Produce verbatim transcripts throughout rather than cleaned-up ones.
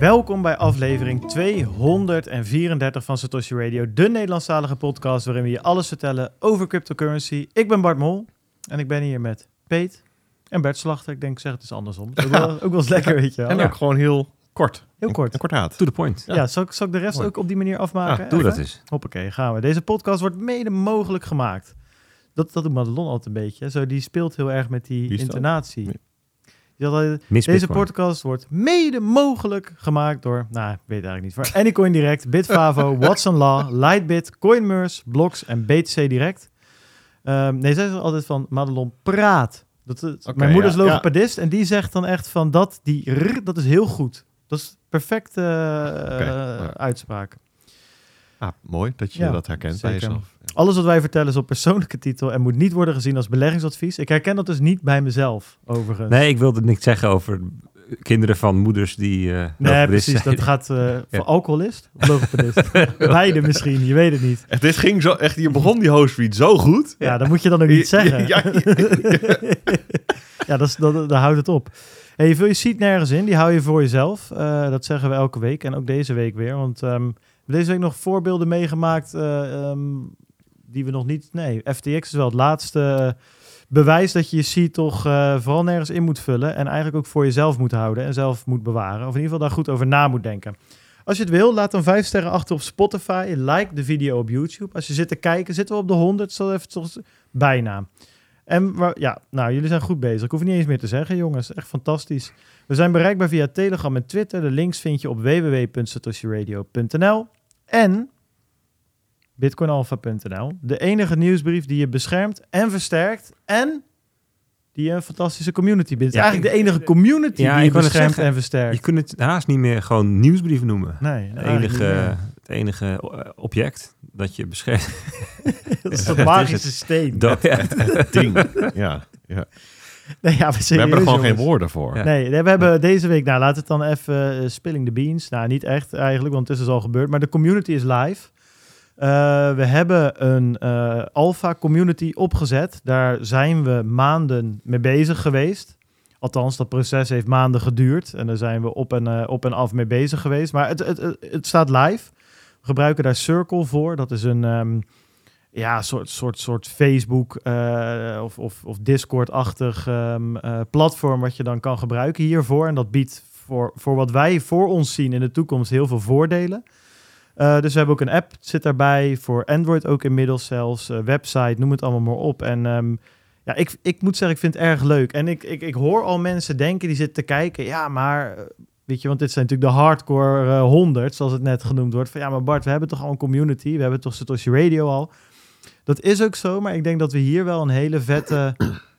Welkom bij aflevering tweehonderdvierendertig van Satoshi Radio, de Nederlandstalige podcast waarin we je alles vertellen over cryptocurrency. Ik ben Bart Mol en ik ben hier met Peet en Bert Slachter. Ik denk, zeg het eens andersom. Ook wel, ook wel eens lekker, weet je wel. En Ja. ook gewoon heel kort. Heel kort. En kordaat. To the point. Ja, ja zal, ik, zal ik de rest Mooi. ook op die manier afmaken? Ja, doe Even? dat eens. Hoppakee, gaan we. Deze podcast wordt mede mogelijk gemaakt. Dat, dat doet Madelon altijd een beetje. Zo, die speelt heel erg met die Wie is dat? intonatie. Nee. Die had al- Miss Deze Bitcoin. podcast wordt mede mogelijk gemaakt door, nou, ik weet eigenlijk niet, voor Anycoin Direct, Bitfavo, Watson Law, Lightbit, Coinmerse, Blocks en B T C Direct. Um, nee, zij zegt altijd van, Madelon, praat. Dat, dat, Oké, mijn moeder is ja, logopedist en die zegt dan echt van, dat, die rrr, dat is heel goed. Dat is perfecte uh, ja. uitspraak. Ah, mooi dat je Ja, dat herkent bij zeker. jezelf. Ja. Alles wat wij vertellen is op persoonlijke titel en moet niet worden gezien als beleggingsadvies. Ik herken dat dus niet bij mezelf, overigens. Nee, ik wilde niks zeggen over kinderen van moeders die... Uh, Nee, logopedist precies. zijn. Dat gaat uh, voor Ja. alcoholist of logopedist. Beide misschien, je weet het niet. Echt, dit ging zo, echt, je begon die hostread zo goed. Ja, dat moet je dan ook niet zeggen. Ja, ja, ja. Ja, dat, is, dat, dat houdt het op. Hey, je vul je seat nergens in, die hou je voor jezelf. Uh, dat zeggen we elke week en ook deze week weer. Want um, we hebben deze week nog voorbeelden meegemaakt uh, um, die we nog niet... Nee, F T X is wel het laatste bewijs dat je je seat toch uh, vooral nergens in moet vullen. En eigenlijk ook voor jezelf moet houden en zelf moet bewaren. Of in ieder geval daar goed over na moet denken. Als je het wil, laat dan vijf sterren achter op Spotify. Like de video op YouTube. Als je zit te kijken, zitten we op de honderd. Stel even toch bijna. En waar, ja, nou, jullie zijn goed bezig. Ik hoef niet eens meer te zeggen, jongens. Echt fantastisch. We zijn bereikbaar via Telegram en Twitter. De links vind je op w w w punt satoshi radio punt n l en bitcoin alpha punt n l. De enige nieuwsbrief die je beschermt en versterkt en die je een fantastische community biedt. Het is Ja, eigenlijk de enige community Ja, die je ik wou net beschermt zeggen, en versterkt. Je kunt het haast niet meer gewoon nieuwsbrief noemen. Nee, Het eigenlijk enige, niet meer. het enige uh, object dat je beschermt. Dat is Ja, een het magische is steen. Dat, ja. Ding. Ja, ja. Nee, ja, We hebben er gewoon jongens. geen woorden voor. Ja. Nee, we hebben deze week, nou laat het dan even uh, spilling the beans. Nou, niet echt eigenlijk, want het is dus al gebeurd. Maar de community is live. Uh, we hebben een uh, alpha community opgezet. Daar zijn we maanden mee bezig geweest. Althans, dat proces heeft maanden geduurd. En daar zijn we op en, uh, op en af mee bezig geweest. Maar het, het, het, het staat live. We gebruiken daar Circle voor. Dat is een... Um, Ja, soort, soort, soort Facebook uh, of, of, of Discord-achtig um, uh, platform wat je dan kan gebruiken hiervoor. En dat biedt voor, voor wat wij voor ons zien in de toekomst heel veel voordelen. Uh, dus we hebben ook een app, zit daarbij, voor Android ook inmiddels zelfs, uh, website, noem het allemaal maar op. En um, ja, ik, ik moet zeggen, ik vind het erg leuk. En ik, ik, ik hoor al mensen denken, die zitten te kijken, ja, maar... Weet je, want dit zijn natuurlijk de hardcore uh, honderd, zoals het net genoemd wordt. Van ja, maar Bart, we hebben toch al een community, we hebben toch Satoshi Radio al. Dat is ook zo, maar ik denk dat we hier wel een hele vette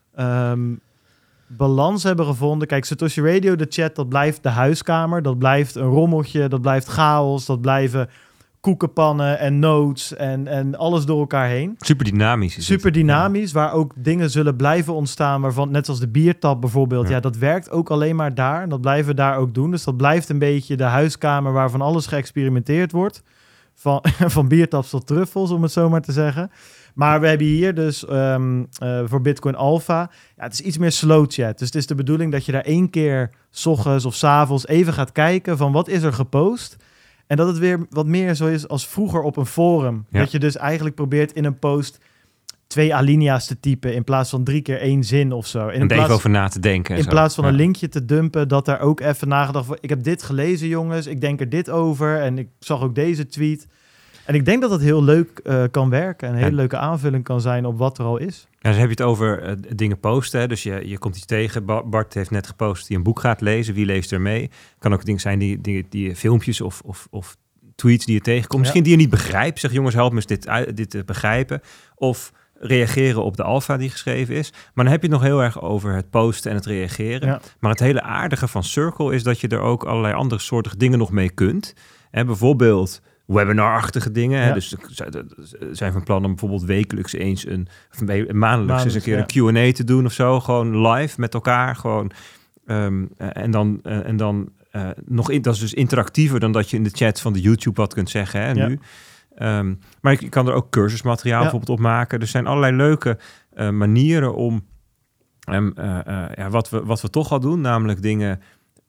um, balans hebben gevonden. Kijk, Satoshi Radio, de chat, dat blijft de huiskamer. Dat blijft een rommeltje, dat blijft chaos. Dat blijven koekenpannen en notes en, en alles door elkaar heen. Super dynamisch. Is Super het. dynamisch, waar ook dingen zullen blijven ontstaan. Waarvan, net als de biertap bijvoorbeeld, ja. Ja. ja, dat werkt ook alleen maar daar. En dat blijven we daar ook doen. Dus dat blijft een beetje de huiskamer waarvan alles geëxperimenteerd wordt. Van, van biertaps tot truffels, om het zo maar te zeggen. Maar we hebben hier dus um, uh, voor Bitcoin Alpha... Ja, het is iets meer slow chat. Dus het is de bedoeling dat je daar één keer... 's ochtends of 's avonds even gaat kijken van wat is er gepost. En dat het weer wat meer zo is als vroeger op een forum. Ja. Dat je dus eigenlijk probeert in een post... twee alinea's te typen in plaats van drie keer één zin of zo. En En in er plaats, even over na te denken. en in zo. plaats van Ja. een linkje te dumpen, dat daar ook even nagedacht wordt. Ik heb dit gelezen, jongens. Ik denk er dit over. En ik zag ook deze tweet. En ik denk dat dat heel leuk uh, kan werken. En een hele Ja. leuke aanvulling kan zijn op wat er al is. Ja, dus heb je het over uh, dingen posten. Hè? Dus je, je komt iets tegen. Ba- Bart heeft net gepost die een boek gaat lezen. Wie leest er mee? Kan ook dingen zijn die, die, die filmpjes of, of, of tweets die je tegenkomt. Ja. Misschien die je niet begrijpt. Zeg jongens, help me eens dit, uit- dit te begrijpen. Of reageren op de alfa die geschreven is. Maar dan heb je het nog heel erg over het posten en het reageren. Ja. Maar het hele aardige van Circle is dat je er ook allerlei andere soorten dingen nog mee kunt. En bijvoorbeeld webinar-achtige dingen. Hè? Ja. Dus er zijn van plan om bijvoorbeeld wekelijks eens een, of een maandelijks, maandelijks eens een keer ja. een Q en A te doen of zo. Gewoon live met elkaar. Gewoon, um, uh, en dan, uh, en dan uh, nog in, dat is dus interactiever dan dat je in de chat van de YouTube wat kunt zeggen. Hè, Ja. nu. Um, maar je kan er ook cursusmateriaal Ja. bijvoorbeeld op maken. Er zijn allerlei leuke uh, manieren om um, uh, uh, ja, wat, we, wat we toch al doen, namelijk dingen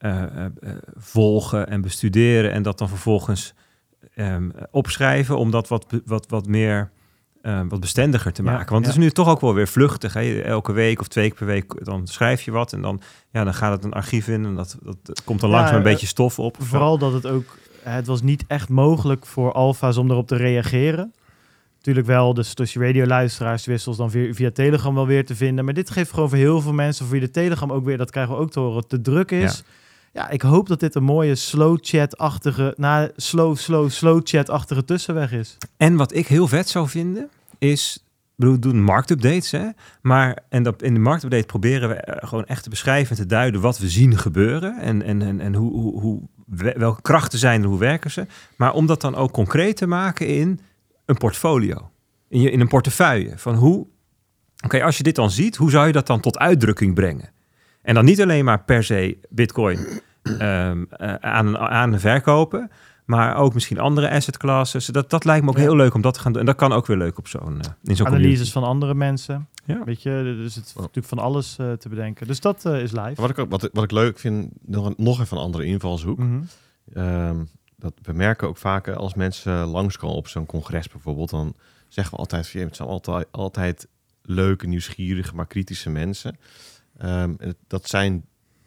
uh, uh, uh, volgen en bestuderen en dat dan vervolgens um, opschrijven om dat wat, wat, wat meer... Uh, wat bestendiger te maken. Ja, Want ja. het is nu toch ook wel weer vluchtig. Hè? Elke week of twee keer per week dan schrijf je wat en dan, ja, dan gaat het een archief in en dat, dat, dat komt dan Ja, langzaam een uh, beetje stof op. Vooral dat het ook... Het was niet echt mogelijk voor alfa's om erop te reageren. Natuurlijk wel de Satoshi Radio luisteraarswissels dan via, via Telegram wel weer te vinden. Maar dit geeft gewoon voor heel veel mensen, voor wie de Telegram ook weer, dat krijgen we ook te horen, te druk is. Ja, ja ik hoop dat dit een mooie slow chat-achtige, na slow, slow, slow chat-achtige tussenweg is. En wat ik heel vet zou vinden, is... Ik bedoel, we doen marktupdates, hè? Maar en dat, in de marktupdate proberen we gewoon echt te beschrijven en te duiden wat we zien gebeuren. En, en, en, en hoe, hoe, hoe, welke krachten zijn er, hoe werken ze. Maar om dat dan ook concreet te maken in een portfolio. In, je, in een portefeuille. Van hoe, oké, okay, als je dit dan ziet, hoe zou je dat dan tot uitdrukking brengen? En dan niet alleen maar per se Bitcoin um, uh, aan, aan en verkopen, maar ook misschien andere asset classes. Dat, dat lijkt me ook ja. heel leuk om dat te gaan doen. En dat kan ook weer leuk op zo'n, uh, in zo'n Analyses community. van andere mensen. Ja. Weet je, dus het is natuurlijk van alles uh, te bedenken. Dus dat uh, is live. Wat ik, ook, wat, wat ik leuk vind, nog, nog even een andere invalshoek. Mm-hmm. Um, dat we merken ook vaak als mensen langskomen op zo'n congres bijvoorbeeld, dan zeggen we altijd, het zijn altijd, altijd leuke, nieuwsgierige, maar kritische mensen. Um, dat zijn,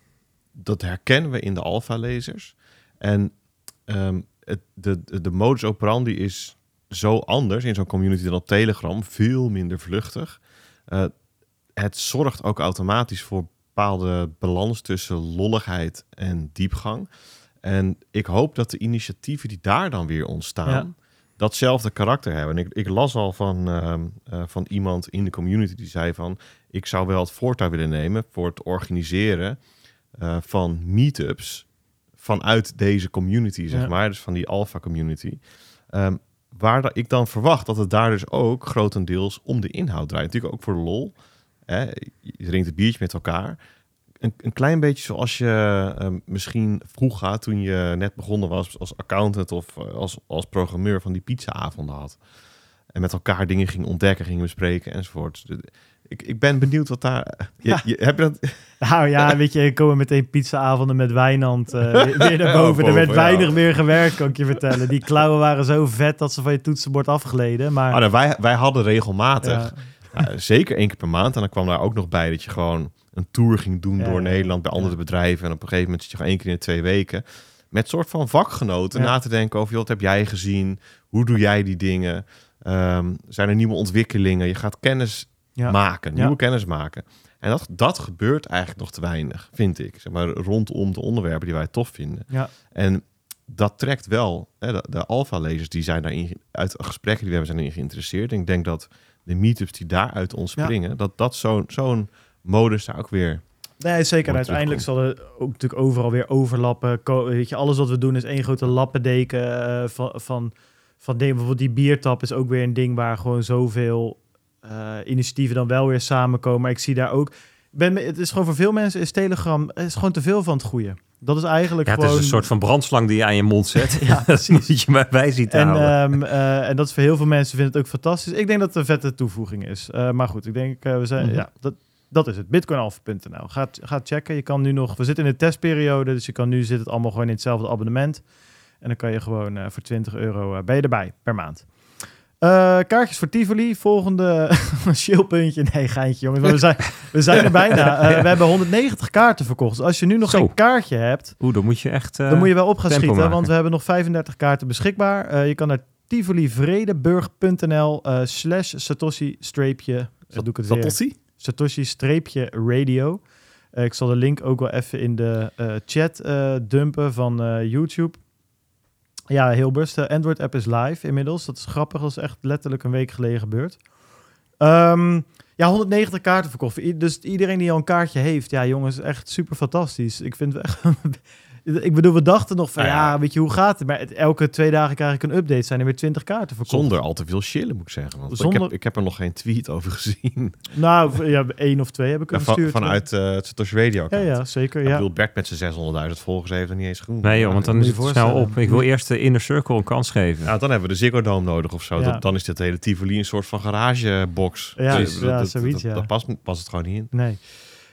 dat herkennen we in de alpha-lezers. En um, het, de, de, de modus operandi is zo anders in zo'n community dan op Telegram, veel minder vluchtig. Uh, het zorgt ook automatisch voor bepaalde balans tussen lolligheid en diepgang. En ik hoop dat de initiatieven die daar dan weer ontstaan, ja. datzelfde karakter hebben. En ik, ik las al van, uh, uh, van iemand in de community die zei van, ik zou wel het voortouw willen nemen voor het organiseren uh, van meetups vanuit deze community, zeg ja. maar. Dus van die alpha community. Um, waar da- ik dan verwacht dat het daar dus ook grotendeels om de inhoud draait. Natuurlijk ook voor de lol. Hè? Je drinkt een biertje met elkaar. Een, een klein beetje zoals je uh, misschien vroeg gaat toen je net begonnen was als accountant of uh, als, als programmeur van die pizzaavonden had. En met elkaar dingen ging ontdekken, ging bespreken enzovoort. Ik, ik ben benieuwd wat daar... Je, ja. je, heb je dat... Nou ja, weet je, er komen meteen pizzaavonden met Wijnand uh, weer, weer naar boven. Er werd ja. weinig meer gewerkt, kan ik je vertellen. Die klauwen waren zo vet dat ze van je toetsenbord afgleden. Maar oh, nou, wij, wij hadden regelmatig, ja. uh, zeker één keer per maand. En dan kwam daar ook nog bij dat je gewoon een tour ging doen ja, door ja, Nederland bij andere ja. bedrijven. En op een gegeven moment zit je gewoon één keer in de twee weken met soort van vakgenoten ja. na te denken over, joh, wat heb jij gezien? Hoe doe jij die dingen? Um, zijn er nieuwe ontwikkelingen? Je gaat kennis ja. maken, nieuwe ja. kennis maken. En dat, dat gebeurt eigenlijk nog te weinig, vind ik. Zeg maar, rondom de onderwerpen die wij tof vinden. Ja. En dat trekt wel, hè, de, de alpha-lezers die zijn daarin, uit gesprekken die we hebben, zijn erin geïnteresseerd. En ik denk dat de meetups die daaruit ontspringen, ja. dat dat zo'n, zo'n modus daar ook weer... Nee, zeker. En uiteindelijk zal er ook natuurlijk overal weer overlappen. Ko- weet je, alles wat we doen is één grote lappendeken uh, van, van, van dingen. Bijvoorbeeld die biertap is ook weer een ding waar gewoon zoveel uh, initiatieven dan wel weer samenkomen. Maar ik zie daar ook... Ben, het is gewoon voor veel mensen is Telegram het is gewoon te veel van het goede. Dat is eigenlijk ja, gewoon... Het is een soort van brandslang die je aan je mond zet. ja, precies. Dat je maar bij ziet en, houden. Um, uh, en dat is voor heel veel mensen vinden het ook fantastisch. Ik denk dat het een vette toevoeging is. Uh, maar goed, ik denk, uh, we zijn... Mm-hmm. Ja, dat, dat is het. bitcoinalpha punt n l. Ga, ga checken. Je kan nu nog... We zitten in de testperiode, dus je kan nu zit het allemaal gewoon in hetzelfde abonnement. En dan kan je gewoon uh, voor twintig euro uh, ben je erbij per maand. Uh, kaartjes voor Tivoli. Volgende chillpuntje. Nee, geintje jongens. Maar we zijn, we zijn er bijna. Uh, we hebben honderdnegentig kaarten verkocht. Dus als je nu nog Zo. geen kaartje hebt... Oeh, dan moet je echt uh, Dan moet je wel op gaan schieten. maken. Want we hebben nog vijfendertig kaarten beschikbaar. Uh, je kan naar tivolivredenburg.nl uh, slash Satoshi streepje... Doe ik het weer. Satoshi? Satoshi streepje radio. Uh, ik zal de link ook wel even in de uh, chat uh, dumpen van uh, YouTube. Ja, heel best. De Android-app is live inmiddels. Dat is grappig. Dat is echt letterlijk een week geleden gebeurd. Um, ja, honderdnegentig kaarten verkocht. Dus iedereen die al een kaartje heeft... Ja, jongens, echt super fantastisch. Ik vind het echt... Ik bedoel, we dachten nog van, ja, ja. ja, weet je, hoe gaat het? Maar het, elke twee dagen krijg ik een update. Zijn er weer twintig kaarten verkocht. Zonder al te veel chillen, moet ik zeggen. Want Zonder... ik, heb, ik heb er nog geen tweet over gezien. Nou, ja, één of twee heb ik ja, gestuurd. Van, vanuit uh, het Satoshi Radio account. Ja, ja, zeker. Ja. Ik bedoel, Bert met zijn zeshonderdduizend volgers heeft er niet eens genoeg. Nee joh, want dan is het snel op. Ik wil eerst de Inner Circle een kans geven. Ja, dan hebben we de Ziggo Dome nodig of zo. Ja. Dat, dan is dit hele Tivoli een soort van garagebox. Ja, dus, ja dat, zoiets, dat, ja. dat past, past het gewoon niet in. Nee.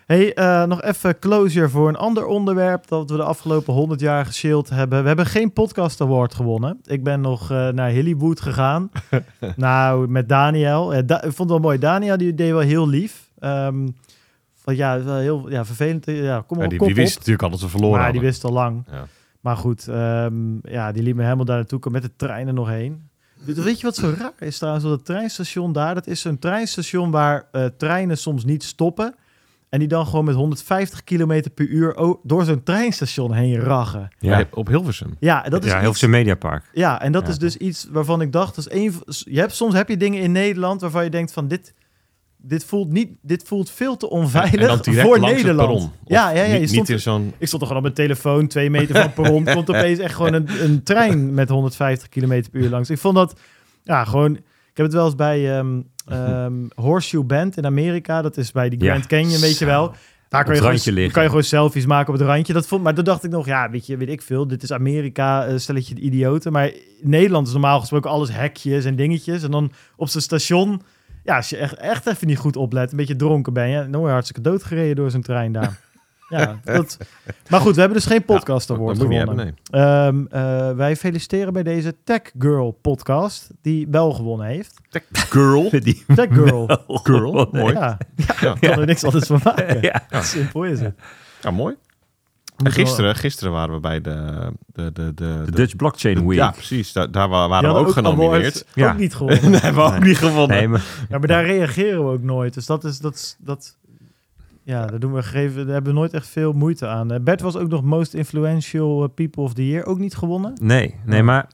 Hey, uh, nog even closure voor een ander onderwerp dat we de afgelopen honderd jaar geshield hebben. We hebben geen podcast award gewonnen. Ik ben nog uh, naar Hollywood gegaan. nou, met Daniel. Uh, da- ik vond het wel mooi. Daniel die deed wel heel lief. Um, van, ja, wel heel ja, vervelend. Ja, kom op, ja, die, kop die wist op. natuurlijk al dat ze verloren Maar hadden. die wist al lang. Ja. Maar goed, um, ja, die liet me helemaal daar naartoe komen met de treinen nog heen. Weet je wat zo raar is trouwens? Dat treinstation daar, dat is zo'n treinstation waar uh, treinen soms niet stoppen. En die dan gewoon met honderdvijftig kilometer per uur o- door zo'n treinstation heen raggen. Ja, Ja, op Hilversum. Ja, dat is ja iets, Hilversum Mediapark. ja, en dat Ja. is dus iets waarvan ik dacht, dat is een, je hebt, soms heb je dingen in Nederland waarvan je denkt van dit, dit, voelt, niet, dit voelt veel te onveilig En dan direct voor langs het Nederland. perron. Of Ja, ja, ja, je niet, stond, niet in zo'n... ik stond toch gewoon op mijn telefoon, twee meter van het perron, komt opeens echt gewoon een, een trein met honderdvijftig kilometer per uur langs. Ik vond dat, ja, gewoon, ik heb het wel eens bij um, um, Horseshoe Bend in Amerika, dat is bij die Grand Ja. Canyon, weet je wel. Daar kan je, randje gewoon, liggen. kan je gewoon selfies maken op het randje. Dat vond, maar toen dacht ik nog, ja, weet je, weet ik veel. Dit is Amerika, uh, stelletje de idioten. Maar in Nederland is normaal gesproken alles hekjes en dingetjes. En dan op zijn station, ja, als je echt, echt even niet goed oplet, een beetje dronken ben je, dan word je hartstikke doodgereden door zo'n trein daar. ja, dat, maar goed, we hebben dus geen podcast award dat moet je niet gewonnen. hebben, nee. Um, uh, wij feliciteren bij deze Tech Girl podcast, die wel gewonnen heeft. Girl. Die Tech Girl. Girl, mooi. Ja, ja, Ja. ik kan er niks anders van maken. Ja. Simpel is het. Ja, mooi. En Moeten we- gisteren, gisteren waren we bij de... De, de, de, De Dutch Blockchain Week. Ja, precies. Daar, daar wa- Die waren we hadden ook genomineerd. awards, Ja. Ook niet gewonnen. Nee, hebben we ook Nee. niet gewonnen. Nee, maar Ja, maar daar reageren we ook nooit. Dus dat is... Dat, is- dat, ja, daar, doen we gegeven, daar hebben we nooit echt veel moeite aan. Uh, Bert was ook nog Most Influential People of the Year. Ook niet gewonnen. nee, nee, maar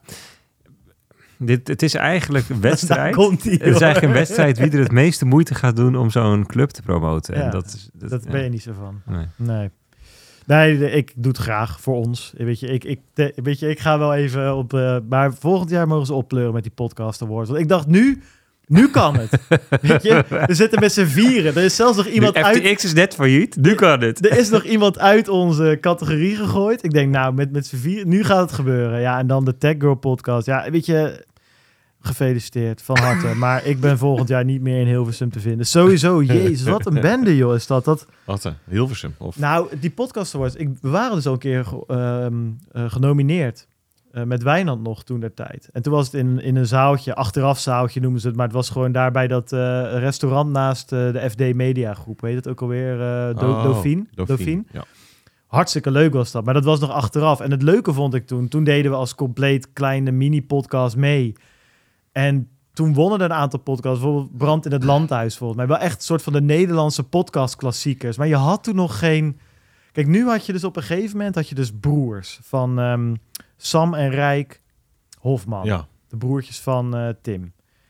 dit, het is eigenlijk een Daar wedstrijd. komt hij, Het is hoor. eigenlijk een wedstrijd wie er het meeste moeite gaat doen om zo'n club te promoten. Ja, En dat is, dat, Dat ja. ben je niet zo van. Nee. Nee. Nee, de- ik doe het graag voor ons. Weet je, ik, ik, de- weet je, ik ga wel even op... Uh, maar volgend jaar mogen ze oppleuren met die podcast awards. Want ik dacht, nu... Nu kan het. Weet je, we zitten met z'n vieren. Er is zelfs nog iemand Nu, uit... F T X is net failliet, nu kan het. Er is nog iemand uit onze categorie gegooid. Ik denk, nou, met, met z'n vier, nu gaat het gebeuren. Ja, en dan de Tech Girl podcast. Ja, weet je, gefeliciteerd, van harte. Maar ik ben volgend jaar niet meer in Hilversum te vinden. Sowieso, jezus, wat een bende, joh, is dat. dat Wat? uh, Hilversum? Of... nou, die podcast awards, ik, we waren dus al een keer ge- ehm, uh, genomineerd. Uh, met Wijnand nog toen der tijd. En toen was het in, in een zaaltje, achteraf zaaltje noemen ze het. Maar het was gewoon daar bij dat uh, restaurant naast uh, de F D Media Groep. Heet het ook alweer? Uh, Do- Oh, Dauphine? Dauphine. Ja. Hartstikke leuk was dat. Maar dat was nog achteraf. En het leuke vond ik toen. Toen deden we als compleet kleine mini-podcast mee. En toen wonnen er een aantal podcasts. Bijvoorbeeld Brand in het Landhuis volgens mij. Wel echt een soort van de Nederlandse podcast-klassiekers. Maar je had toen nog geen... Kijk, nu had je dus op een gegeven moment... had je dus broers van um, Sam en Rijk Hofman. Ja. De broertjes van uh, Tim.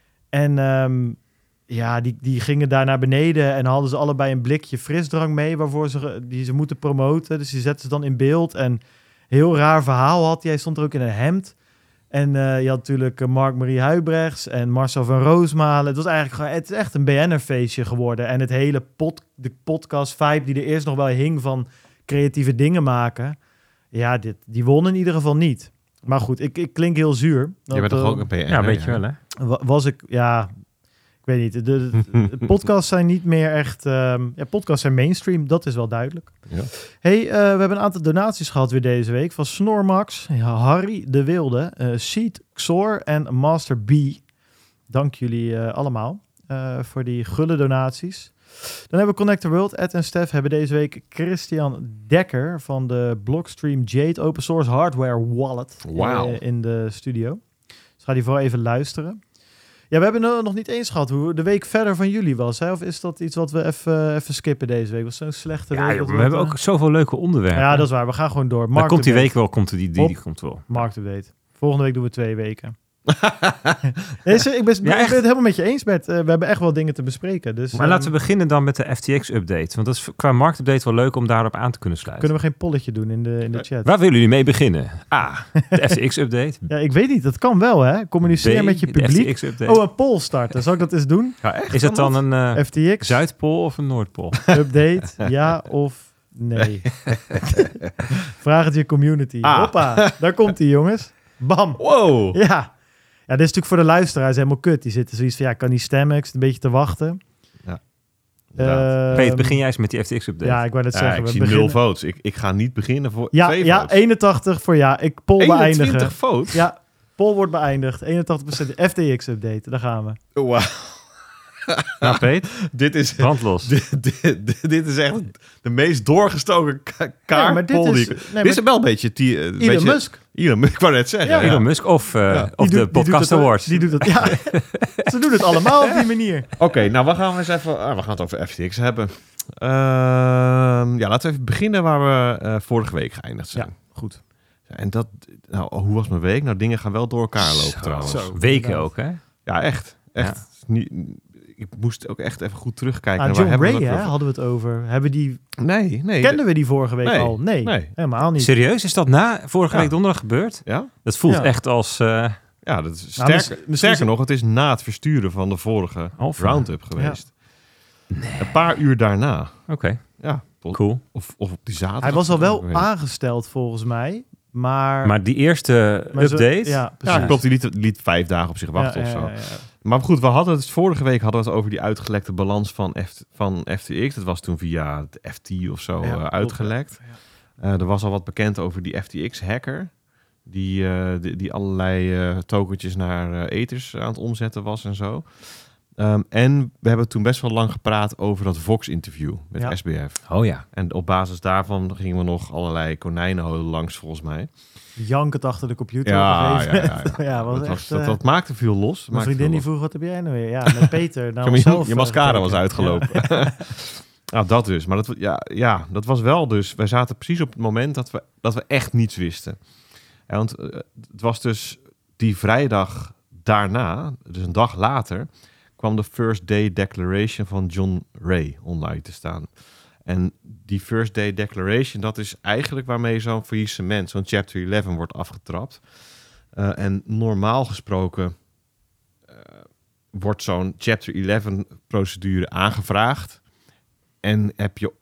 En um, ja, die, die gingen daar naar beneden... en hadden ze allebei een blikje frisdrank mee... waarvoor ze, die ze moeten promoten. Dus die zetten ze dan in beeld. En heel raar verhaal had hij. Hij stond er ook in een hemd. En uh, je had natuurlijk uh, Mark-Marie Huibrechts en Marcel van Roosmalen. Het was eigenlijk gewoon, het is echt een B N R-feestje geworden. En het hele pod, de podcast-vibe die er eerst nog wel hing van creatieve dingen maken. Ja, dit, die won in ieder geval niet. Maar goed, ik, ik klink heel zuur. Je bent toch uh, ook een P N? Ja, weet je wel, hè? wa- Was ik, ja... Ik weet niet, de, de, de podcasts zijn niet meer echt... Um, ja, podcasts zijn mainstream, dat is wel duidelijk. Ja. Hey, uh, we hebben een aantal donaties gehad weer deze week. Van Snormax, Harry de Wilde, uh, Seed, Xor en Master B. Dank jullie uh, allemaal uh, voor die gulle donaties. Dan hebben we Connect the World. Ed en Stef hebben deze week Christian Dekker van de Blockstream Jade Open Source Hardware Wallet Wauw. uh, in de studio. Dus ga die vooral even luisteren. Ja, we hebben uh, nog niet eens gehad hoe de week verder van jullie was. Hè? Of is dat iets wat we even, even skippen deze week? Was zo'n slechte Ja, week. joh, dat we hebben uh, ook zoveel leuke onderwerpen. Ja, dat is waar. We gaan gewoon door. Maar komt die update. week wel, komt die, die, die, die komt wel. Marktupdate. Volgende week doen we twee weken. Nee, ik ben, ik ben Ja, echt. het helemaal met je eens, Bert. Uh, we hebben echt wel dingen te bespreken. Dus, Maar um, laten we beginnen dan met de F T X-update. Want dat is qua marktupdate wel leuk om daarop aan te kunnen sluiten. Kunnen we geen polletje doen in de, in de chat? Waar willen jullie mee beginnen? A, de F T X-update. Ja, ik weet niet. Dat kan wel, hè? Communiceer B, met je de publiek. F T X-update. Oh, een poll starten. Zal ik dat eens doen? Ja, echt? is het dan een uh, F T X, Zuidpool of een Noordpool? update, ja of nee? Vraag het je community. Ah. Hoppa, daar komt hij, jongens. Bam. Wow. Ja. Ja, dit is natuurlijk voor de luisteraars helemaal kut. Die zitten zoiets van, ja, ik kan niet stemmen. Ik zit een beetje te wachten. inderdaad. Peter, begin jij eens met die F T X-update. Ja, ik wou net Ja, zeggen. ik we zie beginnen... nul votes. Ik, ik ga niet beginnen voor Ja, twee ja votes. eenentachtig voor ja. Ik poll beëindigen. eenentwintig votes? Ja, poll wordt beëindigd. eenentachtig procent F T X-update. Daar gaan we. Oh, wauw. Nou, Peter, Dit is... brandlos. Dit, dit, dit, dit is echt de meest doorgestoken ka- Ja, kaart. maar dit poll die is... ik- Nee, maar dit is wel een beetje... Die, uh, Elon beetje Musk. Elon Musk, ik wou net zeggen. Ja. Ja. Elon Musk of, uh, Ja. of Die de doet- die Podcast doet het- Awards. Die doet het, ja. Ze doen het allemaal op die manier. Oké, nou we gaan eens even... ah, we gaan het over F T X hebben. Ehm, ja, laten we even beginnen waar we uh, vorige week geëindigd zijn. Ja, goed. En dat... Nou, hoe was mijn week? Nou, dingen gaan wel door elkaar lopen Zo, trouwens. zo. Weken inderdaad. ook, hè? Ja, echt. Echt. Niet, ik moest ook echt even goed terugkijken. Ah, naar John waar Ray, hebben we hè, het hadden we het over. Hebben die, over? Nee, nee. kenden we die vorige week nee, al? Nee, nee. helemaal niet. Serieus? Is dat na vorige Ja. week donderdag gebeurd? Ja? Dat voelt Ja. echt als... uh, Ja, dat is Nou, sterker, mis- misschien sterker is- nog, het is na het versturen van de vorige Alpha. roundup geweest. Een paar uur daarna. Oké, Ja, tot- cool. of, of op die zaterdag. Hij was al wel Ik weet- aangesteld volgens mij, maar... Maar die eerste maar zo- update... ja, precies. Ja, klopt. Die liet, die liet vijf dagen op zich wachten Ja, of ja, zo. ja, ja. Maar goed, we hadden het vorige week hadden we het over die uitgelekte balans van, F, van F T X. Dat was toen via het F T of zo Ja, eh, klopt, uitgelekt. ja. Eh, er was al wat bekend over die F T X-hacker. Die, eh, die, die allerlei eh tokentjes naar eh, ethers aan het omzetten was en zo. Ehm, en we hebben toen best wel lang gepraat over dat Vox-interview met Ja. S B F. Oh ja. En op basis daarvan gingen we nog allerlei konijnenholen langs, volgens mij. Jankend achter de computer. Ja, op een ja, gegeven ja. moment. ja. Ja, was dat, echt, was, dat, eh, dat maakte veel los. Mijn Maakte vriendin die veel vroeg, wat heb jij nou weer? Ja, met Peter. Nou, los. Je, zelf, je mascara was gekeken. uitgelopen. Nou, dat dus. Maar dat, ja, ja, dat was wel dus... Wij zaten precies op het moment dat we, dat we echt niets wisten. Ja, want uh, het was dus die vrijdag daarna, dus een dag later, kwam de First Day Declaration van John Ray online te staan. En die First Day Declaration, dat is eigenlijk waarmee zo'n faillissement, zo'n Chapter elf wordt afgetrapt. Uh, en normaal gesproken uh, wordt zo'n Chapter elf procedure aangevraagd. En heb je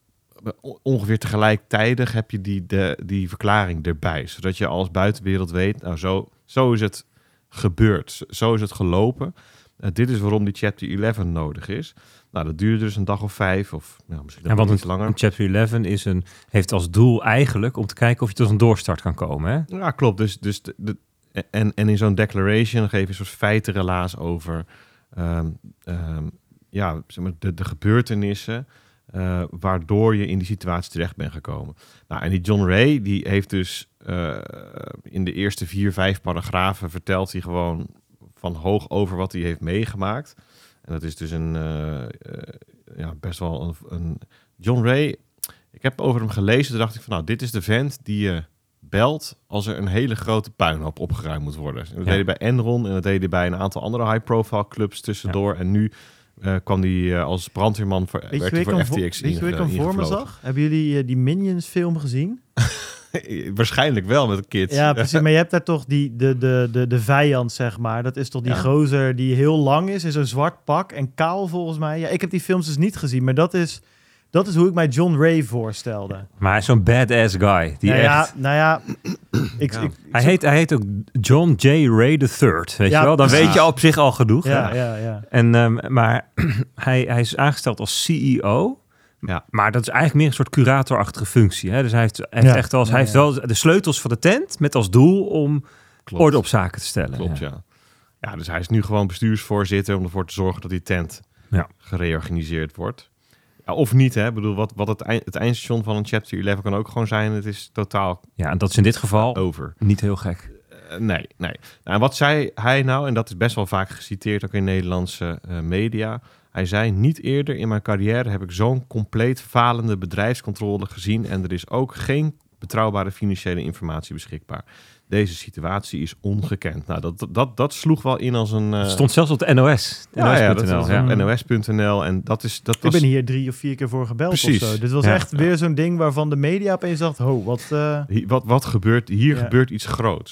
ongeveer tegelijkertijd heb je die, de, die verklaring erbij. Zodat je als buitenwereld weet, nou zo, zo is het gebeurd. Zo is het gelopen. Uh, dit is waarom die Chapter elf nodig is. Nou, dat duurde dus een dag of vijf of nou, misschien nog Ja, want iets een, langer. een Chapter elf is een, heeft als doel eigenlijk om te kijken of je tot een doorstart kan komen. Hè? Ja, klopt. Dus, dus de, de, en, en in zo'n declaration geef je een soort feitenrelaas over um, um, ja, zeg maar de, de gebeurtenissen uh, waardoor je in die situatie terecht bent gekomen. Nou, en die John Ray, die heeft dus uh, in de eerste vier, vijf paragrafen vertelt hij gewoon van hoog over wat hij heeft meegemaakt. En dat is dus een uh, uh, ja, best wel een, een John Ray. Ik heb over hem gelezen, toen dacht ik van nou, dit is de vent die je belt als er een hele grote puinhoop opgeruimd moet worden. Dat Ja. deed hij bij Enron en dat deed hij bij een aantal andere high-profile clubs tussendoor. Ja. En nu uh, kwam hij uh, als brandweerman voor, Weet je werkte voor wie ik F T hem X vo- weet je wie ik hem voor me ingevlogen. zag? Hebben jullie uh, die Minions film gezien? Waarschijnlijk wel met de kids. Ja, precies. Maar je hebt daar toch die, de, de, de, de vijand, zeg maar. Dat is toch die Ja. gozer die heel lang is, in zo'n zwart pak en kaal volgens mij. Ja, ik heb die films dus niet gezien, maar dat is, dat is hoe ik mij John Ray voorstelde. Maar hij is zo'n badass guy. Die nou, ja, echt, nou ja, ik, Ja. ik, hij, heet, hij heet ook John J. Ray the third. Weet Ja, je wel? Dan precies. weet je op zich al genoeg. ja, hè? ja, ja. En, um, maar hij, hij is aangesteld als C E O. Ja. Maar dat is eigenlijk meer een soort curatorachtige functie. Hè? Dus hij heeft, hij heeft Ja. echt als, Ja, hij heeft ja. wel de sleutels van de tent met als doel om Klopt. orde op zaken te stellen. Klopt, ja. ja. Ja, dus hij is nu gewoon bestuursvoorzitter om ervoor te zorgen dat die tent Ja. gereorganiseerd wordt. Ja, of niet, hè. Ik bedoel, wat, wat het, eind, het eindstation van een Chapter elf kan ook gewoon zijn, het is totaal Ja, en dat is in dit geval over. niet heel gek. Uh, nee, nee. Nou, en wat zei hij nou, en dat is best wel vaak geciteerd ook in Nederlandse uh, media. Hij zei, niet eerder in mijn carrière heb ik zo'n compleet falende bedrijfscontrole gezien en er is ook geen betrouwbare financiële informatie beschikbaar. Deze situatie is ongekend. Nou, dat, dat, dat sloeg wel in als een... Uh... Het stond zelfs op de N O S. Ja, ja, dat N O S punt N L, is ja. op N O S punt N L en dat is... Dat Ik was... ben hier drie of vier keer voor gebeld Precies. of zo. Dit was Ja. echt weer zo'n ding waarvan de media opeens dacht, ho, wat... uh, Hier- Wat, wat gebeurt? Hier Ja. gebeurt iets groots.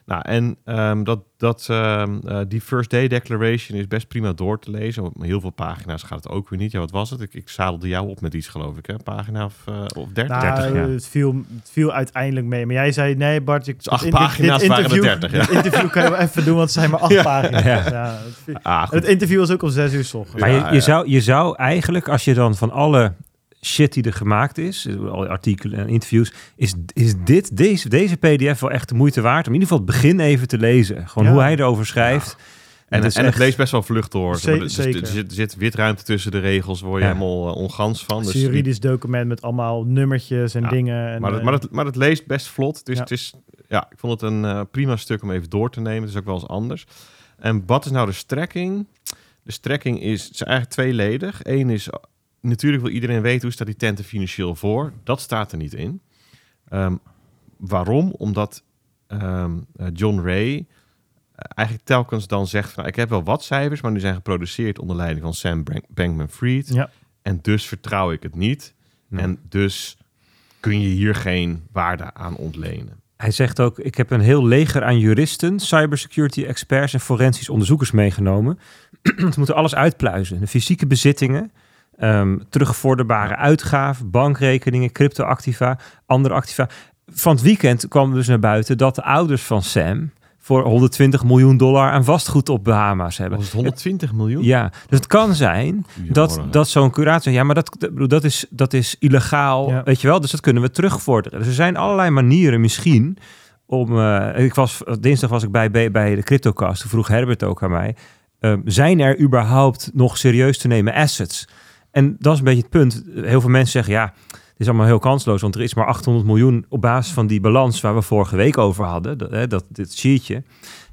Nou, en um, dat, dat, um, uh, die First Day Declaration is best prima door te lezen. Op heel veel pagina's gaat het ook weer niet. Ja, wat was het? Ik, ik zadelde jou op met iets, geloof ik. Hè? Pagina of, uh, of dertig? Nou, dertig, ja. het, viel, het viel uiteindelijk mee. Maar jij zei, nee Bart... Ik, dus acht in, pagina's dit waren interview, er dertig. Ja. Het interview kan je wel even doen, want het zijn maar acht ja. pagina's. Ja. Ja, het, viel, Ah, het interview was ook om zes uur 's ochtends. Maar Ja, je, je, ja. zou, je zou eigenlijk, als je dan van alle shit die er gemaakt is, alle artikelen en interviews, is, is dit, deze, deze P D F wel echt de moeite waard om in ieder geval het begin even te lezen. Gewoon Ja. hoe hij erover schrijft. Ja. En, het, en het leest best wel vlucht door. Ze- Dus zeker. er, zit, er zit witruimte tussen de regels, daar word je Ja. helemaal uh, ongans van. Het Dus is een juridisch document met allemaal nummertjes en Ja, dingen. En, maar, het, maar, het, maar het leest best vlot. Het is, Ja. het is, ja, ik vond het een uh, prima stuk om even door te nemen. Het is ook wel eens anders. En wat is nou de strekking? De strekking is, het is eigenlijk tweeledig. Eén is, natuurlijk wil iedereen weten hoe staat die tent er financieel voor. Dat staat er niet in. Um, waarom? Omdat um, uh, John Ray uh, eigenlijk telkens dan zegt van, nou, ik heb wel wat cijfers, maar die zijn geproduceerd onder leiding van Sam Bank- Bankman-Fried. Ja. En dus vertrouw ik het niet. Ja. En dus kun je hier geen waarde aan ontlenen. Hij zegt ook, ik heb een heel leger aan juristen, cybersecurity experts en forensisch onderzoekers meegenomen. Ze moeten alles uitpluizen. De fysieke bezittingen, um, terugvorderbare uitgaven, bankrekeningen, cryptoactiva, andere activa. Van het weekend kwam dus naar buiten dat de ouders van Sam voor honderdtwintig miljoen dollar aan vastgoed op Bahama's hebben. Was het honderdtwintig miljoen? Ja, dus het kan zijn Ja, dat, hoor. dat zo'n curator... Ja, maar dat, dat, dat, is, dat is illegaal, Ja. weet je wel? Dus dat kunnen we terugvorderen. Dus er zijn allerlei manieren misschien om... Uh, ik was, dinsdag was ik bij, bij, bij de CryptoCast. Toen vroeg Herbert ook aan mij. Uh, zijn er überhaupt nog serieus te nemen assets? En dat is een beetje het punt. Heel veel mensen zeggen, ja, het is allemaal heel kansloos, want er is maar achthonderd miljoen op basis van die balans waar we vorige week over hadden. Dat, hè, dat dit sheetje.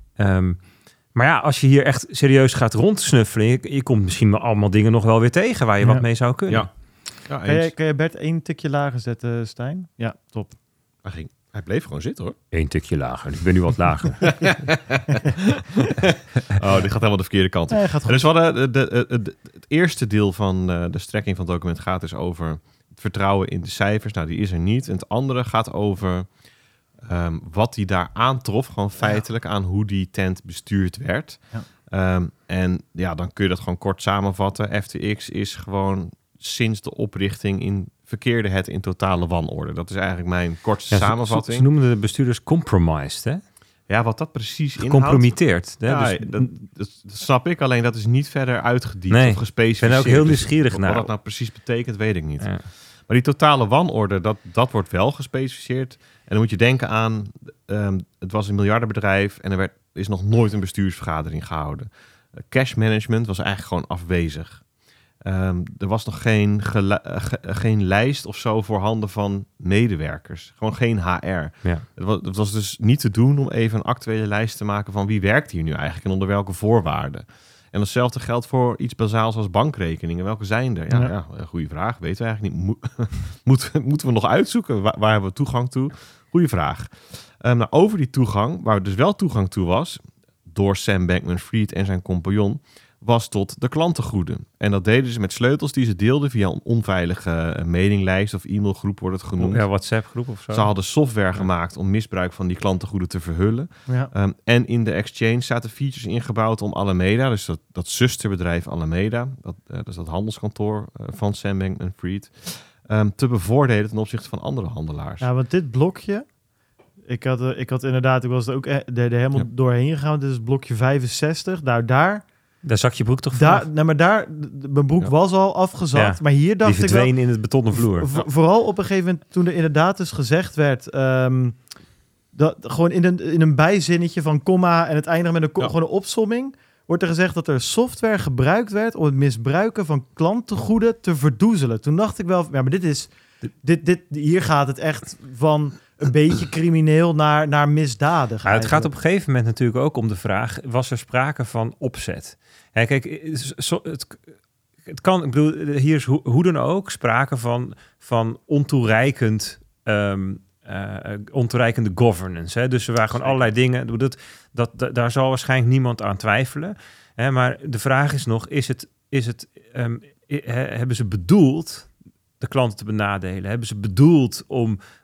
Um, maar ja, als je hier echt serieus gaat rondsnuffelen, je, je komt misschien wel allemaal dingen nog wel weer tegen waar je Ja. wat mee zou kunnen. Ja. Ja, Kan je, eens. kan je Bert één tikje lager zetten, Stijn? Ja, top. Hij, ging, hij bleef gewoon zitten, hoor. Eén tikje lager. Ik ben nu wat lager. Oh, dit gaat helemaal de verkeerde kant op. Nee, gaat goed. Dus we hadden de, de, de, de- het eerste deel van uh, de strekking van het document gaat dus over het vertrouwen in de cijfers. Nou, die is er niet. En het andere gaat over um, wat hij daar aantrof, gewoon feitelijk aan hoe die tent bestuurd werd. Ja. Um, en ja, dan kun je dat gewoon kort samenvatten. F T X is gewoon sinds de oprichting in verkeerde het in totale wanorde. Dat is eigenlijk mijn kortste Ja, ze- samenvatting. Ze, ze noemden de bestuurders compromised, hè? Ja, wat dat precies inhoudt. Gecompromitteerd. Hè? Ja, Dus, dat, dat, dat snap ik, alleen dat is niet verder uitgediept Nee, of gespecificeerd. ik ben ook heel Dus nieuwsgierig wat, naar. wat dat nou precies betekent, weet ik niet. ja. Maar die totale wanorde, dat, dat wordt wel gespecificeerd. En dan moet je denken aan, um, het was een miljardenbedrijf en er werd, is nog nooit een bestuursvergadering gehouden. Uh, cash management was eigenlijk gewoon afwezig. Um, er was nog geen, gelu- uh, ge- uh, geen lijst of zo voorhanden van medewerkers. Gewoon geen H R. Ja. Het was, het was dus niet te doen om even een actuele lijst te maken van wie werkt hier nu eigenlijk en onder welke voorwaarden. En hetzelfde geldt voor iets bazaals als bankrekeningen. Welke zijn er? Ja, Ja. ja. ja goede vraag. Weten we eigenlijk niet. Mo- Moet, moeten we nog uitzoeken? Waar, waar hebben we toegang toe? Goeie vraag. Um, nou, over die toegang, waar dus wel toegang toe was, door Sam Bankman-Fried en zijn compagnon, was tot de klantengoeden. En dat deden ze met sleutels die ze deelden via een onveilige uh, mailinglijst of e-mailgroep wordt het genoemd. Ja, WhatsApp-groep of zo. Ze hadden software gemaakt om misbruik van die klantengoeden te verhullen. Ja. Um, en in de exchange zaten features ingebouwd om Alameda, dus dat, dat zusterbedrijf Alameda, dat, uh, dat is dat handelskantoor uh, van Sam Bankman-Fried, um, te bevoordelen ten opzichte van andere handelaars. Ja, want dit blokje, ik had, uh, ik had inderdaad, ik was er ook e- er, er helemaal Ja. doorheen gegaan. Dit is blokje vijfenzestig. Nou, daar, Daar zak je broek toch daar, vanaf? nou, maar daar, d- d- mijn broek Ja. was al afgezakt. Ja, Maar hier Die dacht ik wel, verdween in het betonnen vloer. v- vooral op een gegeven moment toen er inderdaad dus gezegd werd, um, dat gewoon in een, in een bijzinnetje van komma en het eindigt met een, ko- Ja. gewoon een opsomming, wordt er gezegd dat er software gebruikt werd om het misbruiken van klantengoeden te verdoezelen. Toen dacht ik wel, ja, maar dit is, dit, dit, hier gaat het echt van een beetje crimineel naar, naar misdadig. Nou, het gaat op eigenlijk. een gegeven moment natuurlijk ook om de vraag, was er sprake van opzet? Hè, kijk, zo, het, het kan, ik bedoel, hier is hoe, hoe dan ook sprake van, van ontoereikend, um, uh, ontoereikende governance. Hè? Dus er waren gewoon allerlei dingen, dat, dat, dat, daar zal waarschijnlijk niemand aan twijfelen. Hè? Maar de vraag is nog, is het, is het, um, he, hebben ze bedoeld de klanten te benadelen? Hebben ze bedoeld om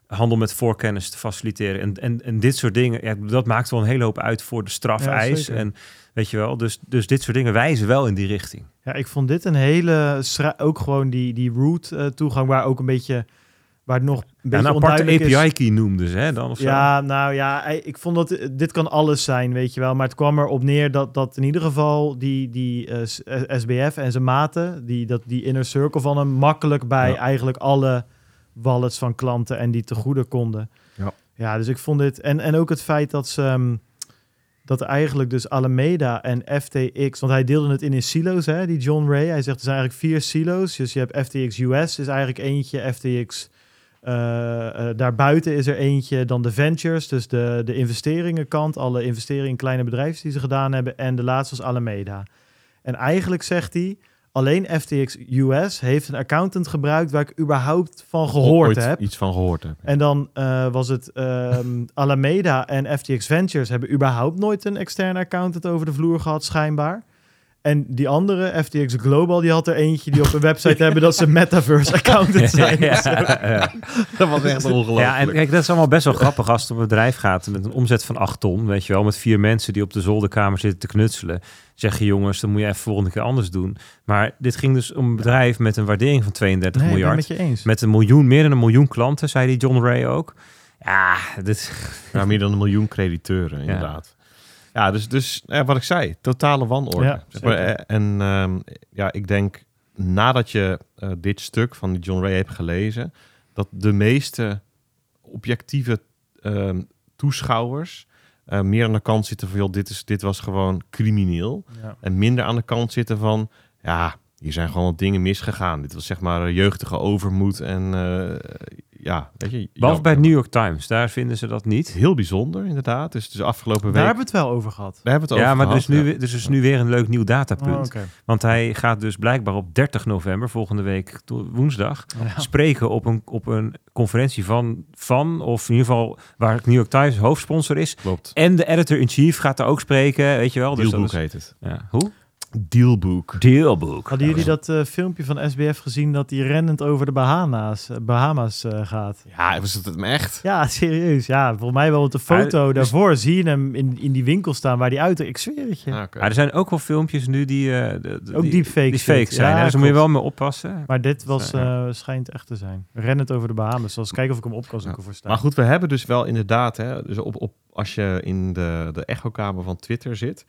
handel met voorkennis te faciliteren. En, en, en dit soort dingen, ja, dat maakt wel een hele hoop uit voor de strafeis. Ja, en weet je wel, dus, dus dit soort dingen wijzen wel in die richting. Ja, ik vond dit een hele... Stra- ook gewoon die, die root uh, toegang, waar ook een beetje... Waar het nog een Ja, beetje een aparte A onduidelijk P is. I-key noemden ze, hè, dan of zo? Ja, nou ja, ik vond dat... Dit kan alles zijn, weet je wel. Maar het kwam erop neer dat, dat in ieder geval die, die uh, S B F en zijn maten... Die, dat, die inner circle van hem makkelijk bij Ja. eigenlijk alle wallets van klanten... en die te goede konden. Ja. Ja, dus ik vond dit... En, en ook het feit dat ze... Um, dat eigenlijk dus Alameda en F T X... Want hij deelde het in in silo's, hè, die John Ray. Hij zegt, er zijn eigenlijk vier silo's. Dus je hebt F T X U S is eigenlijk eentje, F T X... Uh, uh, daarbuiten is er eentje dan de ventures, dus de, de investeringenkant, alle investeringen in kleine bedrijven die ze gedaan hebben. En de laatste was Alameda. En eigenlijk zegt hij, alleen F T X U S heeft een accountant gebruikt waar ik überhaupt van gehoord Ooit heb. iets van gehoord heb. En dan uh, was het um, Alameda en F T X Ventures hebben überhaupt nooit een externe accountant over de vloer gehad, schijnbaar. En die andere, F T X Global, die had er eentje die op een website hebben dat ze metaverse accountant zijn. ja, ja. Dat was echt ongelooflijk. Ja, en kijk, dat is allemaal best wel grappig als het om een bedrijf gaat met een omzet van acht ton, weet je wel, met vier mensen die op de zolderkamer zitten te knutselen. Zeg je, jongens, dan moet je even volgende keer anders doen. Maar dit ging dus om een bedrijf met een waardering van tweeëndertig Nee, miljard. ik ben met je eens. Met een miljoen, meer dan een miljoen klanten, zei die John Ray ook. Ja, dit... Ja, meer dan een miljoen crediteuren, inderdaad. Ja, ja dus, dus ja, wat ik zei, totale wanorde. Ja, zeg maar, en um, ja, ik denk, nadat je uh, dit stuk van die John Ray hebt gelezen, dat de meeste objectieve um, toeschouwers uh, meer aan de kant zitten van, joh, dit, is, dit was gewoon crimineel. Ja. En minder aan de kant zitten van, ja, hier zijn gewoon wat dingen misgegaan. Dit was zeg maar jeugdige overmoed en uh, ja, weet je. Behalve bij het New York Times, daar vinden ze dat niet. Heel bijzonder, inderdaad. Dus, dus afgelopen week... Daar hebben we het wel over gehad. Daar hebben we het Ja, over maar gehad. dus nu, ja. dus is nu weer een leuk nieuw datapunt. Oh, okay. Want hij gaat dus blijkbaar op dertig november, volgende week to- woensdag, Ja. spreken op een, op een conferentie van, van, of in ieder geval waar het New York Times hoofdsponsor is. Klopt. En de editor-in-chief gaat daar ook spreken, weet je wel. Dus dat Dealbook is, heet het. ja. Hoe? Dealbook. Dealbook. Hadden jullie dat uh, filmpje van S B F gezien dat hij rennend over de Bahama's, uh, Bahama's uh, gaat? Ja, was het hem echt? Ja, serieus. Ja, volgens mij wel op de foto Ah, dus- daarvoor zie je hem in, in die winkel staan waar hij uit... Ik zweer het je. Ah, okay. Ja, er zijn ook wel filmpjes nu die, uh, de, de, Ook die, deepfake die shit. fake zijn. Ja, hè? Dus daar moet je klopt. wel mee oppassen. Maar dit was, Ja. uh, schijnt echt te zijn. Rennend over de Bahama's. Zal eens kijken of ik hem op kan zoeken Ja. voor staan. Maar goed, we hebben dus wel inderdaad, hè, dus op, op, als je in de, de echokamer van Twitter zit,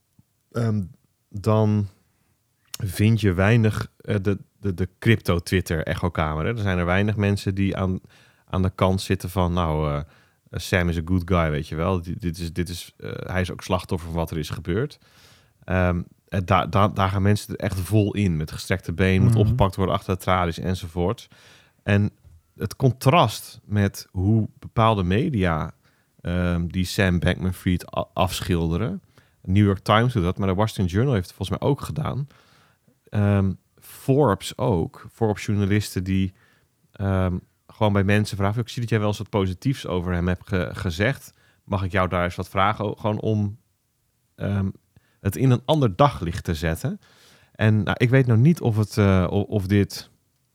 um, dan vind je weinig uh, de, de, de crypto-Twitter-echokamer. Hè. Er zijn er weinig mensen die aan, aan de kant zitten van, nou, uh, Sam is a good guy, weet je wel. Dit, dit is, dit is, uh, hij is ook slachtoffer van wat er is gebeurd. Um, en daar, daar, daar gaan mensen er echt vol in, met gestrekte been, moet Mhm. opgepakt worden achter de tralies enzovoort. En het contrast met hoe bepaalde media um, die Sam Bankman-Fried a- afschilderen. New York Times doet dat, maar de Washington Journal heeft het volgens mij ook gedaan. Um, Forbes ook. Forbes journalisten die um, gewoon bij mensen vragen, ik zie dat jij wel eens wat positiefs over hem hebt ge- gezegd. Mag ik jou daar eens wat vragen? Gewoon om um, het in een ander daglicht te zetten. En nou, ik weet nog niet of, het, uh, of, of dit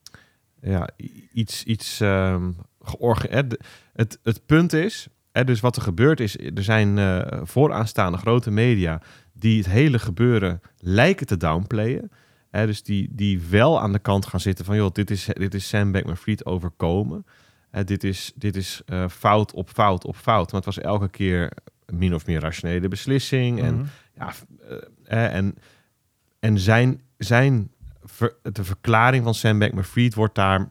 ja, iets, iets um, georganiseerd... Het, het punt is, hè, dus wat er gebeurt is, er zijn uh, vooraanstaande grote media die het hele gebeuren lijken te downplayen. Hè, dus die, die wel aan de kant gaan zitten van, joh, dit is, dit is Sam Bankman-Fried overkomen. Hè, dit is, dit is uh, fout op fout op fout. Maar het was elke keer min of meer rationele beslissing. En, Mhm. ja, uh, uh, en, en zijn, zijn ver, de verklaring van Sam Bankman-Fried wordt daar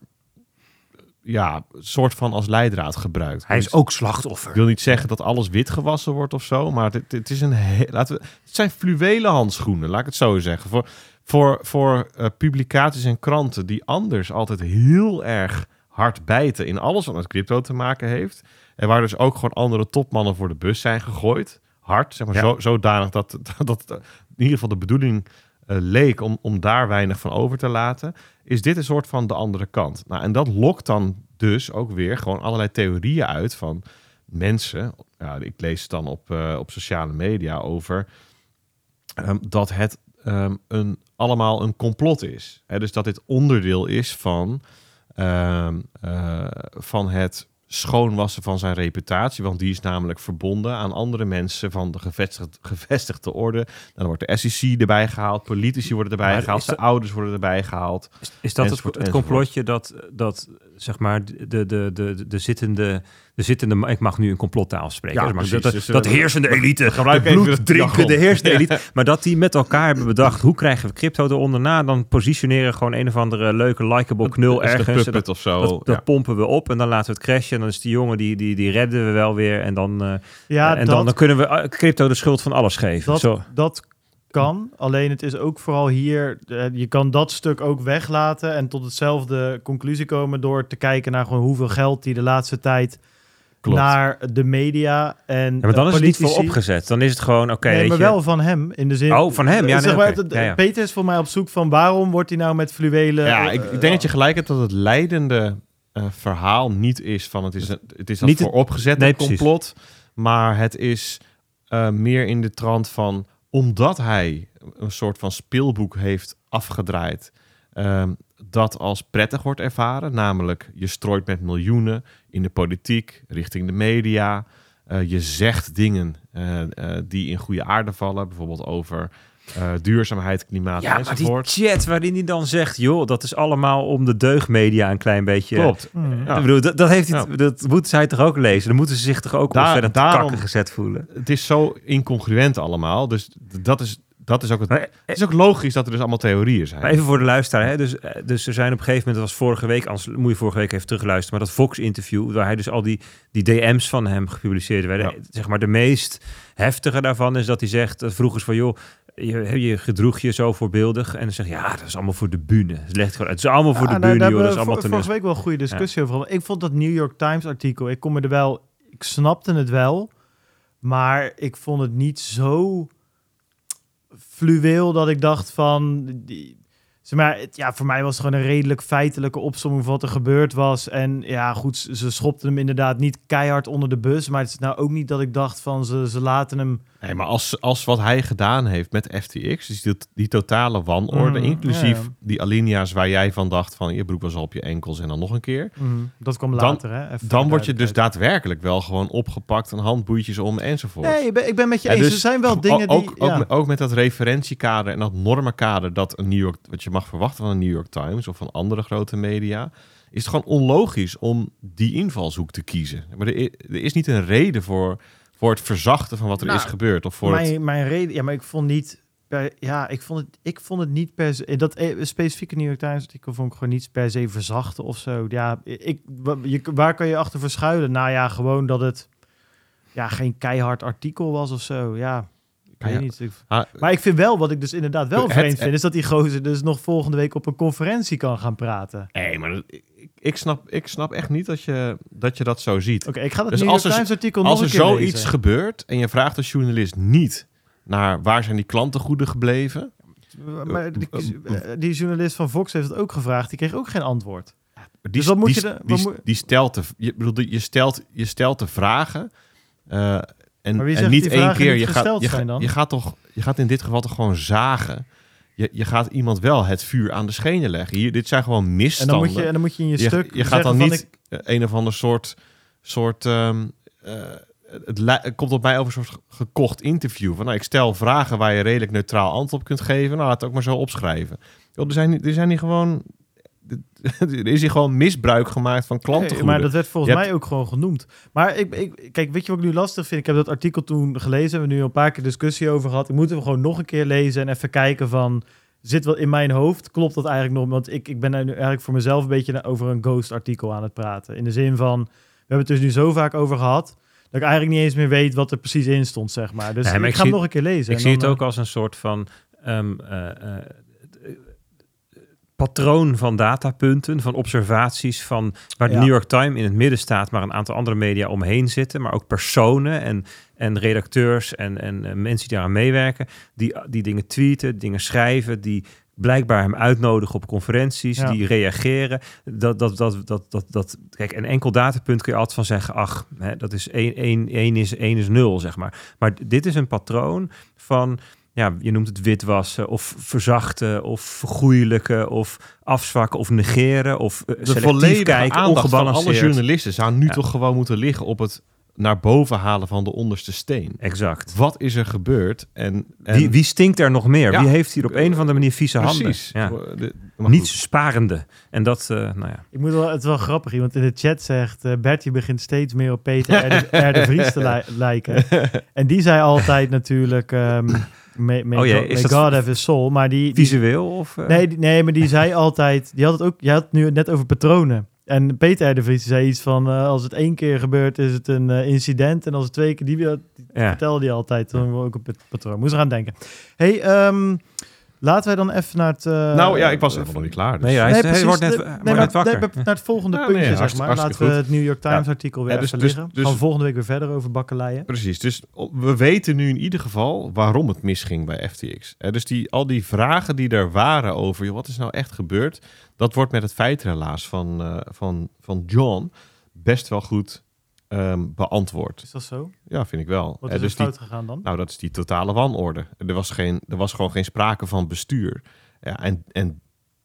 ja, soort van als leidraad gebruikt. Hij is ook slachtoffer. Ik wil niet zeggen dat alles wit gewassen wordt of zo, maar het, het is een he- laten we, het zijn fluwelen handschoenen, laat ik het zo zeggen. Voor, voor, voor uh, publicaties en kranten die anders altijd heel erg hard bijten in alles wat met crypto te maken heeft. En waar dus ook gewoon andere topmannen voor de bus zijn gegooid. Hard, zeg maar, Ja. zo, zodanig dat, dat, dat in ieder geval de bedoeling uh, leek om, om daar weinig van over te laten. Is dit een soort van de andere kant. Nou, en dat lokt dan dus ook weer gewoon allerlei theorieën uit van mensen. Ja, ik lees het dan op, uh, op sociale media over um, dat het um, een, allemaal een complot is. Hè, dus dat dit onderdeel is van, um, uh, van het schoonwassen van zijn reputatie, want die is namelijk verbonden aan andere mensen van de gevestigd, gevestigde orde. Dan wordt de S E C erbij gehaald, politici worden erbij Maar gehaald, is zijn dat- ouders worden erbij gehaald. Is, is dat het, Enzovoort, het enzovoort. complotje dat, dat zeg maar de, de, de, de, de zittende, de zittende, ik mag nu een complottaal spreken, Ja, hè, maar precies. dat, Dus, dat uh, heersende elite, de gebruik even bloed het drinken, jargon. de heersende Ja. elite, maar dat die met elkaar hebben bedacht, hoe krijgen we crypto eronder na, dan positioneren gewoon een of andere leuke, likable knul Is de ergens. en puppet dat, of zo. dat, dat ja. pompen we op en dan laten we het crashen en dan is die jongen, die, die, die redden we wel weer en dan, uh, Ja, en dat, dan, dan kunnen we uh, crypto de schuld van alles geven. dat, Zo. dat kan. Alleen het is ook vooral hier... eh, je kan dat stuk ook weglaten en tot hetzelfde conclusie komen door te kijken naar gewoon hoeveel geld die de laatste tijd Klopt. naar de media en Ja, maar dan eh, is het niet politici... voor opgezet. Dan is het gewoon, oké, nee, weet maar je, wel van hem in de zin. Oh, van hem, ja, nee, zeg maar, oké. het- Ja, ja. Peter is voor mij op zoek van waarom wordt hij nou met fluwelen. Ja, eh, ik, ik denk dat je gelijk hebt dat het leidende uh, verhaal niet is van het is, een, het is dat Niet het- voor opgezet Nee, een complot, maar het is uh, meer in de trant van omdat hij een soort van speelboek heeft afgedraaid um, dat als prettig wordt ervaren, namelijk je strooit met miljoenen in de politiek, richting de media, uh, je zegt dingen uh, uh, die in goede aarde vallen, bijvoorbeeld over Uh, duurzaamheid, klimaat Ja, maar enzovoort. die chat waarin hij dan zegt, joh, dat is allemaal om de deugdmedia een klein beetje... Klopt. hmm. Ja. Ik bedoel, dat, dat, heeft hij, Ja. dat moeten zij toch ook lezen? Dan moeten ze zich toch ook Daar- ontzettend daarom- kakken gezet voelen? Het is zo incongruent allemaal, dus d- dat is, dat is ook het... Maar, Het is ook logisch dat er dus allemaal theorieën zijn. maar even voor de luisteraar, hè? Dus, eh, dus er zijn op een gegeven moment, dat was vorige week, anders moet je vorige week even terugluisteren, maar dat Fox-interview, waar hij dus al die, die D M's van hem gepubliceerd werden. Ja. Zeg maar de meest heftige daarvan is dat hij zegt, dat vroeg is van, joh, je, je gedroeg je zo voorbeeldig. En dan zeg je, ja, dat is allemaal voor de bühne. Het legt gewoon, het is allemaal voor Ja, de daar- bühne, daar joh. Dat is hebben we allemaal vor- toneel. vorige week wel een goede discussie over. Ik vond dat New York Times artikel, ik kom er wel, ik snapte het wel, maar ik vond het niet zo fluweel dat ik dacht van, die, zeg maar, het, ja, voor mij was het gewoon een redelijk feitelijke opsomming van wat er gebeurd was. En ja, goed, ze ze schopten hem inderdaad niet keihard onder de bus, maar het is nou ook niet dat ik dacht van, ze, ze laten hem... Nee, maar als, als wat hij gedaan heeft met F T X, dus die, die totale wanorde, Mm, inclusief ja, ja. die alinea's waar jij van dacht van je broek was al op je enkels en dan nog een keer, Mm, dat kwam Dan- later, hè. Even dan voor word je de dus duidelijkheid. daadwerkelijk wel gewoon opgepakt en handboeitjes om enzovoort. Nee, ik ben, ik ben met je En eens. dus er zijn wel o- dingen ook, die... ook, ja. met, ook met dat referentiekader en dat normenkader dat een New York, wat je mag verwachten van een New York Times of van andere grote media, is het gewoon onlogisch om die invalshoek te kiezen. Maar er, i- er is niet een reden voor, voor het verzachten van wat er Nou, is gebeurd. Of voor het, mijn, mijn reden, ja, maar ik vond niet, per, ja, ik vond het, ik vond het niet per se, dat eh, specifieke New York Times artikel vond ik gewoon niet per se verzachten of zo. Ja, ik, wa- je, waar kan je achter verschuilen? Nou ja, gewoon dat het, ja, geen keihard artikel was of zo. Ja, ik Ja, weet ja. niet. Ik- Ah, maar ik vind wel, wat ik dus inderdaad wel Het- vreemd het- vind, is dat die gozer dus nog volgende week op een conferentie kan gaan praten. nee, maar dat- ik, ik, snap, ik snap echt niet dat je dat, je dat zo ziet. Oké, ik ga dat Dus New als York er- Times artikel Als nog er een keer zoiets lezen. gebeurt en je vraagt als journalist niet naar waar zijn die klantengoeden gebleven, Maar die, Uh, die journalist van Fox heeft het ook gevraagd. Die kreeg ook geen antwoord. die, Dus wat moet die, je de- die, wat moet- die stelt de, je, bedoel, je, stelt, je stelt de vragen uh, en, Maar wie en zegt niet die één vragen keer. niet Je gaat, gesteld je, zijn ga- dan? je, gaat toch, je gaat in dit geval toch gewoon zagen. Je, je gaat iemand wel het vuur aan de schenen leggen. Hier, dit zijn gewoon En misstanden. dan moet je, en dan moet je in je, je, stuk je gaat dan zeggen niet van eh, een of ander soort... soort um, uh, het, li- het komt op mij over een soort gekocht interview. Van, nou, ik stel vragen waar je redelijk neutraal antwoord op kunt geven. Nou, laat het ook maar zo opschrijven. Joh, er, zijn, er zijn hier gewoon... Er is hier gewoon misbruik gemaakt van ik, klantengoeden. maar dat werd volgens Je mij ook gewoon genoemd. Maar ik, ik, kijk, weet je wat ik nu lastig vind? Ik heb dat artikel toen gelezen. We hebben nu al een paar keer discussie over gehad. Ik moet hem gewoon nog een keer lezen en even kijken van... Zit wel in mijn hoofd? Klopt dat eigenlijk nog? Want ik, ik ben nu eigenlijk voor mezelf een beetje over een ghost artikel aan het praten. In de zin van, we hebben het dus nu zo vaak over gehad... dat ik eigenlijk niet eens meer weet wat er precies in stond, zeg maar. Dus Nee, maar ik ik ga hem zie- nog een keer lezen. Ik en zie dan, het ook eh, als een soort van um, uh, uh, patroon van datapunten, van observaties, van waar de Ja. New York Times in het midden staat, maar een aantal andere media omheen zitten, maar ook personen en, en redacteurs en, en uh, mensen die daaraan meewerken, die, die dingen tweeten, dingen schrijven, die blijkbaar hem uitnodigen op conferenties, Ja. die reageren. Dat, dat, dat, dat, dat, dat, kijk, een enkel datapunt kun je altijd van zeggen, ach, hè, dat is één, één, één is één is nul, zeg maar. Maar dit is een patroon van ja, je noemt het witwassen of verzachten of vergoeilijken of afzwakken of negeren of uh, De selectief volledige kijken, aandacht van alle ongebalanceerd. journalisten zou nu Ja. toch gewoon moeten liggen op het naar boven halen van de onderste steen. Exact. Wat is er gebeurd? En, en Wie, wie stinkt er nog meer? Ja. Wie heeft hier op een of andere manier vieze precies. handen? Ja. De, maar Niet goed. sparende. En dat, uh, nou ja. Ik moet wel, het is wel grappig. Iemand in de chat zegt... Uh, Bertie begint steeds meer op Peter R. de, R. de Vries te li- lijken. En die zei altijd natuurlijk... Um, may may, Oh jee, God, is may dat God have his soul. Maar die, die, Visueel? Of, uh... nee, die, nee, maar die zei altijd... Die had het ook, je had het nu net over patronen. En Peter R. de Vries zei iets van... Uh, als het één keer gebeurt, is het een uh, incident. En als het twee keer... Die, die ja. vertelde hij altijd. Dan ook op het patroon. Moest eraan denken. Hey, um, laten wij dan even naar het... Uh, Nou ja, ik was even nog niet klaar. Dus. Nee, hij, Nee, is, precies. hij wordt net, Nee, wordt maar- net wakker. nee, maar naar het volgende Ja, puntje, nee, zeg hartstikke- maar. hartstikke Laten we het New York Times Ja. artikel weer Ja, dus- even dus- liggen. dus- Gaan we volgende week weer verder over bakkeleien. Precies, dus we weten nu in ieder geval waarom het misging bij F T X. Eh, dus die, al die vragen die er waren over... Joh, wat is nou echt gebeurd? Dat wordt met het feitenrelaas van, uh, van, van John best wel goed um, beantwoord. Is dat zo? Ja, vind ik wel. Wat Eh, is dus er die, fout gegaan dan? nou, dat is die totale wanorde. Er was, geen, er was gewoon geen sprake van bestuur. Ja, en, en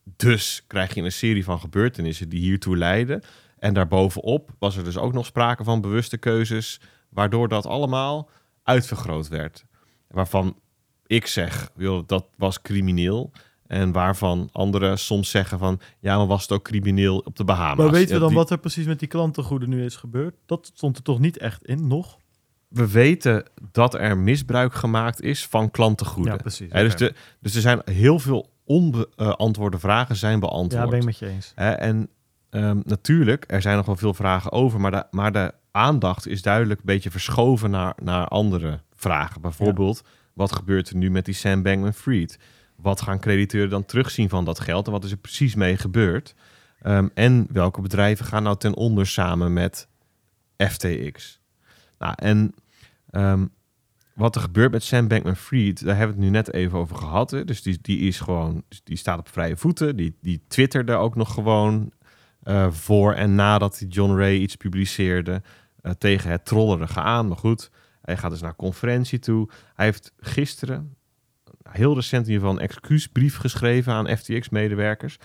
dus krijg je een serie van gebeurtenissen die hiertoe leiden. En daarbovenop was er dus ook nog sprake van bewuste keuzes... waardoor dat allemaal uitvergroot werd. Waarvan ik zeg, joh, dat was crimineel... En waarvan anderen soms zeggen van... ja, maar was het ook crimineel op de Bahama's? Maar weten we Ja, dan die- wat er precies met die klantengoeden nu is gebeurd? Dat stond er toch niet echt in, nog? We weten dat er misbruik gemaakt is van klantengoeden. Ja, precies. Hè, dus, oké. de, dus er zijn heel veel onbeantwoorde vragen zijn beantwoord. Ja, ben ik met je eens. Hè, en um, natuurlijk, er zijn nog wel veel vragen over... maar de, maar de aandacht is duidelijk een beetje verschoven naar, naar andere vragen. Bijvoorbeeld, wat gebeurt er nu met die Sam Bankman-Fried? Wat gaan crediteuren dan terugzien van dat geld? En wat is er precies mee gebeurd? Um, en welke bedrijven gaan nou ten onder samen met F T X? Nou, en um, wat er gebeurt met Sam Bankman-Fried... daar hebben we het nu net even over gehad. Hè? Dus die, die is gewoon, die staat op vrije voeten. Die, die twitterde ook nog gewoon uh, voor en nadat John Ray iets publiceerde... Uh, tegen het trollerige aan. Maar goed, hij gaat dus naar een conferentie toe. Hij heeft gisteren... heel recent in ieder geval een excuusbrief geschreven aan F T X-medewerkers.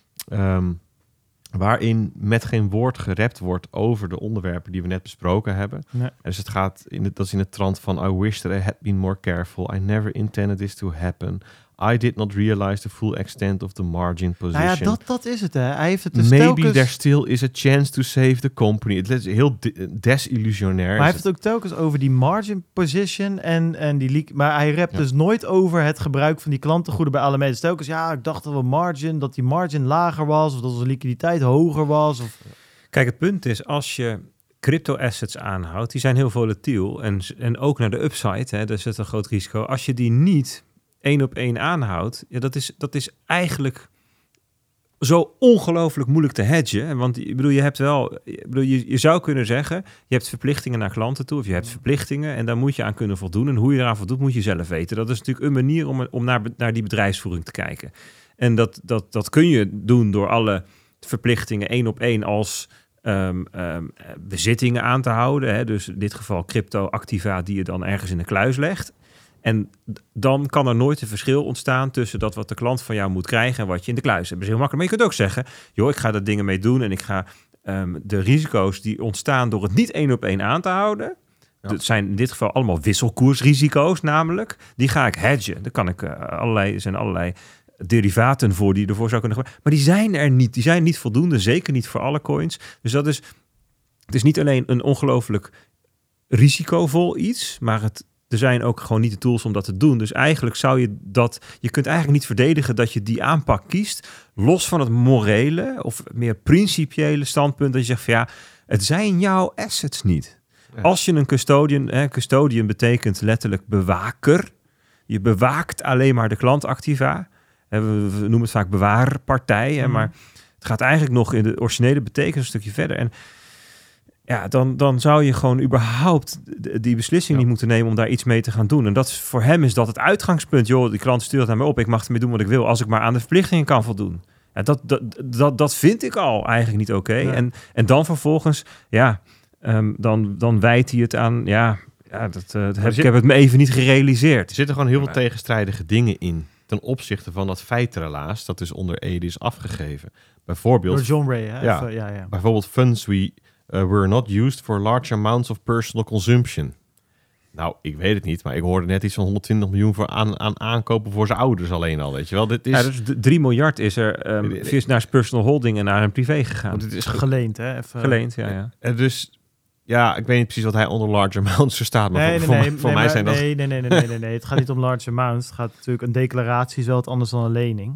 Um, waarin met geen woord gerept wordt over de onderwerpen die we net besproken hebben. Nee. Dus het gaat, in het, dat is in het trant van... I wish that I had been more careful. I never intended this to happen. I did not realize the full extent of the margin position. Nou ja, dat, dat is het, hè. Hij heeft het dus Maybe telkens... there still is a chance to save the company. Het is heel de- desillusionair. Maar hij heeft het ook telkens over die margin position en, en die leak. Maar hij rapt Ja. dus nooit over het gebruik van die klantengoeden bij alle Dus telkens, ja, ik dacht dat we margin, dat die margin lager was, of dat onze liquiditeit hoger was. Of... Kijk, het punt is, als je crypto-assets aanhoudt, die zijn heel volatiel. En, en ook naar de upside, hè, daar zit een groot risico. Als je die niet één op één aanhoudt, ja, dat, is, dat is eigenlijk zo ongelooflijk moeilijk te hedgen. Want ik bedoel, je hebt wel, ik bedoel, je, je zou kunnen zeggen, je hebt verplichtingen naar klanten toe, of je hebt verplichtingen en daar moet je aan kunnen voldoen. En hoe je eraan voldoet, moet je zelf weten. Dat is natuurlijk een manier om, om naar, naar die bedrijfsvoering te kijken. En dat, dat, dat kun je doen door alle verplichtingen één op één als um, um, bezittingen aan te houden. Hè? Dus in dit geval crypto-activa die je dan ergens in de kluis legt. En dan kan er nooit een verschil ontstaan tussen dat wat de klant van jou moet krijgen en wat je in de kluis hebt. Dat is heel makkelijk. Maar je kunt ook zeggen, joh, ik ga daar dingen mee doen en ik ga um, de risico's die ontstaan door het niet één op één aan te houden. Ja. Dat zijn in dit geval allemaal wisselkoersrisico's namelijk. Die ga ik hedgen. Daar kan ik uh, allerlei, er zijn allerlei derivaten voor die ervoor zou kunnen gebruiken. Maar die zijn er niet. Die zijn niet voldoende. Zeker niet voor alle coins. Dus dat is, het is niet alleen een ongelooflijk risicovol iets, maar het er zijn ook gewoon niet de tools om dat te doen. Dus eigenlijk zou je dat... Je kunt eigenlijk niet verdedigen dat je die aanpak kiest, los van het morele of meer principiële standpunt, dat je zegt van ja, het zijn jouw assets niet. Ja. Als je een custodian... Hè, custodian betekent letterlijk bewaker. Je bewaakt alleen maar de klantactiva. We, we noemen het vaak bewaarpartij. Hè, Mm. maar het gaat eigenlijk nog in de originele betekenis een stukje verder. En ja, dan, dan zou je gewoon überhaupt die beslissing Ja. niet moeten nemen om daar iets mee te gaan doen. En dat is, voor hem is dat het uitgangspunt. Joh, die klant stuurt het naar mij op. Ik mag ermee doen wat ik wil, als ik maar aan de verplichtingen kan voldoen. Ja, dat, dat, dat, dat vind ik al eigenlijk niet oké. Okay. Ja. En, en dan vervolgens, ja, um, dan, dan wijt hij het aan, ja, Ja, dat, uh, dat heb, zit, ik heb het me even niet gerealiseerd. Er zitten gewoon heel veel tegenstrijdige dingen in ten opzichte van dat feitenrelaas dat dus onder Ede is afgegeven. Bijvoorbeeld... Door John Ray, hè? Ja, Even, ja, ja. Bijvoorbeeld funds we uh, were not used for large amounts of personal consumption. Nou, ik weet het niet, maar ik hoorde net iets van honderdtwintig miljoen voor aan, aan aankopen voor zijn ouders alleen al, weet je wel. Dit is... Ja, dus drie miljard is er um, via naar personal holding en naar een privé gegaan. Dit is ge- geleend, hè? Even... Geleend, ja, ja. En dus, ja, ik weet niet precies wat hij onder large amounts verstaat, maar nee, voor, nee, voor, nee, voor nee, mij maar, zijn dat... Nee, nee, nee, nee, nee, nee, nee. Het gaat niet om large amounts. Het gaat natuurlijk, een declaratie is wel wat anders dan een lening.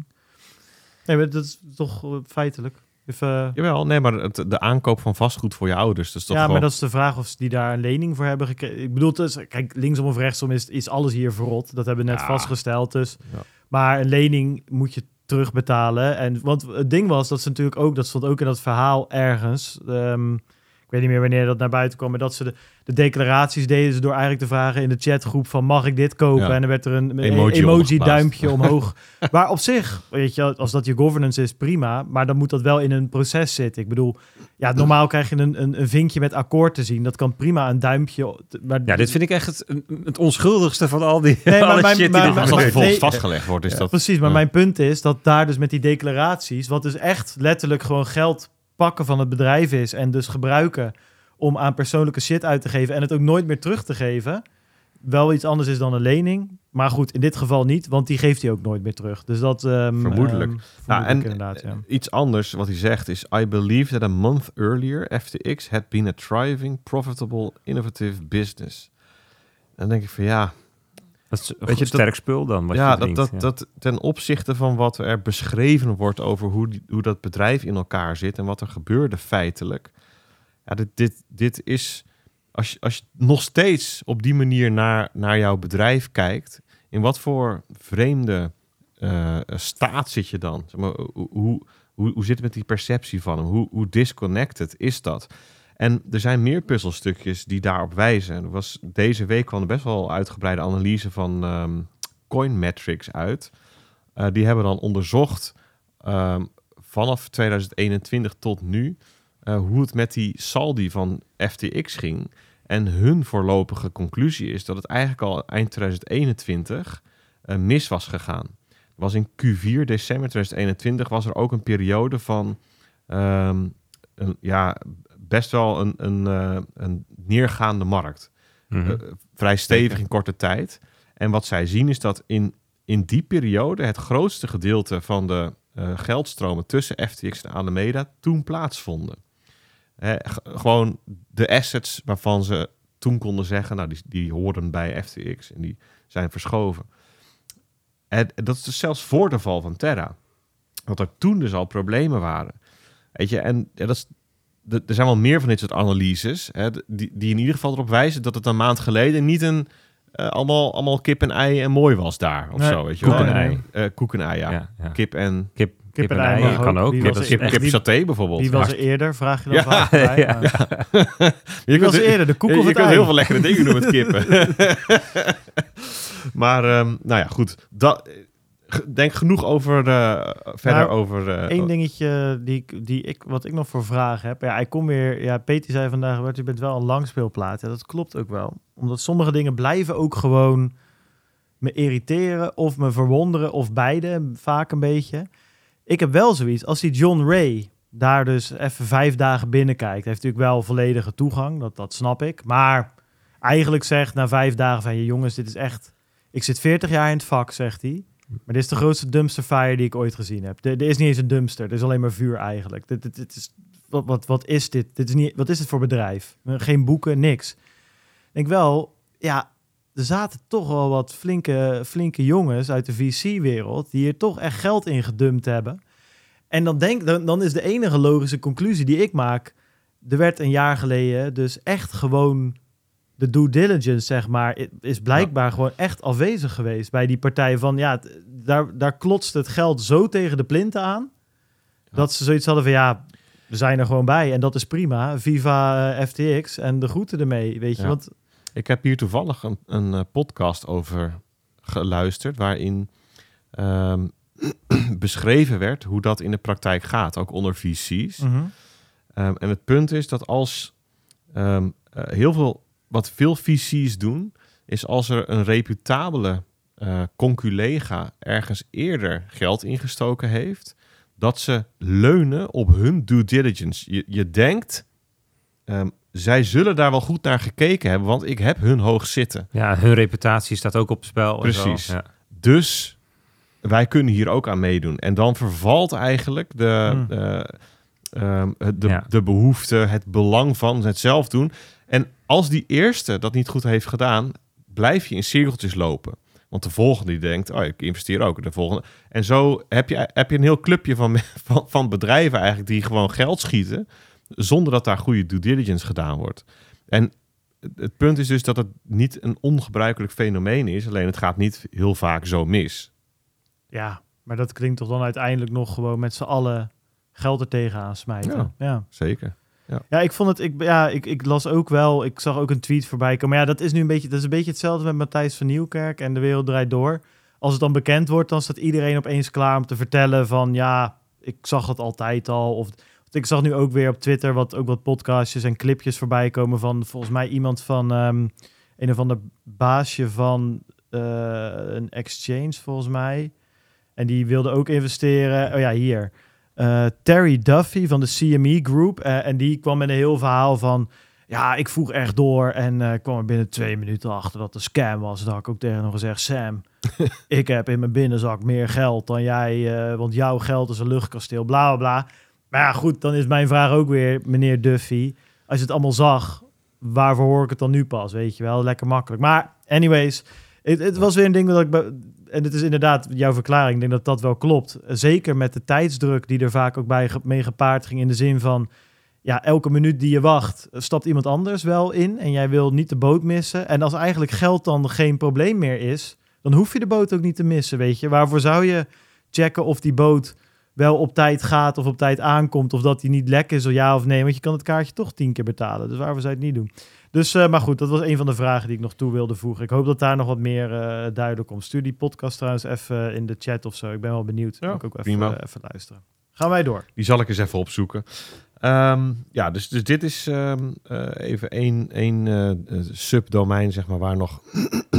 Nee, maar dat is toch uh, feitelijk. Even... Jawel, nee, maar het, de aankoop van vastgoed voor je ouders, dat is toch Ja, gewoon... maar dat is de vraag of ze die daar een lening voor hebben gekregen. Ik bedoel, dus, kijk, linksom of rechtsom is, is alles hier verrot. Dat hebben we net Ja. vastgesteld. Dus. Ja. Maar een lening moet je terugbetalen. En, want het ding was, dat ze natuurlijk ook, dat stond ook in dat verhaal ergens... Um, ik weet niet meer wanneer dat naar buiten kwam, maar dat ze de, de declaraties deden ze door eigenlijk te vragen in de chatgroep van mag ik dit kopen? Ja. En dan werd er een, een Emoji emoji duimpje omhoog. Maar op zich, weet je, als dat je governance is, prima. Maar dan moet dat wel in een proces zitten. Ik bedoel, ja, normaal krijg je een, een, een vinkje met akkoord te zien. Dat kan prima een duimpje. Maar ja, dit vind ik echt het, het onschuldigste van al die nee, maar alle mijn, shit maar, die maar, Als dat maar, vervolgens nee, vastgelegd wordt, is ja, dat... precies, maar ja. mijn punt is dat daar dus met die declaraties, wat dus echt letterlijk gewoon geld pakken van het bedrijf is en dus gebruiken om aan persoonlijke shit uit te geven en het ook nooit meer terug te geven, wel iets anders is dan een lening. Maar goed, in dit geval niet, want die geeft hij ook nooit meer terug. Dus dat... Um, Vermoedelijk. Um, nou, vermoedelijk en inderdaad, ja. iets anders wat hij zegt is... I believe that a month earlier F T X had been a thriving, profitable, innovative business. Dan denk ik van ja... Dat is een Weet je, sterk dat, spul dan. Wat ja, je dat, drinkt, dat, ja. dat ten opzichte van wat er beschreven wordt over hoe, die, hoe dat bedrijf in elkaar zit en wat er gebeurde feitelijk. Ja, dit, dit, dit is, als je, als je nog steeds op die manier naar, naar jouw bedrijf kijkt, in wat voor vreemde uh, staat zit je dan? Zeg maar, hoe, hoe, hoe, hoe zit het met die perceptie van hem? Hoe, hoe disconnected is dat? En er zijn meer puzzelstukjes die daarop wijzen. Er was, deze week kwam er best wel uitgebreide analyse van um, Coinmetrics uit. Uh, die hebben dan onderzocht um, vanaf tweeduizend eenentwintig tot nu uh, hoe het met die saldi van F T X ging. En hun voorlopige conclusie is dat het eigenlijk al eind tweeduizend eenentwintig uh, mis was gegaan. Was in Q vier, december tweeduizend eenentwintig, was er ook een periode van um, een, ja, best wel een, een, uh, een neergaande markt. Mm-hmm. Uh, vrij stevig in korte tijd. En wat zij zien is dat in, in die periode het grootste gedeelte van de uh, geldstromen tussen F T X en Alameda toen plaatsvonden. Eh, g- gewoon de assets waarvan ze toen konden zeggen, nou die, die hoorden bij F T X en die zijn verschoven. En dat is dus zelfs voor de val van Terra. Dat er toen dus al problemen waren. Weet je, en ja, dat is, de, er zijn wel meer van dit soort analyses, hè, die, die in ieder geval erop wijzen dat het een maand geleden niet een uh, allemaal, allemaal kip en ei en mooi was daar of Nee, zo, weet je koek wel. en ei. Uh, koek en ei, ja. Ja, ja. Kip en Kip, Kip kip en en ei ei mag kan ook. ook. Wie Kip was is kip, echt- kip wie- saté bijvoorbeeld. Wie was Ja. er eerder? Vraag je dan Ja. vaak bij. Ja. Ja. Je Wie was kunt- er eerder? De koek je, of je het kunt ei? heel veel lekkere dingen doen met kippen. Maar, um, nou ja, goed. Dat, denk genoeg over, uh, verder Maar over... Uh, Eén dingetje die, ik- die ik, wat ik nog voor vragen heb. Ja, ik kom weer... Ja, Peter zei vandaag, Bart, je bent wel een langspeelplaat. Ja, dat klopt ook wel. Omdat sommige dingen blijven ook gewoon me irriteren of me verwonderen. Of beide, vaak een beetje. Ik heb wel zoiets. Als die John Ray daar dus even vijf dagen binnenkijkt. Heeft natuurlijk wel volledige toegang. Dat, dat snap ik. Maar eigenlijk zegt na vijf dagen van... je jongens, dit is echt... Ik zit veertig jaar in het vak, zegt hij. Maar dit is de grootste dumpster fire die ik ooit gezien heb. Er, er is niet eens een dumpster. Er is alleen maar vuur eigenlijk. Dit, dit, dit is, wat, wat, wat is dit? dit is niet, wat is het voor bedrijf? Geen boeken, niks. Ik denk wel, ja, er zaten toch wel wat flinke, flinke jongens uit de V C-wereld... die hier toch echt geld in gedumpt hebben. En dan, denk, dan, dan is de enige logische conclusie die ik maak... er werd een jaar geleden dus echt gewoon... de due diligence, zeg maar, is blijkbaar ja. gewoon echt afwezig geweest bij die partij van, ja, t- daar, daar klotst het geld zo tegen de plinten aan, ja. dat ze zoiets hadden van, ja, we zijn er gewoon bij en dat is prima. Viva uh, F T X en de groeten ermee, weet je. Ja. Want Ik heb hier toevallig een, een uh, podcast over geluisterd, waarin um, beschreven werd hoe dat in de praktijk gaat, ook onder V C's. Mm-hmm. Um, en het punt is dat als um, uh, heel veel wat veel V C's doen, is als er een reputabele uh, conculega ergens eerder geld ingestoken heeft, dat ze leunen op hun due diligence. Je, je denkt, um, zij zullen daar wel goed naar gekeken hebben, want ik heb hun hoog zitten. Ja, hun reputatie staat ook op het spel. Precies. En zo. Ja. Dus wij kunnen hier ook aan meedoen. En dan vervalt eigenlijk de, Hmm. uh, um, de, Ja. de behoefte, het belang van het zelf doen. En als die eerste dat niet goed heeft gedaan, blijf je in cirkeltjes lopen. Want de volgende die denkt, oh, ik investeer ook. De volgende. En zo heb je, heb je een heel clubje van, van, van bedrijven eigenlijk die gewoon geld schieten, zonder dat daar goede due diligence gedaan wordt. En het punt is dus dat het niet een ongebruikelijk fenomeen is. Alleen het gaat niet heel vaak zo mis. Ja, maar dat klinkt toch dan uiteindelijk nog gewoon met z'n allen geld er tegenaan smijten. Ja. Ja. Zeker. Ja, ik vond het, ik, ja, ik, ik las ook wel, ik zag ook een tweet voorbij komen. Maar ja, dat is nu een beetje, dat is een beetje hetzelfde met Matthijs van Nieuwkerk en De Wereld Draait Door. Als het dan bekend wordt, dan staat iedereen opeens klaar om te vertellen van, ja, ik zag het altijd al. Of ik zag nu ook weer op Twitter wat, ook wat podcastjes en clipjes voorbij komen van volgens mij iemand van um, een of ander baasje van uh, een exchange volgens mij. En die wilde ook investeren. Oh ja, hier. Uh, Terry Duffy van de C M E Group. Uh, en die kwam met een heel verhaal van, ja, ik vroeg echt door en uh, kwam er binnen twee minuten achter dat het een scam was. Daar had ik ook tegen hem gezegd, Sam, ik heb in mijn binnenzak meer geld dan jij, uh, want jouw geld is een luchtkasteel, bla bla bla. Maar ja, goed, dan is mijn vraag ook weer, meneer Duffy, als je het allemaal zag, waarvoor hoor ik het dan nu pas, weet je wel? Lekker makkelijk. Maar anyways, het, het was weer een ding dat ik... Be- en het is inderdaad jouw verklaring, ik denk dat dat wel klopt. Zeker met de tijdsdruk die er vaak ook bij ge- mee gepaard ging, in de zin van, ja, elke minuut die je wacht, stapt iemand anders wel in en jij wil niet de boot missen. En als eigenlijk geld dan geen probleem meer is, dan hoef je de boot ook niet te missen, weet je. Waarvoor zou je checken of die boot wel op tijd gaat of op tijd aankomt, of dat die niet lek is, of ja of nee, want je kan het kaartje toch tien keer betalen. Dus waarvoor zou je het niet doen? Dus, uh, maar goed, dat was een van de vragen die ik nog toe wilde voegen. Ik hoop dat daar nog wat meer uh, duidelijk komt. Stuur die podcast trouwens even in de chat of zo. Ik ben wel benieuwd. Ja, Moet ik ook even, prima. uh, even luisteren. Gaan wij door. Die zal ik eens even opzoeken. Um, ja, dus, dus dit is um, uh, even één, één uh, subdomein, zeg maar, waar nog...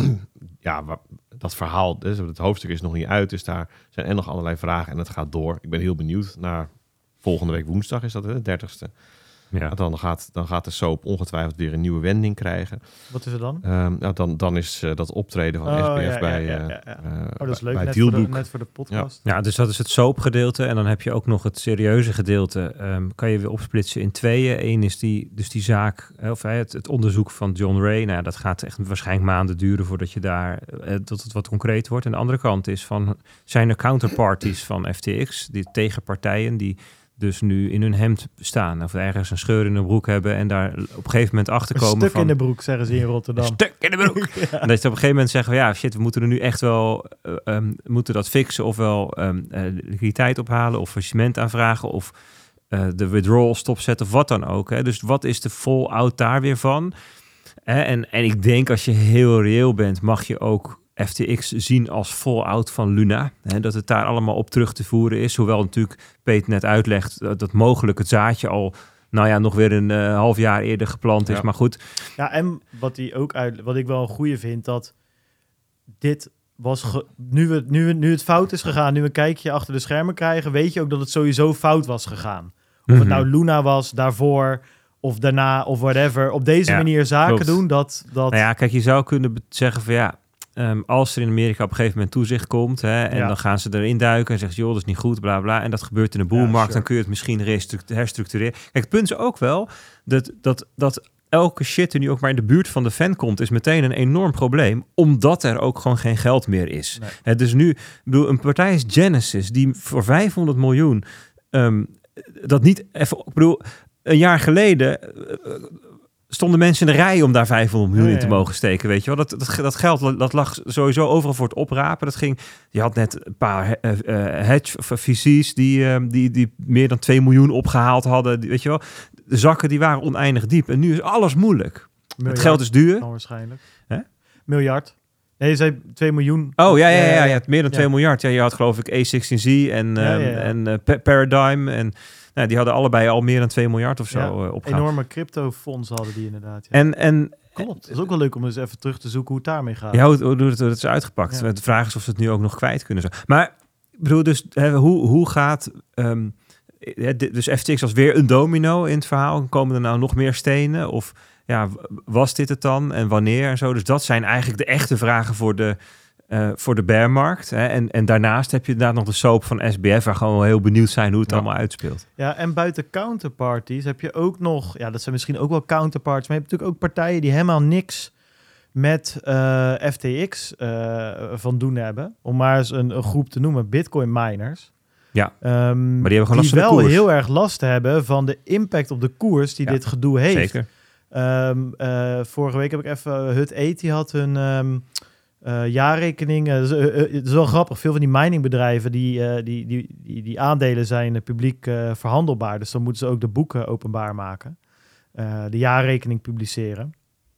ja, waar, dat verhaal, dus het hoofdstuk is nog niet uit, dus daar zijn er nog allerlei vragen en het gaat door. Ik ben heel benieuwd naar volgende week woensdag, is dat de dertigste. Ja. Dan, gaat, dan gaat de soap ongetwijfeld weer een nieuwe wending krijgen. Wat is er dan? Um, nou, dan, dan is uh, dat optreden van Oh, S B F ja, bij, ja, ja, ja. Uh, oh, dat is leuk, bij net voor, de, Dealbook. net voor de podcast. Ja, dus dat is het soapgedeelte. En dan heb je ook nog het serieuze gedeelte. Um, kan je weer opsplitsen in tweeën. Eén is die, dus die zaak, of uh, het, het onderzoek van John Ray. Nou, dat gaat echt waarschijnlijk maanden duren voordat je daar, uh, dat het wat concreet wordt. En de andere kant is van, zijn er counterparties van F T X, die tegenpartijen die dus nu in hun hemd staan. Of ergens een scheur in hun broek hebben en daar op een gegeven moment achter komen Een stuk van, in de broek, zeggen ze in Rotterdam. Een stuk in de broek. Ja. En dat je op een gegeven moment zegt, ja, shit, we moeten er nu echt wel, uh, um, moeten dat fixen, ofwel um, uh, liquiditeit ophalen, of faillissement aanvragen, of uh, de withdrawal stopzetten, of wat dan ook. Hè. Dus wat is de fallout daar weer van? Uh, en, en ik denk, als je heel reëel bent, mag je ook F T X zien als fallout van Luna. Hè, dat het daar allemaal op terug te voeren is. Hoewel natuurlijk Peter net uitlegt dat, dat mogelijk het zaadje al, nou ja, nog weer een uh, half jaar eerder geplant is. Ja. Ja. Maar goed. Ja, en wat, die ook uit, wat ik wel een goeie vind, dat dit was, ge, nu, we, nu, we, nu het fout is gegaan, nu we een kijkje achter de schermen krijgen, weet je ook dat het sowieso fout was gegaan. Of Mm-hmm. het nou Luna was, daarvoor of daarna of whatever. Op deze Ja, manier zaken klopt. doen, dat... dat Nou ja, kijk, je zou kunnen be- zeggen van ja, um, als er in Amerika op een gegeven moment toezicht komt, hè, en Ja. dan gaan ze erin duiken en zeggen ze, joh, dat is niet goed, bla bla. En dat gebeurt in de boelmarkt, Ja, sure. dan kun je het misschien restruct- herstructureren. Kijk, het punt is ook wel dat, dat, dat elke shit die nu ook maar in de buurt van de fan komt, is meteen een enorm probleem, omdat er ook gewoon geen geld meer is. Nee. Hè, dus nu, ik bedoel, een partij is Genesis, die voor vijfhonderd miljoen, um, dat niet even, ik bedoel, een jaar geleden uh, stonden mensen in de rij om daar vijfhonderd miljoen Ja, in te ja. mogen steken, weet je wel. Dat, dat, dat geld, dat lag sowieso overal voor het oprapen. Dat ging, je had net een paar uh, uh, hedge of V C's die, uh, die, die meer dan twee miljoen opgehaald hadden, die, weet je wel. De zakken die waren oneindig diep. En nu is alles moeilijk. miljard, Het geld is duur. dan waarschijnlijk. Hè? Miljard. Nee, je zei twee miljoen. Oh ja, ja, ja, ja, Eh, ja, meer dan ja. twee miljard. Ja, je had geloof ik A zestien Z en, Ja, um, ja, ja. en uh, Pa- Paradigm. En nou, die hadden allebei al meer dan twee miljard of zo Ja, uh, opgehaald. Enorme cryptofonds hadden die inderdaad. Ja. En, en, klopt. Het is ook wel leuk om eens even terug te zoeken hoe het daarmee gaat. Ja, hoe, hoe, hoe het, het is uitgepakt. Ja. De vraag is of ze het nu ook nog kwijt kunnen. Zo. Maar ik bedoel, dus hè, hoe, hoe gaat... Um, dus F T X was weer een domino in het verhaal. Komen er nou nog meer stenen? Of ja, was dit het dan? En wanneer en zo? Dus dat zijn eigenlijk de echte vragen voor de, uh, voor de bearmarkt. Hè? En, en daarnaast heb je inderdaad nog de soap van S B F... waar gewoon wel heel benieuwd zijn hoe het Ja. allemaal uitspeelt. Ja, en buiten counterparties heb je ook nog... Ja, dat zijn misschien ook wel counterparts... maar je hebt natuurlijk ook partijen die helemaal niks met uh, F T X uh, van doen hebben. Om maar eens een, een groep te noemen. Bitcoin miners. Ja, Um, maar die hebben gewoon last die van de wel koers. heel erg last hebben van de impact op de koers die Ja, dit gedoe heeft. Zeker. Um, uh, vorige week heb ik even... Hut Eight, die had hun um, uh, jaarrekening... Uh, uh, uh, het is wel grappig. Veel van die miningbedrijven... die, uh, die, die, die, die aandelen zijn uh, publiek uh, verhandelbaar. Dus dan moeten ze ook de boeken openbaar maken. Uh, de jaarrekening publiceren.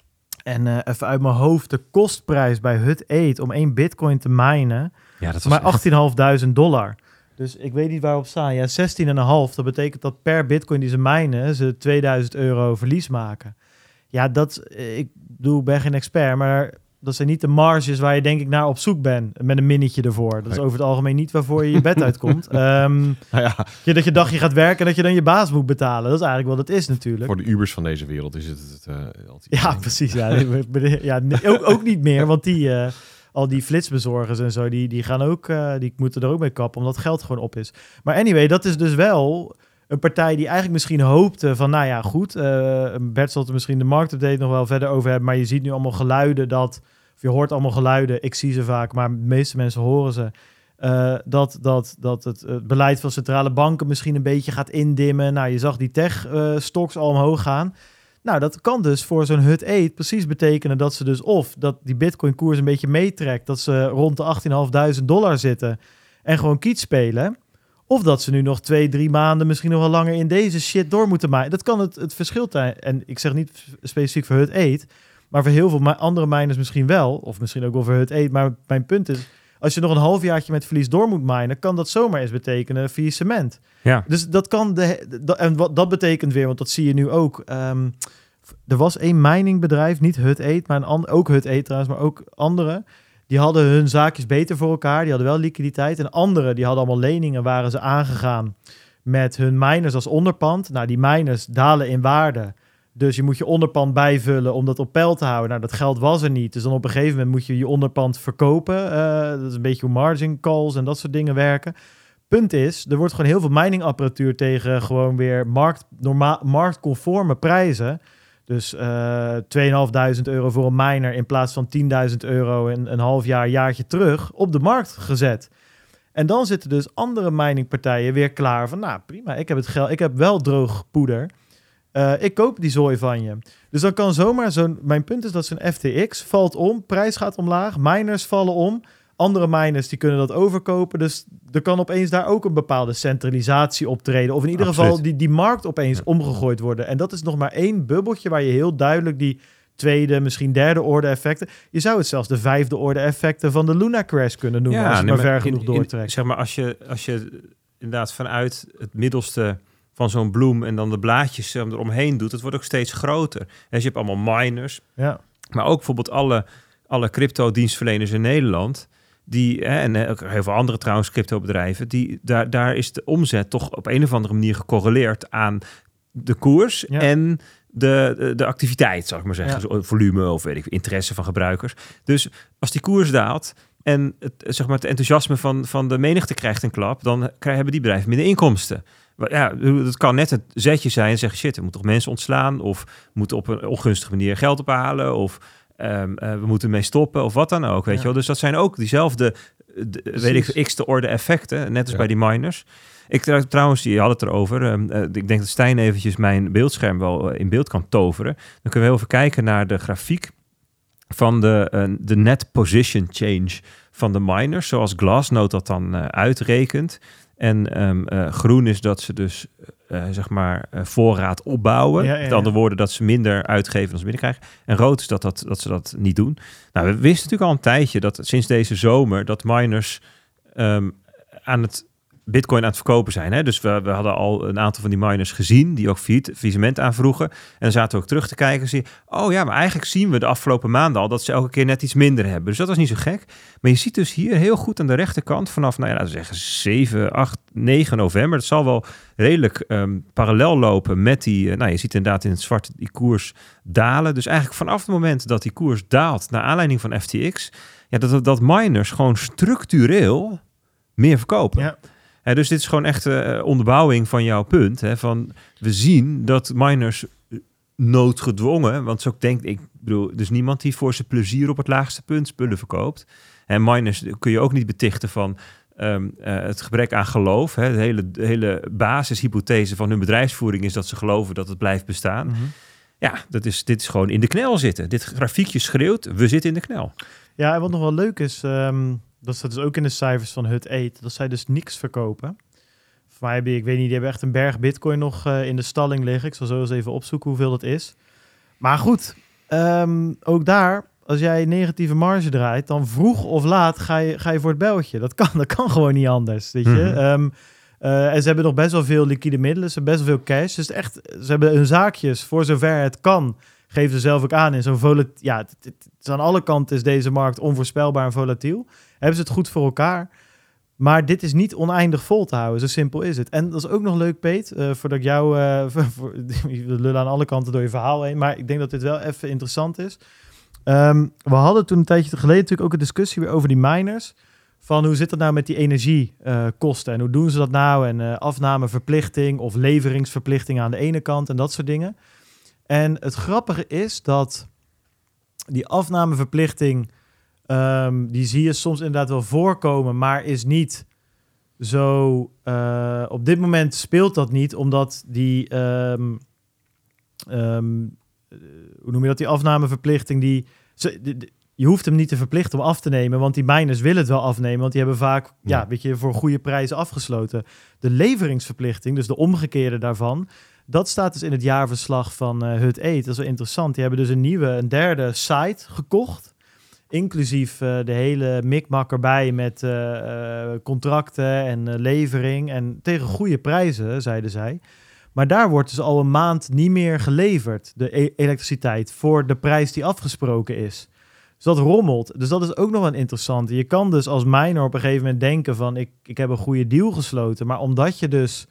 En uh, even uit mijn hoofd... de kostprijs bij Hut Eight... om één bitcoin te minen... Ja, dat was maar echt- achttienduizend dollar. Dus ik weet niet waarop staan. Ja, zestien komma vijf. Dat betekent dat per bitcoin die ze minen... ze tweeduizend euro verlies maken. Ja, dat... Ik bedoel, ik ben geen expert... maar dat zijn niet de marges waar je denk ik naar op zoek bent... met een minnetje ervoor. Dat is Nee. over het algemeen niet waarvoor je je bed uitkomt. Um, Nou ja, je, dat je dacht je gaat werken... en dat je dan je baas moet betalen. Dat is eigenlijk wat het is natuurlijk. voor de Ubers van deze wereld is het... het uh, altijd Ja, precies. Ja, ja, nee, ook, ook niet meer, want die... Uh, al die flitsbezorgers en zo, die, die gaan ook, uh, die moeten er ook mee kappen, omdat geld gewoon op is. Maar anyway, dat is dus wel een partij die eigenlijk misschien hoopte van, nou ja, goed, uh, Bert zal het er misschien de marktupdate nog wel verder over hebben, maar je ziet nu allemaal geluiden dat, of je hoort allemaal geluiden, ik zie ze vaak, maar de meeste mensen horen ze, uh, dat, dat, dat het, het beleid van centrale banken misschien een beetje gaat indimmen. Nou, je zag die tech-stocks uh, al omhoog gaan. Nou, dat kan dus voor zo'n Hut Eight precies betekenen dat ze dus of dat die Bitcoin-koers een beetje meetrekt, dat ze rond de achttienduizend dollar zitten en gewoon kiet spelen. Of dat ze nu nog twee, drie maanden, misschien nog wel langer in deze shit door moeten maken. Dat kan het, het verschil zijn. En ik zeg niet specifiek voor Hut Eight, maar voor heel veel andere miners misschien wel. Of misschien ook wel voor Hut Eight. Maar mijn punt is, als je nog een halfjaartje met verlies door moet minen, kan dat zomaar eens betekenen faillissement. Ja. Dus dat kan de, dat, en wat dat betekent weer, want dat zie je nu ook. Um, er was één miningbedrijf, niet Hut Eight, maar een and, ook Hut Eight trouwens, maar ook andere. Die hadden hun zaakjes beter voor elkaar. Die hadden wel liquiditeit. En anderen, die hadden allemaal leningen, waren ze aangegaan met hun miners als onderpand. Nou, die miners dalen in waarde. Dus je moet je onderpand bijvullen om dat op peil te houden. Nou, dat geld was er niet. Dus dan op een gegeven moment moet je je onderpand verkopen. Uh, dat is een beetje hoe margin calls en dat soort dingen werken. Punt is, er wordt gewoon heel veel miningapparatuur tegen gewoon weer markt, normaal, marktconforme prijzen. Dus uh, tweeduizend euro voor een miner in plaats van tienduizend euro in een half jaar, jaartje terug op de markt gezet. En dan zitten dus andere miningpartijen weer klaar van, nou prima, ik heb het geld, ik heb wel droog poeder. Uh, ik koop die zooi van je. Dus dan kan zomaar zo'n, mijn punt is dat zo'n F T X valt om, prijs gaat omlaag, miners vallen om. Andere miners die kunnen dat overkopen. Dus er kan opeens daar ook een bepaalde centralisatie optreden. Of in ieder Absoluut. geval die, die markt opeens ja. omgegooid worden. En dat is nog maar één bubbeltje waar je heel duidelijk die tweede, misschien derde orde effecten. Je zou het zelfs de vijfde orde effecten van de Luna Crash kunnen noemen. Ja, als je nee, maar ver genoeg in, doortrekt. In, zeg maar, als je, als je inderdaad vanuit het middelste van zo'n bloem en dan de blaadjes um, eromheen doet, het wordt ook steeds groter. Dus je hebt allemaal miners. Ja. Maar ook bijvoorbeeld alle, alle crypto-dienstverleners in Nederland. Die, hè, en ook heel veel andere trouwens cryptobedrijven, die, daar, daar is de omzet toch op een of andere manier gecorreleerd aan de koers ja. en de, de, de activiteit, zou ik maar zeggen. Ja. Volume of weet ik, interesse van gebruikers. Dus als die koers daalt en het, zeg maar, het enthousiasme van, van de menigte krijgt een klap, dan krijgen, hebben die bedrijven minder inkomsten. Ja, het kan net het zetje zijn en zeggen, shit, we moeten toch mensen ontslaan of we moeten op een ongunstige manier geld ophalen of Um, uh, we moeten mee stoppen of wat dan ook, weet ja. je wel. Dus dat zijn ook diezelfde, de, weet ik, x-te orde effecten, net als ja. bij die miners. Ik trouwens, je had het erover. Um, uh, ik denk dat Stijn eventjes mijn beeldscherm wel uh, in beeld kan toveren. Dan kunnen we even kijken naar de grafiek van de, uh, de net position change van de miners, zoals Glassnode dat dan uh, uitrekent. En um, uh, groen is dat ze dus uh, zeg maar uh, voorraad opbouwen. Ja, ja, ja. Met andere woorden dat ze minder uitgeven dan ze binnenkrijgen. En rood is dat, dat, dat ze dat niet doen. Nou, we wisten natuurlijk al een tijdje dat sinds deze zomer dat miners um, aan het Bitcoin aan het verkopen zijn. Hè? Dus we, we hadden al een aantal van die miners gezien die ook faillissement aanvroegen. En dan zaten we ook terug te kijken. Zie je, oh ja, maar eigenlijk zien we de afgelopen maanden al dat ze elke keer net iets minder hebben. Dus dat was niet zo gek. Maar je ziet dus hier heel goed aan de rechterkant vanaf, nou ja, laten we zeggen zeven, acht, negen november. Dat zal wel redelijk um, parallel lopen met die, uh, nou je ziet inderdaad in het zwart die koers dalen. Dus eigenlijk vanaf het moment dat die koers daalt naar aanleiding van F T X, ja, dat, dat miners gewoon structureel meer verkopen. Ja. He, dus dit is gewoon echt uh, onderbouwing van jouw punt. Hè, van we zien dat miners noodgedwongen, want zo denkt ik, bedoel, dus niemand die voor zijn plezier op het laagste punt spullen verkoopt. En miners kun je ook niet betichten van um, uh, het gebrek aan geloof. Hè. De hele, de hele basishypothese van hun bedrijfsvoering is dat ze geloven dat het blijft bestaan. Mm-hmm. Ja, dat is, dit is gewoon in de knel zitten. Dit grafiekje schreeuwt, we zitten in de knel. Ja, en wat nog wel leuk is, um, dat staat dus ook in de cijfers van Hut Eight, dat zij dus niks verkopen. Voor mij hebben, ik weet niet, die hebben echt een berg bitcoin nog uh, in de stalling liggen. Ik zal zo eens even opzoeken hoeveel dat is. Maar goed, um, ook daar, als jij negatieve marge draait, dan vroeg of laat ga je, ga je voor het belletje. Dat kan, dat kan gewoon niet anders, weet je. Mm-hmm. Um, uh, en ze hebben nog best wel veel liquide middelen, ze hebben best wel veel cash. Dus echt, ze hebben hun zaakjes, voor zover het kan, geven ze zelf ook aan in zo'n volatiel. Ja, het, het, het, aan alle kanten is deze markt onvoorspelbaar en volatiel. Hebben ze het goed voor elkaar. Maar dit is niet oneindig vol te houden. Zo simpel is het. En dat is ook nog leuk, Peet. Uh, voordat ik jou... Uh, voor, voor, we lullen aan alle kanten door je verhaal heen. Maar ik denk dat dit wel even interessant is. Um, we hadden toen een tijdje geleden natuurlijk ook een discussie weer over die miners. Van hoe zit het nou met die energiekosten? Uh, en hoe doen ze dat nou? En uh, afnameverplichting of leveringsverplichting aan de ene kant en dat soort dingen. En het grappige is dat die afnameverplichting... Um, die zie je soms inderdaad wel voorkomen, maar is niet zo... Uh, op dit moment speelt dat niet, omdat die... Um, um, hoe noem je dat? Die afnameverplichting, die... Ze, de, de, je hoeft hem niet te verplichten om af te nemen, want die miners willen het wel afnemen, want die hebben vaak, ja, ja weet je, voor goede prijzen afgesloten. De leveringsverplichting, dus de omgekeerde daarvan, dat staat dus in het jaarverslag van uh, Hut Eight. Dat is wel interessant. Die hebben dus een nieuwe, een derde site gekocht. Inclusief uh, de hele mikmak erbij met uh, uh, contracten en uh, levering. En tegen goede prijzen, zeiden zij. Maar daar wordt dus al een maand niet meer geleverd, de e- elektriciteit, voor de prijs die afgesproken is. Dus dat rommelt. Dus dat is ook nog wel interessant. Je kan dus als miner op een gegeven moment denken van... ik, ik heb een goede deal gesloten. Maar omdat je dus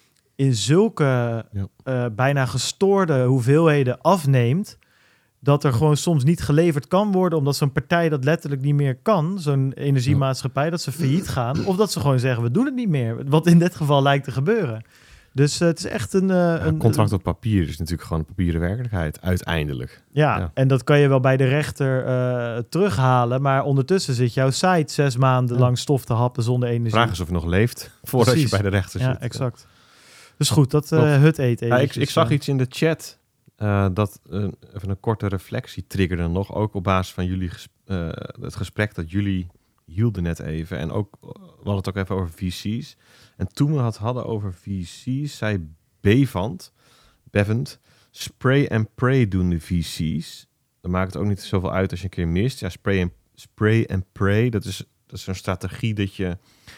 in zulke ja. uh, bijna gestoorde hoeveelheden afneemt... dat er gewoon soms niet geleverd kan worden... omdat zo'n partij dat letterlijk niet meer kan... zo'n energiemaatschappij, dat ze failliet gaan... of dat ze gewoon zeggen, we doen het niet meer. Wat in dit geval lijkt te gebeuren. Dus uh, het is echt een... Uh, ja, een contract op papier is natuurlijk gewoon papieren werkelijkheid, uiteindelijk. Ja, ja, en dat kan je wel bij de rechter uh, terughalen... maar ondertussen zit jouw site zes maanden ja. lang stof te happen zonder energie. Vraag is of je nog leeft voordat Precies. je bij de rechter zit. Ja, exact. Dus goed, dat uh, Hut Eight. Ja, ik, ik zag iets in de chat... Uh, dat uh, even een korte reflectie triggerde nog, ook op basis van jullie ges- uh, het gesprek dat jullie hielden net even. En ook, uh, we hadden het ook even over V C's. En toen we het hadden over V C's, zei Bevand, Bevand, spray and pray doen de V C's. Dan maakt het ook niet zoveel uit als je een keer mist. Ja, spray and, spray and pray, dat is, dat is een strategie dat je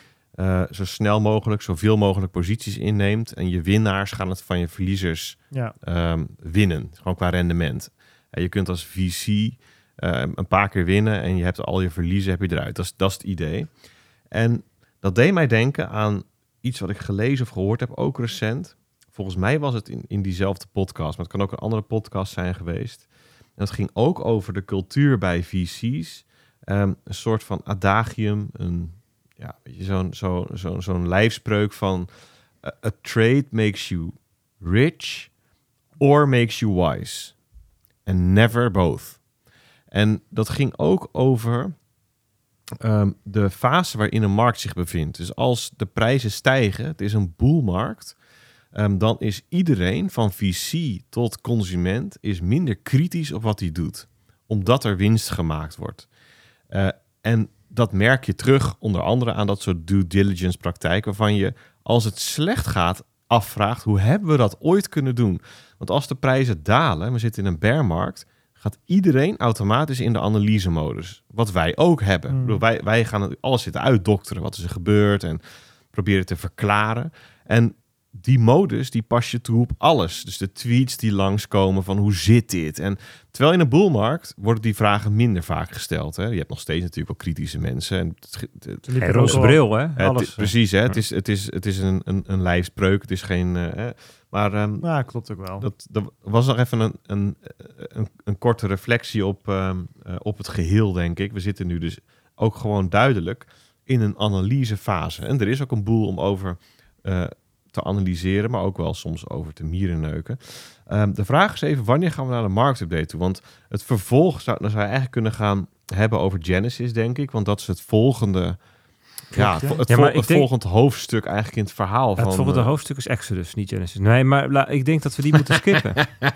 uh, zo snel mogelijk, zoveel mogelijk posities inneemt. En je winnaars gaan het van je verliezers ja. um, winnen. Gewoon qua rendement. En je kunt als V C uh, een paar keer winnen en je hebt al je verliezen heb je eruit. Dat is, dat is het idee. En dat deed mij denken aan iets wat ik gelezen of gehoord heb, ook recent. Volgens mij was het in, in diezelfde podcast, maar het kan ook een andere podcast zijn geweest. En dat ging ook over de cultuur bij V C's. Um, een soort van adagium, een Ja, weet je, zo'n, zo, zo, zo'n lijfspreuk van... Uh, a trade makes you rich or makes you wise. And never both. En dat ging ook over um, de fase waarin een markt zich bevindt. Dus als de prijzen stijgen, het is een boelmarkt... Um, dan is iedereen, van V C tot consument... is minder kritisch op wat hij doet. Omdat er winst gemaakt wordt. Uh, en... Dat merk je terug, onder andere aan dat soort due diligence praktijk, waarvan je, als het slecht gaat, afvraagt, hoe hebben we dat ooit kunnen doen? Want als de prijzen dalen, we zitten in een bearmarkt, gaat iedereen automatisch in de analyse-modus. Wat wij ook hebben. Mm. Ik bedoel, wij, wij gaan alles zitten uitdokteren, wat is er gebeurd en proberen te verklaren. En die modus, die pas je toe op alles. Dus de tweets die langskomen van hoe zit dit? En terwijl in een boelmarkt worden die vragen minder vaak gesteld. Hè? Je hebt nog steeds natuurlijk wel kritische mensen. En het, het, Hey, roze bril, hè? het, Alles. precies, hè? Het is, het is, het is een, een, een lijfspreuk. Het is geen... Uh, hè? Maar um, ja, klopt ook wel. dat, dat was nog even een, een, een, een korte reflectie op, um, uh, op het geheel, denk ik. We zitten nu dus ook gewoon duidelijk in een analysefase. En er is ook een boel om over... Uh, te analyseren, maar ook wel soms over te mierenneuken. Um, de vraag is even, wanneer gaan we naar de marktupdate toe? Want het vervolg zou, dan zou je eigenlijk kunnen gaan hebben over Genesis, denk ik. Want dat is het volgende... Ja, ja. het, het, Ja, vol, maar ik het denk- volgende hoofdstuk eigenlijk in het verhaal. Ja, van, het volgende uh, hoofdstuk is Exodus, niet Genesis. Nee, maar la, ik denk dat we die moeten skippen.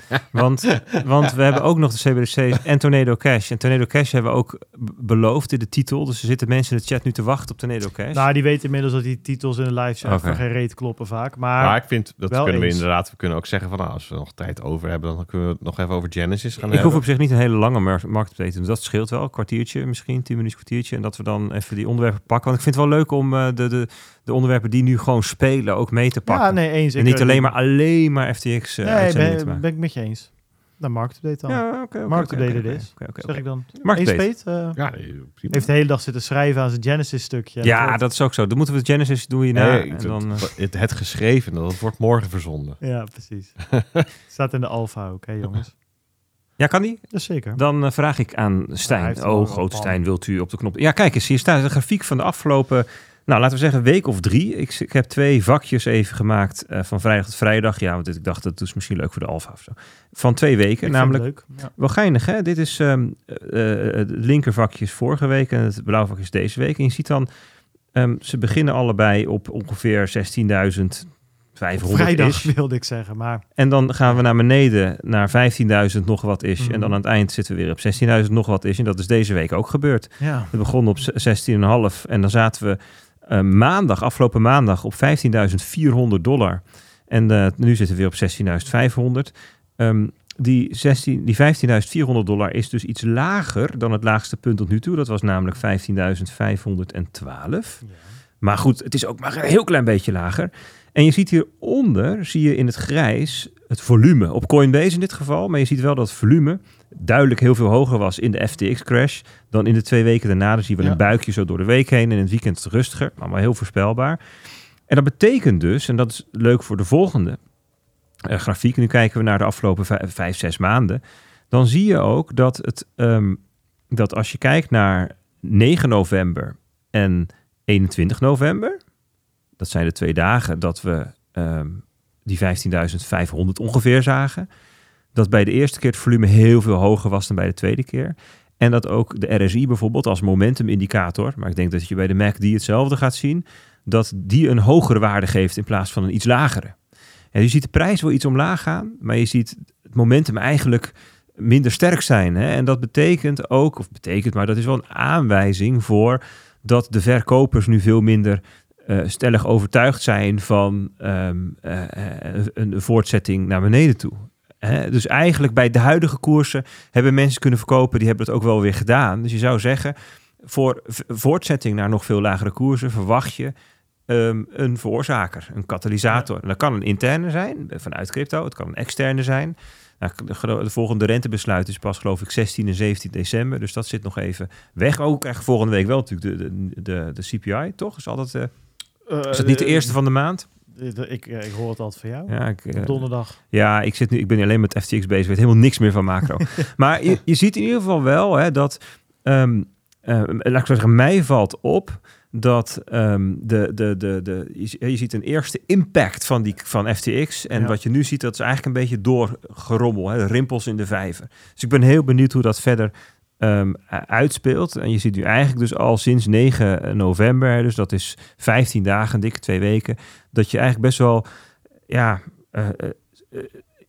want, want we hebben ook nog de C B D C en Tornado Cash. En Tornado Cash hebben we ook b- beloofd in de titel. Dus er zitten mensen in de chat nu te wachten op Tornado Cash. Nou, die weten inmiddels dat die titels in de live chat Oké. voor geen reet kloppen vaak. Maar, maar ik vind, dat wel kunnen we eens. inderdaad, we kunnen ook zeggen van, nou, als we nog tijd over hebben, dan kunnen we het nog even over Genesis gaan ik hebben. hoef op zich niet een hele lange mar- marktupdate te doen. Dat scheelt wel, een kwartiertje misschien, tien minuutjes kwartiertje. En dat we dan even die onderwerpen pakken. Want ik vind het wel leuk om uh, de, de, de onderwerpen die nu gewoon spelen ook mee te pakken. ja, nee, eens. en Ik, niet eh, alleen maar, alleen maar F T X uh, Nee, uitzendingen te ben, maken. ben ik met je eens. De marktupdate dan. Ja, oké, oké. Marktupdate oké, het oké, is. oké, oké, Zeg oké. ik dan. Marktupdate. Eens Peet, uh, Ja, nee, prima. heeft de hele dag zitten schrijven aan zijn Genesis stukje. En Ja, wordt- dat is ook zo. Dan moeten we het Genesis doen hierna. Nee, en het, dan, uh, het, het geschreven, dat wordt morgen verzonden. Ja, precies. Staat in de alfa ook, hè jongens. ja, kan die? Jazeker. Dan uh, vraag ik aan hij Stijn. heeft Oh, wel grote een Stijn, wilt u op de knop? Ja, kijk eens. Hier staat een grafiek van de afgelopen, nou, laten we zeggen, week of drie. Ik, ik heb twee vakjes even gemaakt uh, van vrijdag tot vrijdag. Ja, want dit, ik dacht, dat is misschien leuk voor de alfa of zo. Van twee weken, Ik vind namelijk... het leuk. Ja. Wel geinig, hè? Dit is um, uh, het linkervakje is vorige week en het blauwvakje is deze week. En je ziet dan, um, ze beginnen allebei op ongeveer zestienduizend vijfhonderd Vrijdag is. wilde ik zeggen, maar En dan gaan we naar beneden naar vijftienduizend nog wat is. Mhm. En dan aan het eind zitten we weer op zestienduizend nog wat is. En dat is deze week ook gebeurd. ja. We begonnen op zestien komma vijf en dan zaten we uh, maandag, afgelopen maandag, op vijftienduizend vierhonderd dollar. En uh, nu zitten we weer op zestienduizend vijfhonderd. Um, die, zestien, die vijftienduizend vierhonderd dollar is dus iets lager dan het laagste punt tot nu toe. Dat was namelijk vijftienduizend vijfhonderdtwaalf. Ja. Maar goed, het is ook maar een heel klein beetje lager. En je ziet hieronder, zie je in het grijs, het volume. Op Coinbase in dit geval, maar je ziet wel dat het volume duidelijk heel veel hoger was in de F T X-crash dan in de twee weken daarna. Dan zie je wel Ja. een buikje zo door de week heen en in het weekend rustiger, maar, maar heel voorspelbaar. En dat betekent dus, en dat is leuk voor de volgende uh, grafiek, nu kijken we naar de afgelopen vijf, vijf zes maanden, dan zie je ook dat, het, um, dat als je kijkt naar negen november en eenentwintig november, dat zijn de twee dagen dat we um, die vijftienduizend vijfhonderd ongeveer zagen, dat bij de eerste keer het volume heel veel hoger was dan bij de tweede keer. En dat ook de R S I bijvoorbeeld als momentumindicator, maar ik denk dat je bij de M A C D hetzelfde gaat zien, dat die een hogere waarde geeft in plaats van een iets lagere. En je ziet de prijs wel iets omlaag gaan, maar je ziet het momentum eigenlijk minder sterk zijn. Hè? En dat betekent ook, of betekent, maar dat is wel een aanwijzing voor dat de verkopers nu veel minder uh, stellig overtuigd zijn van um, uh, een, een voortzetting naar beneden toe. Hè? Dus eigenlijk bij de huidige koersen hebben mensen kunnen verkopen, die hebben het ook wel weer gedaan. Dus je zou zeggen, voor v- voortzetting naar nog veel lagere koersen verwacht je um, een veroorzaker, een katalysator. En dat kan een interne zijn, vanuit crypto, het kan een externe zijn. Nou, de, de volgende rentebesluit is pas geloof ik zestien en zeventien december. Dus dat zit nog even weg. Ook krijgen volgende week wel natuurlijk de, de, de, de C P I, toch? Is, altijd, uh, Uh, is dat niet de eerste van de maand? de- de- ik, ik hoor het altijd van jou. Ja, ik, uh, Op donderdag. ja ik, zit nu, ik ben alleen met F T X bezig. Weet helemaal niks meer van macro. Maar je, je ziet in ieder geval wel hè, dat... Um, uh, laat ik zeggen, mij valt op dat um, de, de, de, de, je, je ziet een eerste impact van, die, van F T X. En Ja. wat je nu ziet, dat is eigenlijk een beetje doorgerommel. Hè, rimpels in de vijver. Dus ik ben heel benieuwd hoe dat verder um, uitspeelt. En je ziet nu eigenlijk dus al sinds negen november, dus dat is vijftien dagen, dikke twee weken, dat je eigenlijk best wel, ja, uh, uh,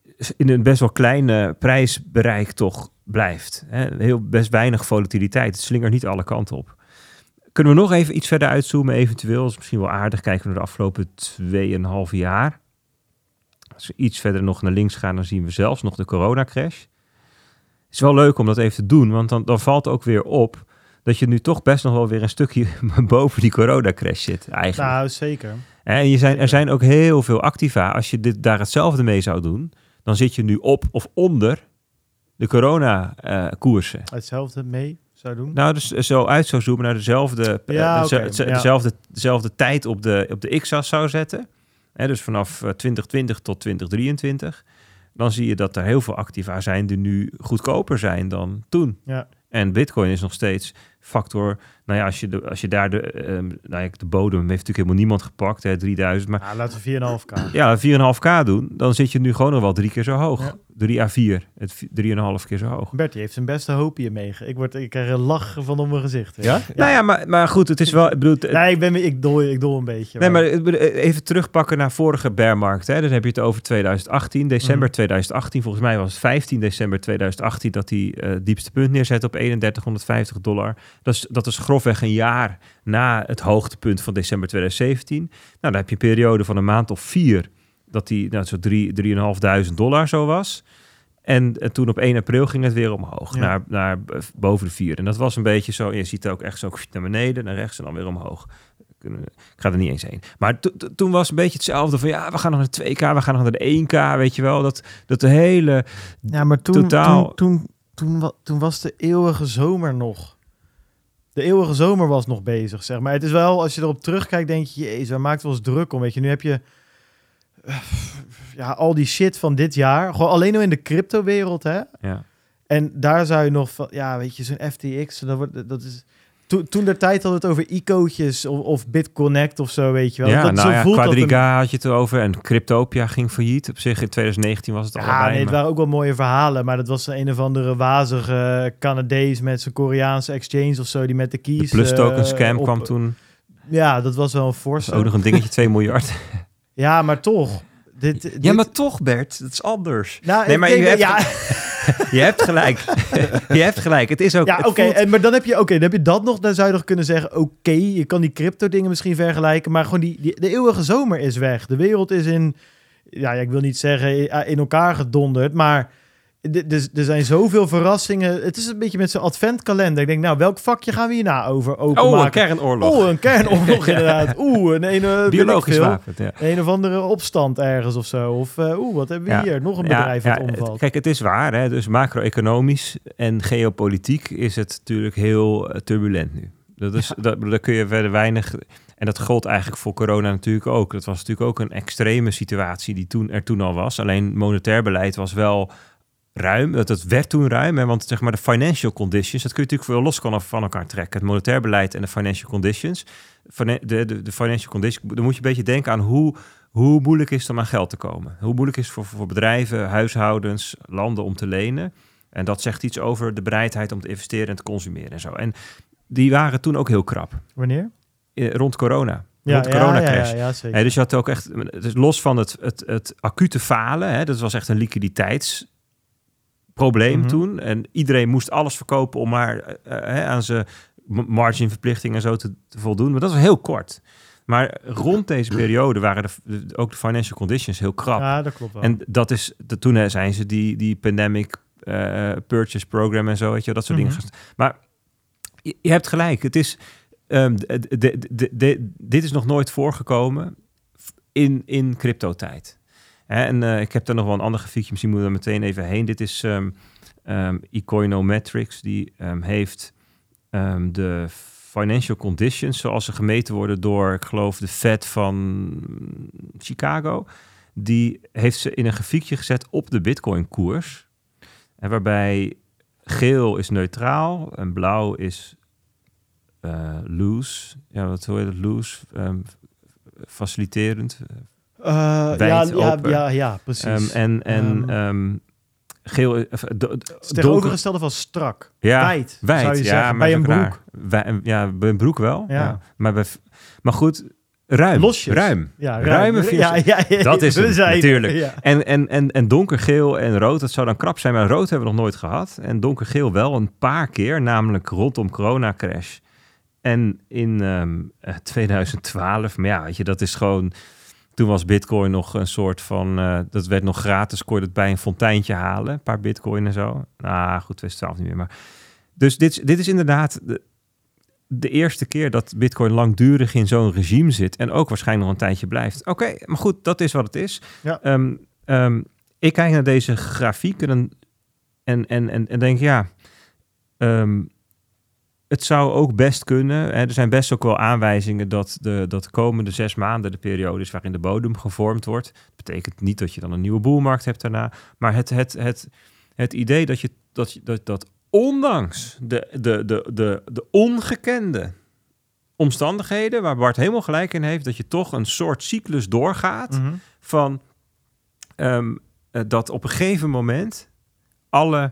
in een best wel kleine prijsbereik toch blijft. Hè. Heel best weinig volatiliteit. Het slingert niet alle kanten op. Kunnen we nog even iets verder uitzoomen eventueel? Dat is misschien wel aardig. Kijken we naar de afgelopen tweeënhalf jaar. Als we iets verder nog naar links gaan, dan zien we zelfs nog de coronacrash. Het is wel leuk om dat even te doen, want dan, dan valt ook weer op dat je nu toch best nog wel weer een stukje boven die coronacrash zit eigenlijk. Nou, zeker. En je zijn, er zijn ook heel veel activa. Als je dit, daar hetzelfde mee zou doen, dan zit je nu op of onder de corona-koersen. Uh, hetzelfde mee zou doen? Nou, dus zo uit zou zoomen naar dezelfde, ja, uh, okay. deze, ja. dezelfde, dezelfde tijd op de, op de x-as zou zetten. Hè, dus vanaf uh, twintig twintig tot twintig drieëntwintig. Dan zie je dat er heel veel activa zijn die nu goedkoper zijn dan toen. Ja. En Bitcoin is nog steeds factor. Nou ja, als je, de, als je daar de, um, nou ja, de bodem heeft natuurlijk helemaal niemand gepakt, hè, drieduizend. Maar ja, laten we vier komma vijf k. Ja, vier komma vijf k doen. Dan zit je nu gewoon nog wel drie keer zo hoog. Ja. drie à vier. Het drie komma vijf keer zo hoog. Bertie heeft zijn beste hoop hier mee. Ik, word, ik krijg een lach van om mijn gezicht. Ja? ja? Nou ja, maar, maar goed, het is wel... Ik bedoel, nee, ik, ben, ik, dol, ik dol een beetje. Nee, maar even terugpakken naar vorige bearmarkt. Hè. Dan heb je het over twintig achttien, december mm. twintig achttien. Volgens mij was het vijftien december twintig achttien dat die uh, diepste punt neerzet op eenendertighonderdvijftig dollar. Dat is, dat is grofweg een jaar na het hoogtepunt van december twintig zeventien. Nou, dan heb je een periode van een maand of vier dat die nou, zo drie, drieënhalfduizend dollar zo was. En, en toen op één april ging het weer omhoog, ja. naar, naar boven de vier. En dat was een beetje zo, je ziet ook echt zo naar beneden, naar rechts en dan weer omhoog. Ik ga er niet eens heen. Maar to, to, toen was een beetje hetzelfde van, ja, we gaan nog naar twee k, we gaan nog naar de één k, weet je wel. Dat, dat de hele ja, maar toen, totaal... Toen, toen, toen, toen was de eeuwige zomer nog. De eeuwige zomer was nog bezig, zeg maar. Het is wel, als je erop terugkijkt, denk je, jezus, waar maakt het wel eens druk om, weet je. Nu heb je... ja, al die shit van dit jaar. Gewoon alleen nog in de crypto-wereld, hè? Ja. En daar zou je nog van... Ja, weet je, zo'n F T X, dat, wordt, dat is... To, toen de tijd had het over I C O'tjes of, of BitConnect of zo, weet je wel. Ja, dat, nou zo ja, voelt Quadriga een... had je het over en Cryptopia ging failliet. Op zich in twintig negentien was het ja, allebei. nee, het maar... waren ook wel mooie verhalen, maar dat was een, een of andere wazige Canadees met zijn Koreaanse exchange of zo, die met de keys... De plus token scam uh, op... kwam toen. Ja, dat was wel een forse. Ook nog een dingetje, twee miljard. Ja, maar toch... Dit, dit... Ja, maar toch, Bert, dat is anders. Nou, nee, maar denk, je, hebt, ja. je hebt gelijk. Je hebt gelijk. Het is ook. Ja, oké. Okay, voelt... maar dan heb je, oké, okay, dan heb je dat nog. Dan zou je nog kunnen zeggen, oké, okay, je kan die crypto dingen misschien vergelijken, maar gewoon die, die de eeuwige zomer is weg. De wereld is in, ja, ik wil niet zeggen in elkaar gedonderd, maar er zijn zoveel verrassingen. Het is een beetje met zo'n adventkalender. Ik denk, nou, welk vakje gaan we hierna over openmaken? Oh, een kernoorlog. Oh, een kernoorlog ja. inderdaad. Oeh, een ene... Biologisch wapen, ja. Een of andere opstand ergens of zo. Of, uh, oeh, wat hebben we ja. hier? Nog een bedrijf ja, dat ja, omvalt. Kijk, het is waar, hè. Dus macro-economisch en geopolitiek is het natuurlijk heel uh, turbulent nu. Dat is, ja. dat, daar kun je verder weinig... En dat gold eigenlijk voor corona natuurlijk ook. Dat was natuurlijk ook een extreme situatie die toen, er toen al was. Alleen monetair beleid was wel... ruim, dat het werd toen ruim, hè, want zeg maar de financial conditions, dat kun je natuurlijk veel los van elkaar trekken. Het monetair beleid en de financial conditions. De, de, de financial conditions, dan moet je een beetje denken aan hoe, hoe moeilijk is het om aan geld te komen. Hoe moeilijk is het voor, voor bedrijven, huishoudens, landen om te lenen. En dat zegt iets over de bereidheid om te investeren en te consumeren en zo. En die waren toen ook heel krap. Wanneer? Rond corona. Ja, rond de coronacrash. Ja, ja, ja, zeker. Hè, dus je had ook echt, dus los van het, het, het acute falen, hè, dat was echt een liquiditeits probleem mm-hmm. toen. En iedereen moest alles verkopen om maar uh, uh, aan zijn marginverplichtingen en zo te, te voldoen. Maar dat was heel kort. Maar rond deze periode waren de, de, ook de financial conditions heel krap. Ja, dat klopt wel. En dat is, de, toen zijn ze die, die pandemic uh, purchase program en zo, weet je, dat soort mm-hmm. dingen. Maar je, je hebt gelijk. Het is, um, de, de, de, de, dit is nog nooit voorgekomen in, in crypto-tijd. En uh, ik heb daar nog wel een ander grafiekje, misschien moeten we er meteen even heen. Dit is um, um, Econometrics, die um, heeft um, de financial conditions, zoals ze gemeten worden door, ik geloof, de Fed van Chicago. Die heeft ze in een grafiekje gezet op de Bitcoin-koers. En waarbij geel is neutraal en blauw is uh, loose. Ja, wat hoor je dat? Loose, um, faciliterend. Uh, ja, ja, ja, ja, precies. Um, en en um, um, geel... Uh, do, het tegenovergestelde van strak. Ja, wijd, wijd, zou je ja, zeggen. Maar bij een broek. Wij, ja, bij een broek wel. Ja. Ja. Maar, bij, maar goed, ruim. Losjes. Ruim. Ja, ruim. Ruime ja, ja, ja, dat is het, zijn, natuurlijk. Ja. En, en, en, en donkergeel en rood, dat zou dan krap zijn. Maar rood hebben we nog nooit gehad. En donkergeel wel een paar keer, namelijk rondom coronacrash. En in um, twintig twaalf, maar ja, weet je, dat is gewoon... Toen was Bitcoin nog een soort van... Uh, dat werd nog gratis, kon je het bij een fonteintje halen. Een paar Bitcoin en zo. Nou, goed, twintig twaalf niet meer. Maar... Dus dit, dit is inderdaad... De, de eerste keer dat Bitcoin langdurig in zo'n regime zit en ook waarschijnlijk nog een tijdje blijft. Oké, okay, maar goed, dat is wat het is. Ja. Um, um, ik kijk naar deze grafieken en, en, en, en, en denk, ja, um, het zou ook best kunnen. Hè, er zijn best ook wel aanwijzingen dat de, dat de komende zes maanden de periode is waarin de bodem gevormd wordt. Dat betekent niet dat je dan een nieuwe boelmarkt hebt daarna, maar het, het, het, het idee dat je dat, dat, dat ondanks de, de, de, de, de ongekende omstandigheden, waar Bart helemaal gelijk in heeft, dat je toch een soort cyclus doorgaat mm-hmm. van um, dat op een gegeven moment alle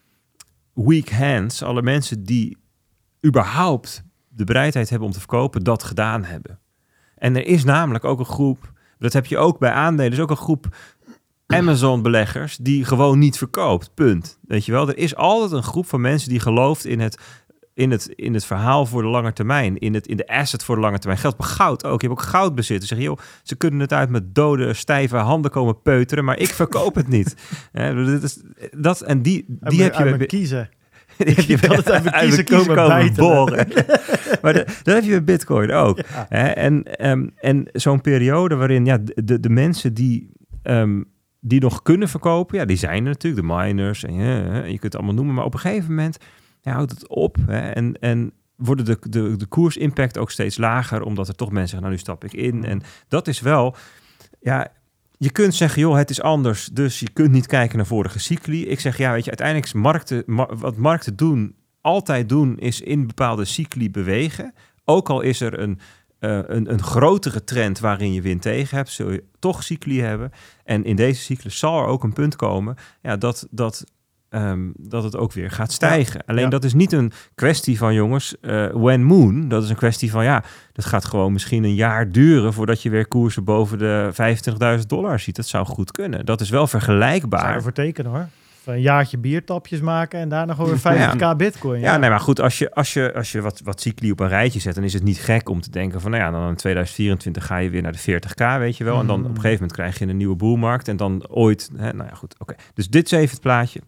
weak hands, alle mensen die überhaupt de bereidheid hebben om te verkopen, dat gedaan hebben. En er is namelijk ook een groep, dat heb je ook bij aandelen, is ook een groep Amazon-beleggers die gewoon niet verkoopt. Punt. Weet je wel? Er is altijd een groep van mensen die gelooft in het, in het, in het verhaal voor de lange termijn. In, het, in de asset voor de lange termijn. Geldt bij goud ook. Je hebt ook goudbezitters. Zeg, joh, ze kunnen het uit met dode, stijve handen komen peuteren, maar ik verkoop het niet. ja, dat, is, dat en die, die heb je bij kiezen. Die heb je altijd uit mijn kiezen komen, komen boren. Maar de, dat heb je bij Bitcoin ook. Ja. Hè? En, um, en zo'n periode waarin ja, de, de mensen die... Um, die nog kunnen verkopen, ja, die zijn er natuurlijk, de miners, en ja, je kunt het allemaal noemen, maar op een gegeven moment ja, houdt het op hè, en, en worden de, de, de koersimpact ook steeds lager, omdat er toch mensen zeggen, nou nu stap ik in. En dat is wel, ja, je kunt zeggen, joh, het is anders, dus je kunt niet kijken naar vorige cycli. Ik zeg, ja, weet je, uiteindelijk is markten, mar- wat markten doen, altijd doen, is in bepaalde cycli bewegen. Ook al is er een Uh, een, een grotere trend waarin je wind tegen hebt, zul je toch cycli hebben. En in deze cyclus zal er ook een punt komen ja, dat, dat, um, dat het ook weer gaat stijgen. Ja. Alleen ja. dat is niet een kwestie van, jongens, uh, when moon. Dat is een kwestie van, ja, dat gaat gewoon misschien een jaar duren voordat je weer koersen boven de vijfentwintigduizend dollar ziet. Dat zou goed kunnen. Dat is wel vergelijkbaar. Zou ervoor tekenen, hoor. Een jaartje biertapjes maken en daarna gewoon weer vijftig k ja. bitcoin. Ja. ja, nee, maar goed, als je, als je, als je wat, wat cycli op een rijtje zet, dan is het niet gek om te denken van, nou ja, dan in tweeduizend vierentwintig ga je weer naar de veertig k, weet je wel. Mm. En dan op een gegeven moment krijg je een nieuwe boelmarkt en dan ooit, hè, nou ja, goed, oké. Okay. Dus dit is even het plaatje.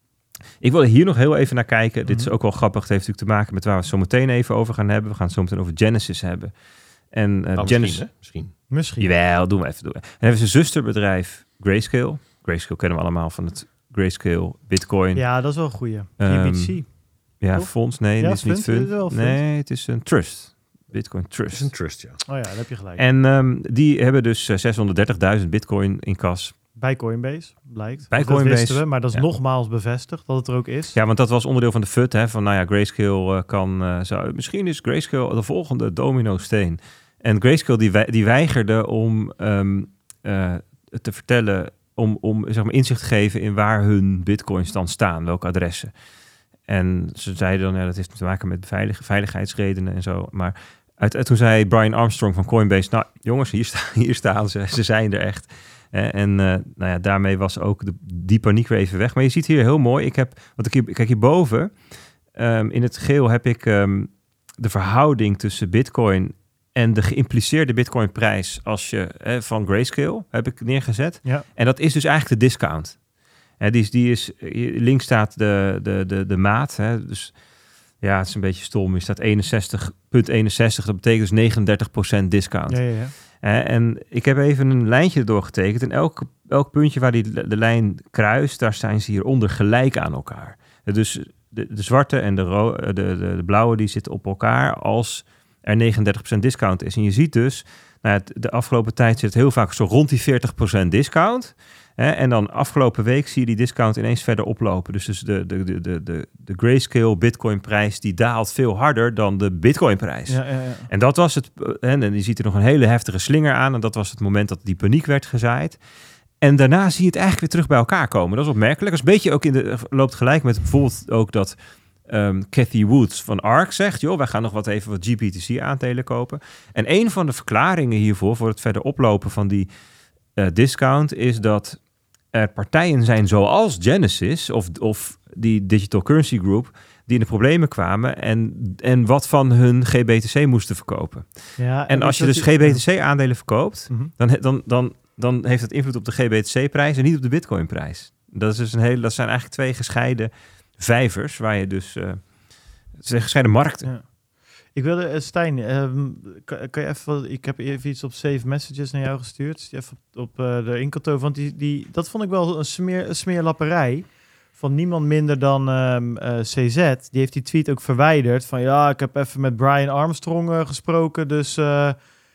Ik wil hier nog heel even naar kijken. Mm. Dit is ook wel grappig. Het heeft natuurlijk te maken met waar we het zo meteen even over gaan hebben. We gaan het zo meteen over Genesis hebben. En uh, oh, Genesis... Misschien, misschien. Misschien. Jawel, doen we even. Doen we. En dan hebben ze een zusterbedrijf, Grayscale. Grayscale kennen we allemaal van het Grayscale, Bitcoin. Ja, dat is wel een goeie. Um, G B C. Ja, toch? Fonds. Nee, ja, dit is niet fund. fund. Nee, het is een trust. Bitcoin Trust. Het is een trust, ja. Oh ja, daar heb je gelijk. En um, die hebben dus uh, zeshonderddertigduizend Bitcoin in kas. Bij Coinbase, blijkt. Bij dat Coinbase. wisten we, maar dat is ja. nogmaals bevestigd dat het er ook is. Ja, want dat was onderdeel van de F U D, hè, van nou ja, Grayscale uh, kan... Uh, zou, misschien is Grayscale de volgende domino-steen. En Grayscale die, wij, die weigerde om um, uh, te vertellen... om, om zeg maar, inzicht te geven in waar hun bitcoins dan staan, welke adressen. En ze zeiden dan, ja, dat heeft te maken met veilig, veiligheidsredenen en zo. Maar uit, uit, toen zei Brian Armstrong van Coinbase, nou jongens, hier, sta, hier staan ze, ze zijn er echt. En uh, nou ja, daarmee was ook de, die paniek weer even weg. Maar je ziet hier heel mooi, ik heb, wat ik hier, kijk hierboven, um, in het geel heb ik um, de verhouding tussen bitcoin en de geïmpliceerde bitcoinprijs als je hè, van Grayscale heb ik neergezet. Ja. En dat is dus eigenlijk de discount. Hè, die is, die is, links staat de, de, de, de maat. Hè, dus ja, het is een beetje stom. Er staat eenenzestig komma eenenzestig. Dat betekent dus negenendertig procent discount. Ja, ja, ja. Hè, en ik heb even een lijntje erdoor getekend. En elk, elk puntje waar die de, de lijn kruist, daar zijn ze hieronder gelijk aan elkaar. Dus de, de zwarte en de, ro- de, de, de blauwe die zitten op elkaar als er negenendertig procent discount is. En je ziet dus, nou, de afgelopen tijd zit het heel vaak zo rond die veertig procent discount. Hè, en dan afgelopen week zie je die discount ineens verder oplopen. Dus, dus de, de, de, de, de, de Grayscale Bitcoin prijs die daalt veel harder dan de Bitcoin prijs. Ja, ja, ja. En dat was het. En je ziet er nog een hele heftige slinger aan. En dat was het moment dat die paniek werd gezaaid. En daarna zie je het eigenlijk weer terug bij elkaar komen. Dat is opmerkelijk. Dat is een beetje ook in de, loopt gelijk met bijvoorbeeld ook dat Um, Cathy Woods van ARK zegt, joh, wij gaan nog wat even wat G B T C-aandelen kopen. En een van de verklaringen hiervoor, voor het verder oplopen van die uh, discount, is dat er partijen zijn zoals Genesis of, of die Digital Currency Group, die in de problemen kwamen en, en wat van hun G B T C moesten verkopen. Ja, en, en als je dus G B T C-aandelen verkoopt, mm-hmm. dan, dan, dan, dan heeft dat invloed op de G B T C-prijs en niet op de Bitcoin-prijs. Dat, is dus een hele, dat zijn eigenlijk twee gescheiden vijvers, waar je dus... Uh, het zijn gescheiden markten. Ja. Ik wilde, uh, Stijn, um, kan, kan je even, ik heb even iets op Save Messages naar jou gestuurd. Dus even op, op uh, de Inkelto, want die, die, dat vond ik wel een, smeer, een smeerlapperij van niemand minder dan um, uh, C Z. Die heeft die tweet ook verwijderd van ja, ik heb even met Brian Armstrong uh, gesproken, dus uh,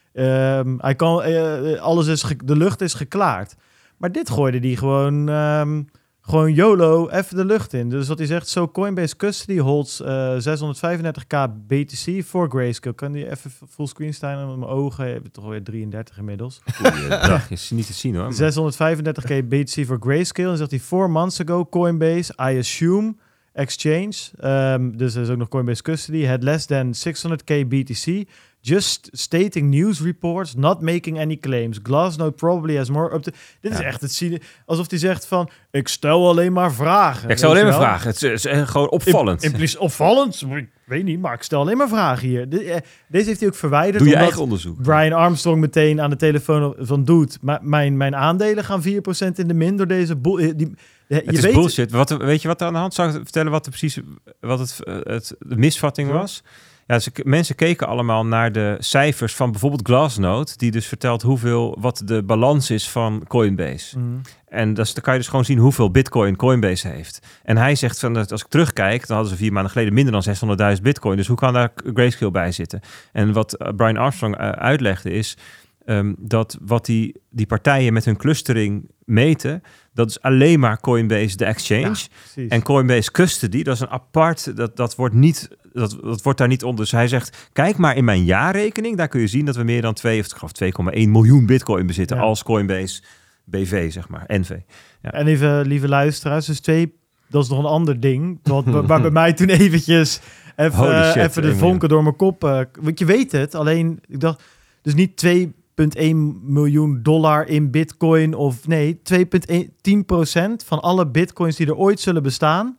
um, hij kan, uh, alles is ge- de lucht is geklaard. Maar dit gooide die gewoon... Um, Gewoon YOLO, even de lucht in. Dus wat hij zegt, so Coinbase Custody holds uh, zeshonderdvijfendertig k B T C voor Grayscale. Kan die even fullscreen staan met mijn ogen? Je hebt toch alweer drieëndertig inmiddels. Goeiedag, is niet te zien hoor. Maar... zeshonderdvijfendertig k B T C voor Grayscale. En zegt hij, four months ago Coinbase, I assume, exchange. Um, dus er is ook nog Coinbase Custody. Had less than sixhonderd k B T C. Just stating news reports, not making any claims. Glassnode probably has more up to... Dit ja. is echt het zien, alsof hij zegt van... Ik stel alleen maar vragen. Ik stel alleen maar vragen. Het is, het is gewoon opvallend. In, in, opvallend? Ik weet niet, maar ik stel alleen maar vragen hier. De, eh, deze heeft hij ook verwijderd. Doe je eigen onderzoek. Brian Armstrong meteen aan de telefoon van... Dude, m- mijn, mijn aandelen gaan vier procent in de min door deze... Boel, die, die, het je is weet bullshit. Wat, weet je wat er aan de hand? Zou ik vertellen wat er precies... Wat het, het, de misvatting was? Ja, ze, mensen keken allemaal naar de cijfers van bijvoorbeeld Glassnode, die dus vertelt hoeveel, wat de balans is van Coinbase. Mm. En dat, dan kan je dus gewoon zien hoeveel bitcoin Coinbase heeft. En hij zegt van, als ik terugkijk, dan hadden ze vier maanden geleden minder dan zeshonderdduizend bitcoin. Dus hoe kan daar Grayscale bij zitten? En wat Brian Armstrong uh, uitlegde is um, dat wat die, die partijen met hun clustering meten, dat is alleen maar Coinbase de exchange. Ja, en Coinbase Custody, dat is een apart, dat, dat wordt niet... Dat, dat wordt daar niet onder. Dus hij zegt, kijk maar in mijn jaarrekening. Daar kun je zien dat we meer dan twee, of ik geloof twee komma één miljoen bitcoin bezitten. Ja. Als Coinbase B V, zeg maar. N V. Ja. En even, lieve luisteraars, dus twee, dat is nog een ander ding. Wat, waar bij mij toen eventjes even, uh, shit, even de vonken door mijn kop. Uh, want je weet het, alleen ik dacht, dus niet twee komma één miljoen dollar in bitcoin of nee, twee komma tien procent van alle bitcoins die er ooit zullen bestaan,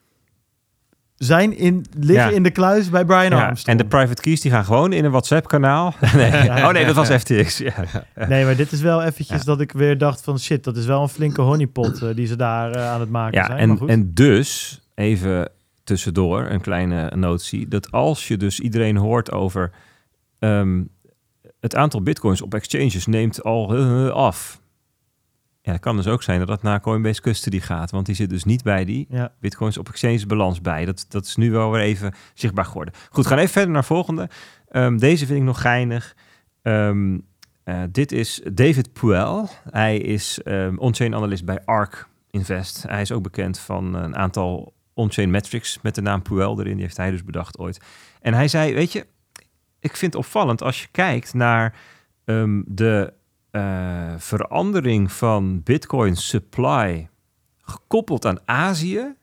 zijn in, liggen ja. in de kluis bij Brian ja, Armstrong. En de private keys die gaan gewoon in een WhatsApp-kanaal. Nee. Ja, oh nee, dat was F T X. Ja. Nee, maar dit is wel eventjes ja. dat ik weer dacht van shit, dat is wel een flinke honeypot uh, die ze daar uh, aan het maken ja, zijn. En, maar goed. en dus, even tussendoor, een kleine notie, dat als je dus iedereen hoort over um, het aantal bitcoins op exchanges neemt al uh, af. Ja, het kan dus ook zijn dat dat naar Coinbase Custody gaat. Want die zit dus niet bij die ja. bitcoins op exchange balans bij. Dat, dat is nu wel weer even zichtbaar geworden. Goed, we gaan even verder naar volgende. Um, deze vind ik nog geinig. Um, uh, dit is David Puel. Hij is um, on-chain analyst bij ARK Invest. Hij is ook bekend van een aantal on-chain metrics met de naam Puel erin. Die heeft hij dus bedacht ooit. En hij zei, weet je, ik vind het opvallend als je kijkt naar um, de... Uh, verandering van Bitcoin supply gekoppeld aan Azië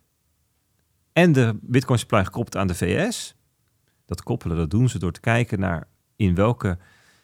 en de Bitcoin supply gekoppeld aan de V S. Dat koppelen, dat doen ze door te kijken naar in welke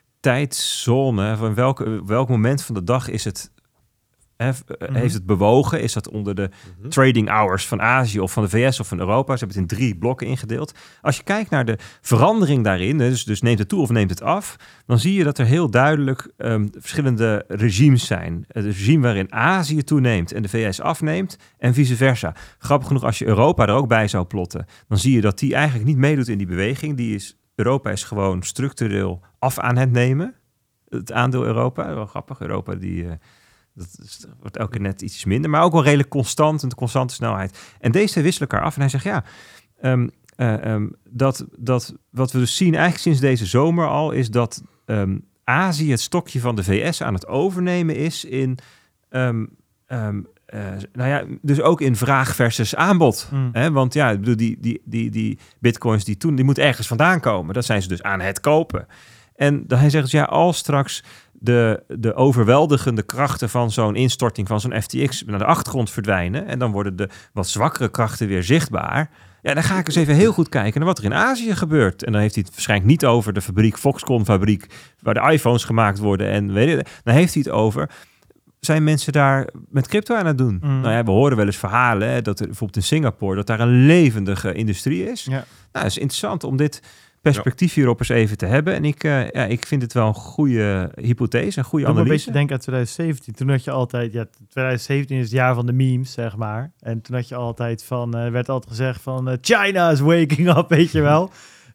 tijdzone, van welke, welk moment van de dag is het, hef, mm-hmm. heeft het bewogen? Is dat onder de mm-hmm. trading hours van Azië of van de V S of van Europa? Ze hebben het in drie blokken ingedeeld. Als je kijkt naar de verandering daarin, dus, dus neemt het toe of neemt het af, dan zie je dat er heel duidelijk um, verschillende regimes zijn. Het regime waarin Azië toeneemt en de V S afneemt en vice versa. Grappig genoeg, als je Europa er ook bij zou plotten, dan zie je dat die eigenlijk niet meedoet in die beweging. Die is, Europa is gewoon structureel af aan het nemen. Het aandeel Europa, wel grappig. Europa die... Uh, Dat is, wordt elke keer net iets minder, maar ook wel redelijk constant, een constante snelheid. En deze twee wisselen elkaar af. En hij zegt, ja, um, uh, um, dat, dat wat we dus zien eigenlijk sinds deze zomer al, is dat um, Azië het stokje van de V S aan het overnemen is in, um, um, uh, nou ja, dus ook in vraag versus aanbod. Mm. Hè? Want ja, die, die, die, die bitcoins die toen, die moeten ergens vandaan komen. Dat zijn ze dus aan het kopen. En dan hij zegt, ja, als straks de, de overweldigende krachten van zo'n instorting van zo'n F T X naar de achtergrond verdwijnen en dan worden de wat zwakkere krachten weer zichtbaar. Ja, dan ga ik eens even heel goed kijken naar wat er in Azië gebeurt. En dan heeft hij het waarschijnlijk niet over de fabriek, Foxconn-fabriek, waar de iPhones gemaakt worden. En weet je, dan heeft hij het over, zijn mensen daar met crypto aan het doen? Mm. Nou ja, we horen wel eens verhalen, hè, dat er bijvoorbeeld in Singapore, dat daar een levendige industrie is. Ja. Nou, het is interessant om dit perspectief hierop eens even te hebben. En ik, uh, ja, ik vind het wel een goede hypothese, een goede analyse. Ik een beetje denken aan twintig zeventien. Toen had je altijd, ja, twintig zeventien is het jaar van de memes, zeg maar. En toen had je altijd van, uh, werd altijd gezegd van, uh, China is waking up, weet je wel.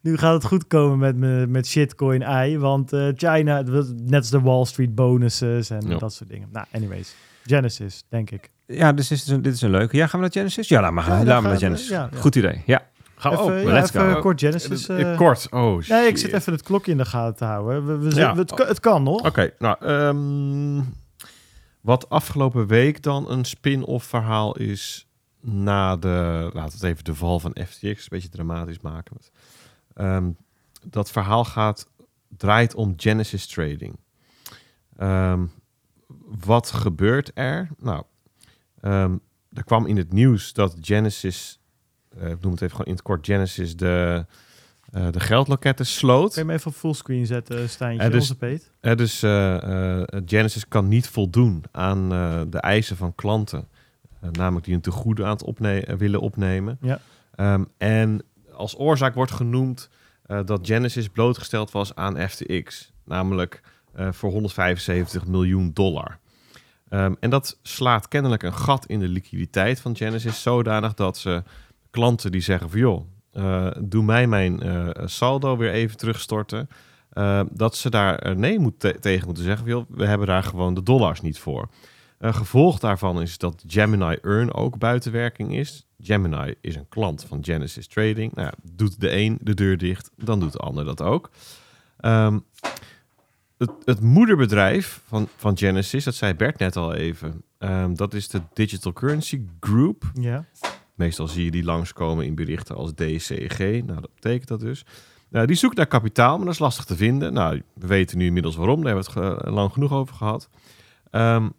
nu gaat het goed komen met, me, met shitcoin I. Want uh, China, net als de Wall Street bonuses en Ja. dat soort dingen. Nou, anyways. Genesis, denk ik. Ja, dus is, dit is een leuke. Ja, gaan we naar Genesis? Ja, laat maar gaan. Ja, laat dan maar naar gaan we- Genesis. ja, ja. Goed idee. Ja. Ga Even, op. ja, let's even go. kort Genesis. Eh, uh, Kort. Oh, shit. nee, ik zit even het klokje in de gaten te houden. We, we, Ja. we- het, kan- het kan nog. Oké, nou, ehm, wat afgelopen week dan een spin-off verhaal is na de, laten we het even de val van F T X, een beetje dramatisch maken. Ehm, dat verhaal gaat, draait om Genesis Trading. Ehm, wat gebeurt er? Nou, ehm, er kwam in het nieuws dat Genesis, uh, ik noem het even gewoon in het kort, Genesis de, uh, de geldloketten sloot. Kun je hem even op fullscreen zetten, Stijntje, Ja, dus- onze Peet? Uh, dus uh, uh, Genesis kan niet voldoen aan uh, de eisen van klanten. Uh, namelijk die een tegoeden aan het opne- uh, willen opnemen. Ja. Um, en als oorzaak wordt genoemd uh, dat Genesis blootgesteld was aan F T X. Namelijk uh, voor honderdvijfenzeventig miljoen dollar. Um, en dat slaat kennelijk een gat in de liquiditeit van Genesis. Zodanig dat ze klanten die zeggen van joh, uh, doe mij mijn uh, saldo weer even terugstorten. Uh, dat ze daar nee moet te- tegen moeten zeggen. Joh, we hebben daar gewoon de dollars niet voor. Uh, gevolg daarvan is dat Gemini Earn ook buiten werking is. Gemini is een klant van Genesis Trading. Nou ja, doet de een de deur dicht, dan doet de ander dat ook. Um, het, het moederbedrijf van, van Genesis, dat zei Bert net al even. Um, dat is de Digital Currency Group. Ja. Meestal zie je die langskomen in berichten als D C G. Nou, dat betekent dat dus. Uh, die zoekt naar kapitaal, maar dat is lastig te vinden. Nou, we weten nu inmiddels waarom. Daar hebben we het ge- lang genoeg over gehad. Um,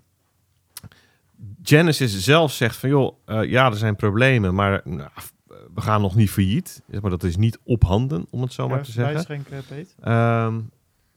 Genesis zelf zegt van, joh, uh, ja, er zijn problemen, maar nou, we gaan nog niet failliet. Maar dat is niet op handen, om het zo maar te zeggen. Bijschenken, Peet. Um,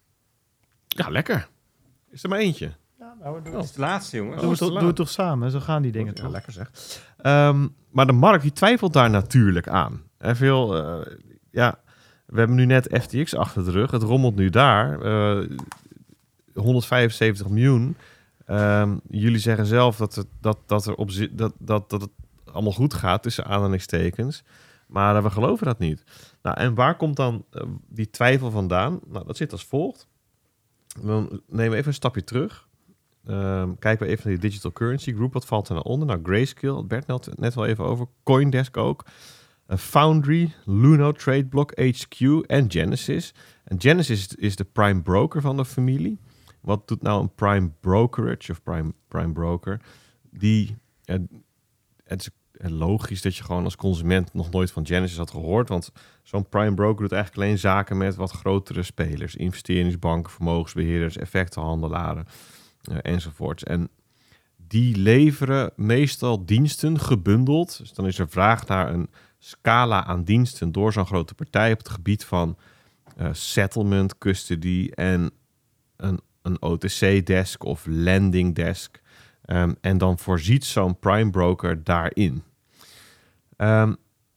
ja, lekker. Is er maar eentje. Ja, nou, doe, Dat is de laatste, jongens. doe, het, toch- doe het toch samen, zo gaan die dingen Ja, toch. lekker zeg. Um, maar de markt die twijfelt daar natuurlijk aan. En veel, uh, ja, we hebben nu net F T X achter de rug. Het rommelt nu daar. Uh, honderdvijfenzeventig miljoen. Um, jullie zeggen zelf dat, het, dat, dat, er op zi- dat, dat, dat het allemaal goed gaat tussen aanhalingstekens. Maar uh, we geloven dat niet. Nou, en waar komt dan uh, die twijfel vandaan? Nou, dat zit als volgt. We nemen even een stapje terug. Um, kijken we even naar die Digital Currency Group. Wat valt er nou onder? Nou, Grayscale, had Bert net, net wel even over. Coindesk ook. Uh, Foundry, Luno, Tradeblock, H Q en Genesis. En Genesis is de prime broker van de familie. Wat doet nou een prime brokerage of prime, prime broker? Die, uh, het is logisch dat je gewoon als consument nog nooit van Genesis had gehoord. Want zo'n prime broker doet eigenlijk alleen zaken met wat grotere spelers. Investeringsbanken, vermogensbeheerders, effectenhandelaren uh, enzovoorts. En die leveren meestal diensten gebundeld. Dus dan is er vraag naar een scala aan diensten door zo'n grote partij op het gebied van uh, settlement, custody en een, een O T C-desk of lending desk. Um, en dan voorziet zo'n prime broker daarin. Um,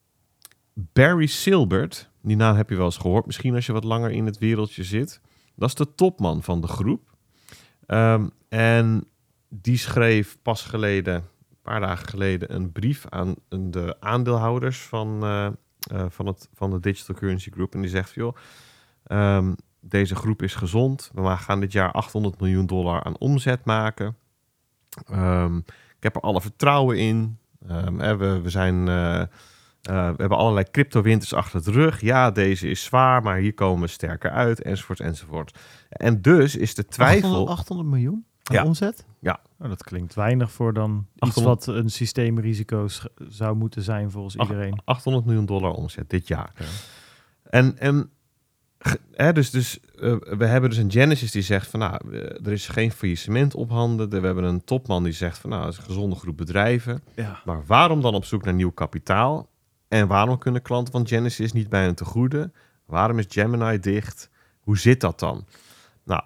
Barry Silbert, die naam heb je wel eens gehoord, misschien als je wat langer in het wereldje zit. Dat is de topman van de groep. Um, en die schreef pas geleden, een paar dagen geleden, een brief aan de aandeelhouders van, uh, uh, van, het, van de Digital Currency Group. En die zegt, joh, um, deze groep is gezond. We gaan dit jaar achthonderd miljoen dollar aan omzet maken. Um, ik heb er alle vertrouwen in. Um, we, we, zijn, uh, uh, we hebben allerlei crypto-winters achter de rug. Ja, deze is zwaar, maar hier komen we sterker uit, enzovoort, enzovoort. En dus is de twijfel... achthonderd, achthonderd miljoen aan Ja. omzet? Ja. Oh, dat klinkt weinig voor dan iets achthonderd wat een systeemrisico sch- zou moeten zijn volgens Ach- iedereen. achthonderd miljoen dollar omzet dit jaar. Okay. En, en ge- hè, dus, dus uh, we hebben dus een Genesis die zegt van nou, uh, er is geen faillissement op handen. We hebben een topman die zegt van nou, het is een gezonde groep bedrijven. Ja. Maar waarom dan op zoek naar nieuw kapitaal? En waarom kunnen klanten van Genesis niet bij hun te goede? Waarom is Gemini dicht? Hoe zit dat dan? Nou,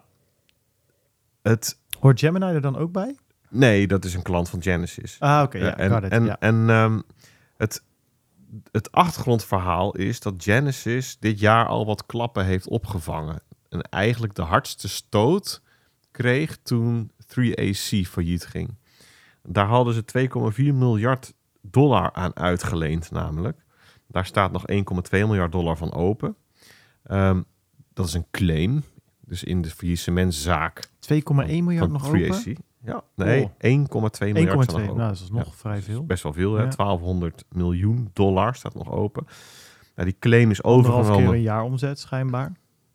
het... Hoort Gemini er dan ook bij? Nee, dat is een klant van Genesis. Ah, oké, ja, en, got it, en, ja. en um, het, het achtergrondverhaal is dat Genesis dit jaar al wat klappen heeft opgevangen. En eigenlijk de hardste stoot kreeg toen drie A C failliet ging. Daar hadden ze twee komma vier miljard dollar aan uitgeleend namelijk. Daar staat nog één komma twee miljard dollar van open. Um, dat is een claim. Dus in de faillissementzaak twee komma één miljard nog three A C. open? Ja, nee, Oh. één komma twee miljard één komma staat twee, nog nou, open. dat is nog Ja, vrij dat is veel. best wel veel, hè? Ja. twaalfhonderd miljoen dollar staat nog open. Nou, die claim is Anderhalf overgenomen. keer een jaar omzet, schijnbaar.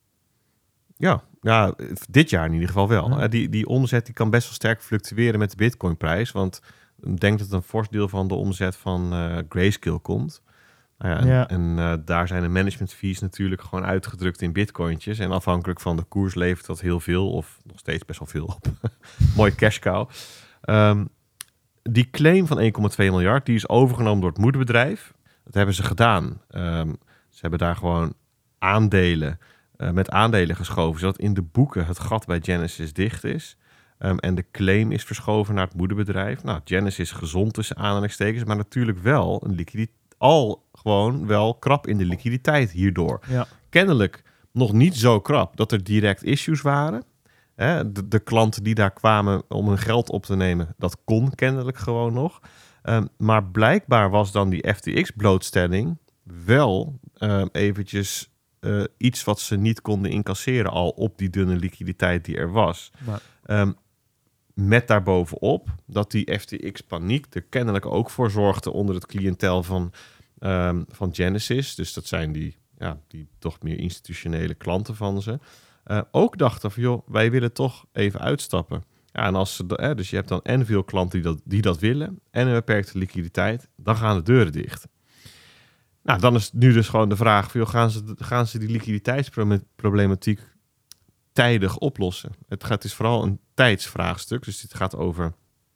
Ja, ja, dit jaar in ieder geval wel. Ja. Die, die omzet die kan best wel sterk fluctueren met de Bitcoinprijs. Want ik denk dat een fors deel van de omzet van uh, Grayscale komt. Nou ja, en Ja. en uh, daar zijn de management fees natuurlijk gewoon uitgedrukt in bitcointjes. En afhankelijk van de koers levert dat heel veel of nog steeds best wel veel op. Mooi cash cow. Um, die claim van één komma twee miljard, die is overgenomen door het moederbedrijf. Dat hebben ze gedaan. Um, ze hebben daar gewoon aandelen, uh, met aandelen geschoven, zodat in de boeken het gat bij Genesis dicht is. Um, en de claim is verschoven naar het moederbedrijf. Nou, Genesis gezond tussen aanhalingstekens, maar natuurlijk wel een liquiditeit. Al gewoon wel krap in de liquiditeit hierdoor. Ja. Kennelijk nog niet zo krap dat er direct issues waren. Hè, de, de klanten die daar kwamen om hun geld op te nemen, dat kon kennelijk gewoon nog. Um, maar blijkbaar was dan die F T X-blootstelling wel um, eventjes uh, iets wat ze niet konden incasseren al op die dunne liquiditeit die er was. Maar, Um, met daarbovenop dat die F T X-paniek er kennelijk ook voor zorgde onder het cliëntel van, um, van Genesis. Dus dat zijn die, ja, die toch meer institutionele klanten van ze. Uh, ook dachten van, joh, wij willen toch even uitstappen. Ja, en als ze, eh, dus je hebt dan en veel klanten die dat, die dat willen en een beperkte liquiditeit, dan gaan de deuren dicht. Nou, dan is nu dus gewoon de vraag van, joh, gaan ze, gaan ze die liquiditeitsproblematiek tijdig oplossen? Het gaat, het is vooral een tijdsvraagstuk. Dus dit gaat over,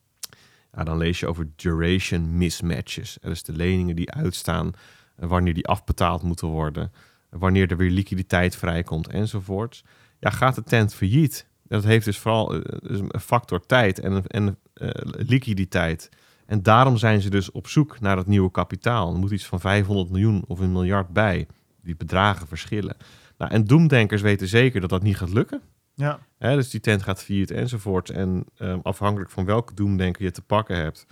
ja, dan lees je over duration mismatches. Dat is de leningen die uitstaan, wanneer die afbetaald moeten worden, wanneer er weer liquiditeit vrijkomt enzovoorts. Ja, gaat de tent failliet? Dat heeft dus vooral een factor tijd en, en uh, liquiditeit. En daarom zijn ze dus op zoek naar het nieuwe kapitaal. Er moet iets van vijfhonderd miljoen of een miljard bij. Die bedragen verschillen. Nou, en doemdenkers weten zeker dat dat niet gaat lukken. ja. Hè, dus die tent gaat failliet enzovoort. En um, afhankelijk van welke doemdenker je te pakken hebt,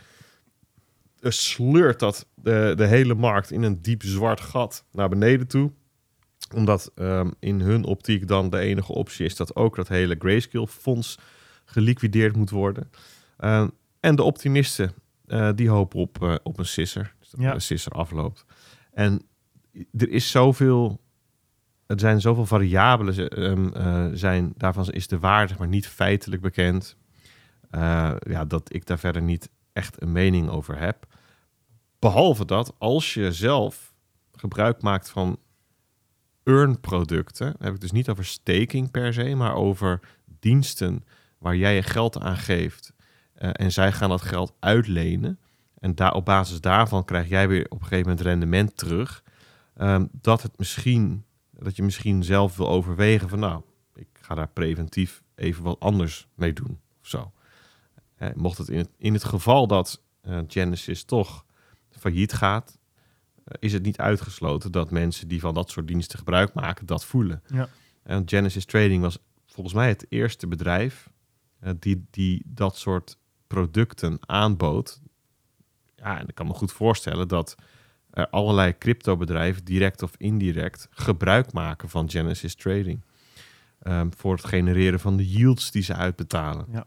uh, sleurt dat de, de hele markt in een diep zwart gat naar beneden toe. Omdat um, in hun optiek dan de enige optie is dat ook dat hele Grayscale-fonds geliquideerd moet worden. Um, en de optimisten, uh, die hopen op, uh, op een sisser. Dus dat Ja. een sisser afloopt. En er is zoveel... Er zijn zoveel variabelen, um, uh, zijn, daarvan is de waarde zeg maar, niet feitelijk bekend. Uh, ja, dat ik daar verder niet echt een mening over heb. Behalve dat, als je zelf gebruik maakt van earn-producten, heb ik dus niet over staking per se, maar over diensten waar jij je geld aan geeft. Uh, en zij gaan dat geld uitlenen. En daar, op basis daarvan krijg jij weer op een gegeven moment rendement terug. Um, dat het misschien... dat je misschien zelf wil overwegen van, nou, ik ga daar preventief even wat anders mee doen of zo. Eh, mocht het in het, in het geval dat uh, Genesis toch failliet gaat, uh, is het niet uitgesloten dat mensen die van dat soort diensten gebruik maken, dat voelen. Ja. En Genesis Trading was volgens mij het eerste bedrijf uh, die, die dat soort producten aanbood. Ja, en ik kan me goed voorstellen dat er allerlei cryptobedrijven, direct of indirect, gebruik maken van Genesis Trading. Um, voor het genereren van de yields die ze uitbetalen. Ja,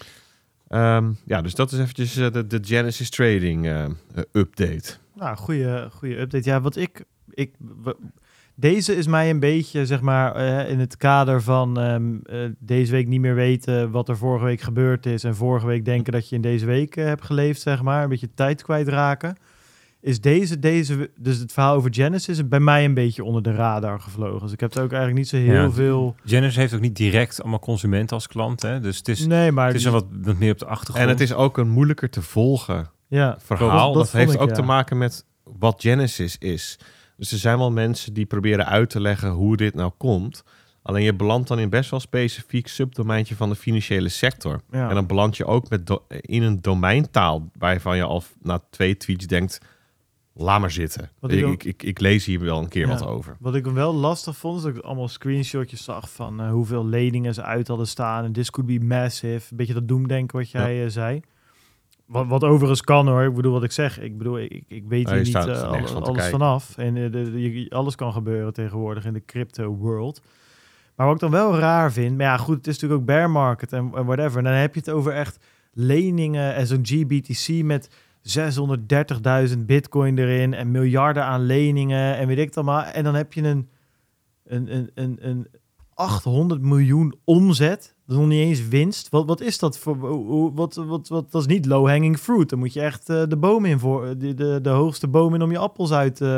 um, ja dus dat is eventjes uh, de, de Genesis Trading uh, uh, update. nou, goede, goede update. Ja, wat ik... ik w- deze is mij een beetje, zeg maar, uh, in het kader van um, uh, deze week niet meer weten wat er vorige week gebeurd is en vorige week denken dat je in deze week uh, hebt geleefd, zeg maar. Een beetje tijd kwijtraken. Is deze, deze, dus het verhaal over Genesis, is bij mij een beetje onder de radar gevlogen. Dus ik heb er ook eigenlijk niet zo heel Ja. veel... Genesis heeft ook niet direct allemaal consumenten als klant, hè? Dus het is, Nee, maar... het is die- een wat, wat meer op de achtergrond. En het is ook een moeilijker te volgen ja, verhaal. Dat, dat vond heeft ik, ook ja. te maken met wat Genesis is. Dus er zijn wel mensen die proberen uit te leggen hoe dit nou komt. Alleen je belandt dan in best wel specifiek subdomeintje van de financiële sector. Ja. En dan beland je ook met do- in een domeintaal waarvan je al na twee tweets denkt, laat maar zitten. Wat Ik, ik ook- ik, ik, ik lees hier wel een keer Ja. wat over. Wat ik wel lastig vond, is dat ik allemaal screenshotjes zag van uh, hoeveel leningen ze uit hadden staan. En this could be massive. Een beetje dat doemdenken wat jij uh, zei. Wat, wat overigens kan hoor. Ik bedoel wat ik zeg. Ik bedoel, ik, ik weet Oh, hier je niet staat uh, er nergens van te alles kijken. vanaf. En uh, de, de, je- alles kan gebeuren tegenwoordig in de crypto world. Maar wat ik dan wel raar vind... Maar ja, goed, het is natuurlijk ook bear market en, en whatever. En dan heb je het over echt leningen en zo'n G B T C met zeshonderddertigduizend bitcoin erin en miljarden aan leningen en weet ik het allemaal. En dan heb je een, een, een, een, een achthonderd miljoen omzet. Dat is nog niet eens winst. Wat, wat is dat voor... hoe- hoe- Wat, wat, wat, dat is niet low-hanging fruit. Dan moet je echt uh, de boom in voor... De, de, de hoogste boom in om je appels uit uh,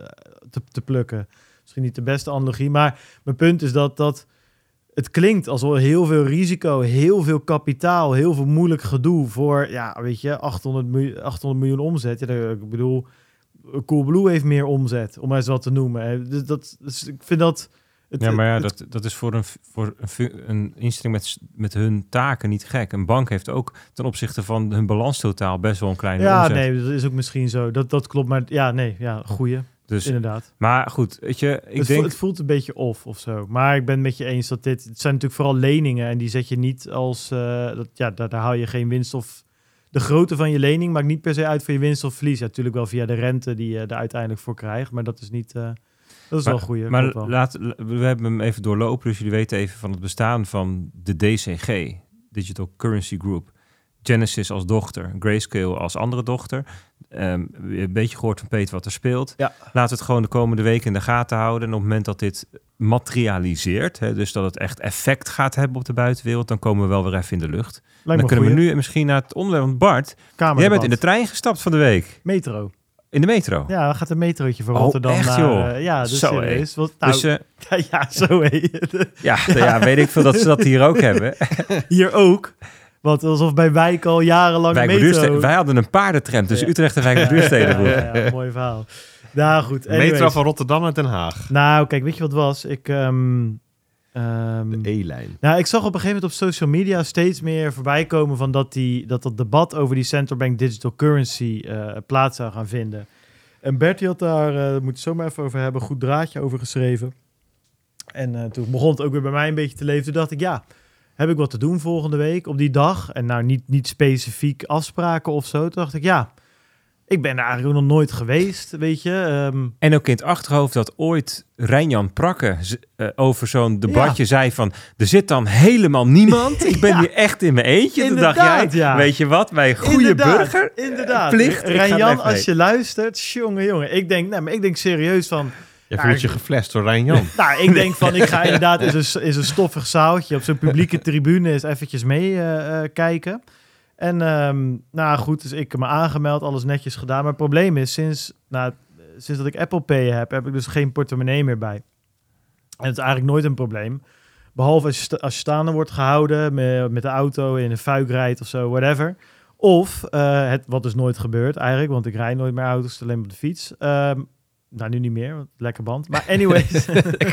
te, te plukken. Misschien niet de beste analogie, maar mijn punt is dat... dat het klinkt alsof heel veel risico, heel veel kapitaal, heel veel moeilijk gedoe voor, ja, weet je, achthonderd miljoen, achthonderd miljoen omzet. Ja, ik bedoel, Coolblue heeft meer omzet, om maar eens wat te noemen. Hè. Dus dat, dus ik vind dat... Het, Ja, maar ja, het- dat, dat is voor een, voor een, fu- een instelling met, met hun taken niet gek. Een bank heeft ook ten opzichte van hun balanstotaal best wel een kleine ja, omzet. nee, dat is ook misschien zo. Dat, dat klopt, maar ja, nee, ja, goeie, Dus, inderdaad. maar goed, weet je, ik het, denk... voelt, het voelt een beetje off of zo. Maar ik ben het met je eens dat dit... Het zijn natuurlijk vooral leningen en die zet je niet als... Uh, dat, ja, daar, daar haal je geen winst of... De grootte van je lening maakt niet per se uit voor je winst of verlies. Ja, natuurlijk wel via de rente die je er uiteindelijk voor krijgt. Maar dat is niet... Uh, dat is maar, wel goed. Maar laat, we hebben hem even doorlopen, dus jullie weten even van het bestaan van de D C G, Digital Currency Group. Genesis als dochter, Grayscale als andere dochter. Um, een beetje gehoord van Peter wat er speelt. Ja. Laten we het gewoon de komende weken in de gaten houden. En op het moment dat dit materialiseert, hè, dus dat het echt effect gaat hebben op de buitenwereld, dan komen we wel weer even in de lucht. Lijkt dan kunnen goeie. we nu misschien naar het onderwerp. Want Bart, Kamerdebat. jij bent in de trein gestapt van de week. Metro. In de metro. Ja, dan gaat een metrootje van Oh, Rotterdam echt, naar... joh? Uh, ja, dus Zo, serieus. Wat, nou, dus uh, ja, zo hé. ja, ja, weet ik veel dat ze dat hier ook hebben. Hier ook. Want alsof bij Wijk al jarenlang Wijk metro... Borduurstede- Wij hadden een paardentram tussen Ja. Utrecht en Wijk Borduurstede. ja, ja, ja, ja, mooi verhaal. Nou goed, anyways. Metro van Rotterdam naar Den Haag. Nou, kijk, weet je wat het was? Ik, um, um, De E-lijn. nou, ik zag op een gegeven moment op social media steeds meer voorbij komen van dat die, dat, dat debat over die central bank digital currency uh, plaats zou gaan vinden. En Bertie had daar, uh, moet het zo maar even over hebben, een goed draadje over geschreven. En uh, toen begon het ook weer bij mij een beetje te leven. Toen dacht ik, ja, heb ik wat te doen volgende week op die dag? En nou, niet, niet specifiek afspraken of zo. Toen dacht ik, ja, ik ben daar eigenlijk ook nog nooit geweest, weet je. Um, En ook in het achterhoofd dat ooit Rijnjan Prakke z- uh, over zo'n debatje Ja. zei van, er zit dan helemaal niemand. Ik ben Ja. hier echt in mijn eentje. Toen dacht Inderdaad, jij, ja. weet je wat, mijn goede Inderdaad, burger. Inderdaad. plicht, ik ga er Rijnjan, even mee. als je luistert, jongen, jongen. Ik denk, nee, maar ik denk serieus van... Je Nou, voelt je geflasht door Rijn-Jan. Nou, ik denk van, ik ga inderdaad in zo'n in zo'n stoffig zaaltje op zo'n publieke tribune eens eventjes mee uh, uh, kijken. En um, nou goed, dus ik heb me aangemeld, alles netjes gedaan. Maar het probleem is, sinds, nou, sinds dat ik Apple Pay heb, heb ik dus geen portemonnee meer bij. En dat is eigenlijk nooit een probleem. Behalve als je, sta- als je staande wordt gehouden met, met de auto in een fuik rijdt of zo, whatever. Of, uh, het, wat dus nooit gebeurt eigenlijk, want ik rijd nooit meer auto's, alleen op de fiets. Um, nou, nu niet meer, want lekker band. Maar anyways,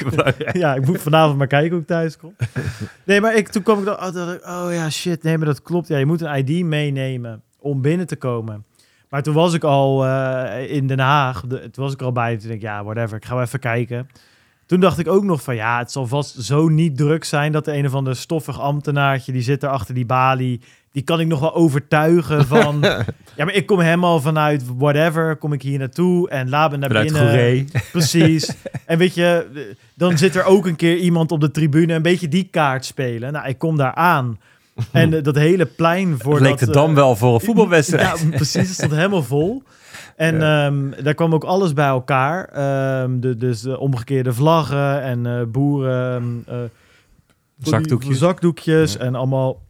ja, ik moet vanavond maar kijken hoe ik thuis kom. Nee, maar ik, toen kwam ik dan, oh, dacht ik, oh ja, shit, nee, maar dat klopt. Ja, je moet een I D meenemen om binnen te komen. Maar toen was ik al uh, in Den Haag, de, toen was ik er al bij. Toen dacht ik, ja, whatever, ik ga wel even kijken. Toen dacht ik ook nog van, ja, het zal vast zo niet druk zijn dat de een of ander stoffig ambtenaartje, die zit er achter die balie, die kan ik nog wel overtuigen van, ja, maar ik kom helemaal vanuit whatever, kom ik hier naartoe en laat me naar Vanuit binnen. Goeree. Precies. En weet je, dan zit er ook een keer iemand op de tribune een beetje die kaart spelen. Nou, ik kom daar aan. En uh, dat hele plein voor Het leek dat... de Dam uh, wel voor een voetbalwedstrijd. Ja, precies. Het stond helemaal vol. En Ja. um, daar kwam ook alles bij elkaar. Um, de, dus de omgekeerde vlaggen en uh, boeren... Uh, Zakdoekjes. Zakdoekjes Ja. en allemaal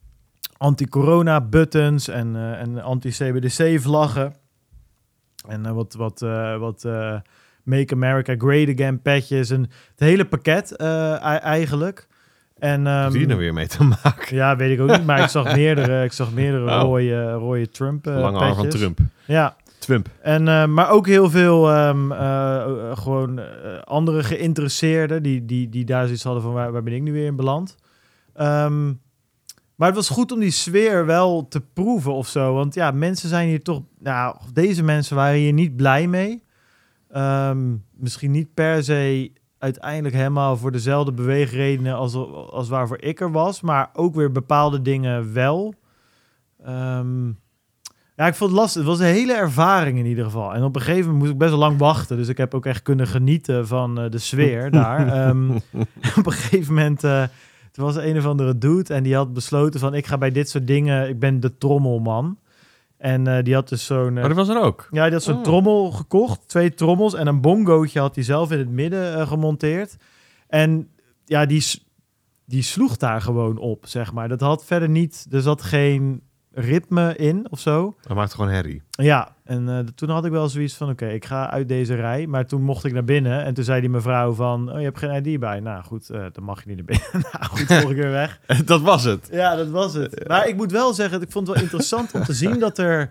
anti-corona buttons en, uh, en anti-C B D C-vlaggen. En uh, wat, wat, uh, wat uh, Make America Great Again petjes. En het hele pakket uh, eigenlijk. En, um, Wat hier nou weer mee te maken? ja, weet ik ook niet. Maar ik zag meerdere, ik zag meerdere Oh. rode, rode Trump uh, Lange arm van petjes. Trump. Ja. Trump. En, uh, maar ook heel veel um, uh, uh, gewoon uh, andere geïnteresseerden die, die, die daar zoiets hadden van waar, waar ben ik nu weer in beland. Um, maar het was goed om die sfeer wel te proeven of zo. Want ja, mensen zijn hier toch... Nou, deze mensen waren hier niet blij mee. Um, misschien niet per se uiteindelijk helemaal voor dezelfde beweegredenen als, als waarvoor ik er was. Maar ook weer bepaalde dingen wel. Um, Ja, ik vond het lastig. Het was een hele ervaring in ieder geval. En op een gegeven moment moest ik best wel lang wachten. Dus ik heb ook echt kunnen genieten van uh, de sfeer daar. Um, op een gegeven moment... Uh, er was een of andere dude en die had besloten van... ik ga bij dit soort dingen... Ik ben de trommelman. En uh, die had dus zo'n... Uh, maar dat was er ook? Ja, die had zo'n oh. trommel gekocht. Twee trommels en een bongootje had hij zelf in het midden uh, gemonteerd. En ja, die, die sloeg daar gewoon op, zeg maar. Dat had verder niet... Er zat geen ritme in of zo. Dat maakt gewoon herrie. Ja, en uh, toen had ik wel zoiets van... Oké, okay, ik ga uit deze rij. Maar toen mocht ik naar binnen. En toen zei die mevrouw van... Oh, je hebt geen I D bij. Nou goed, uh, dan mag je niet naar binnen. nou goed, volg ik weer weg. Dat was het. Ja, dat was het. Maar ik moet wel zeggen... Ik vond het wel interessant om te zien dat er...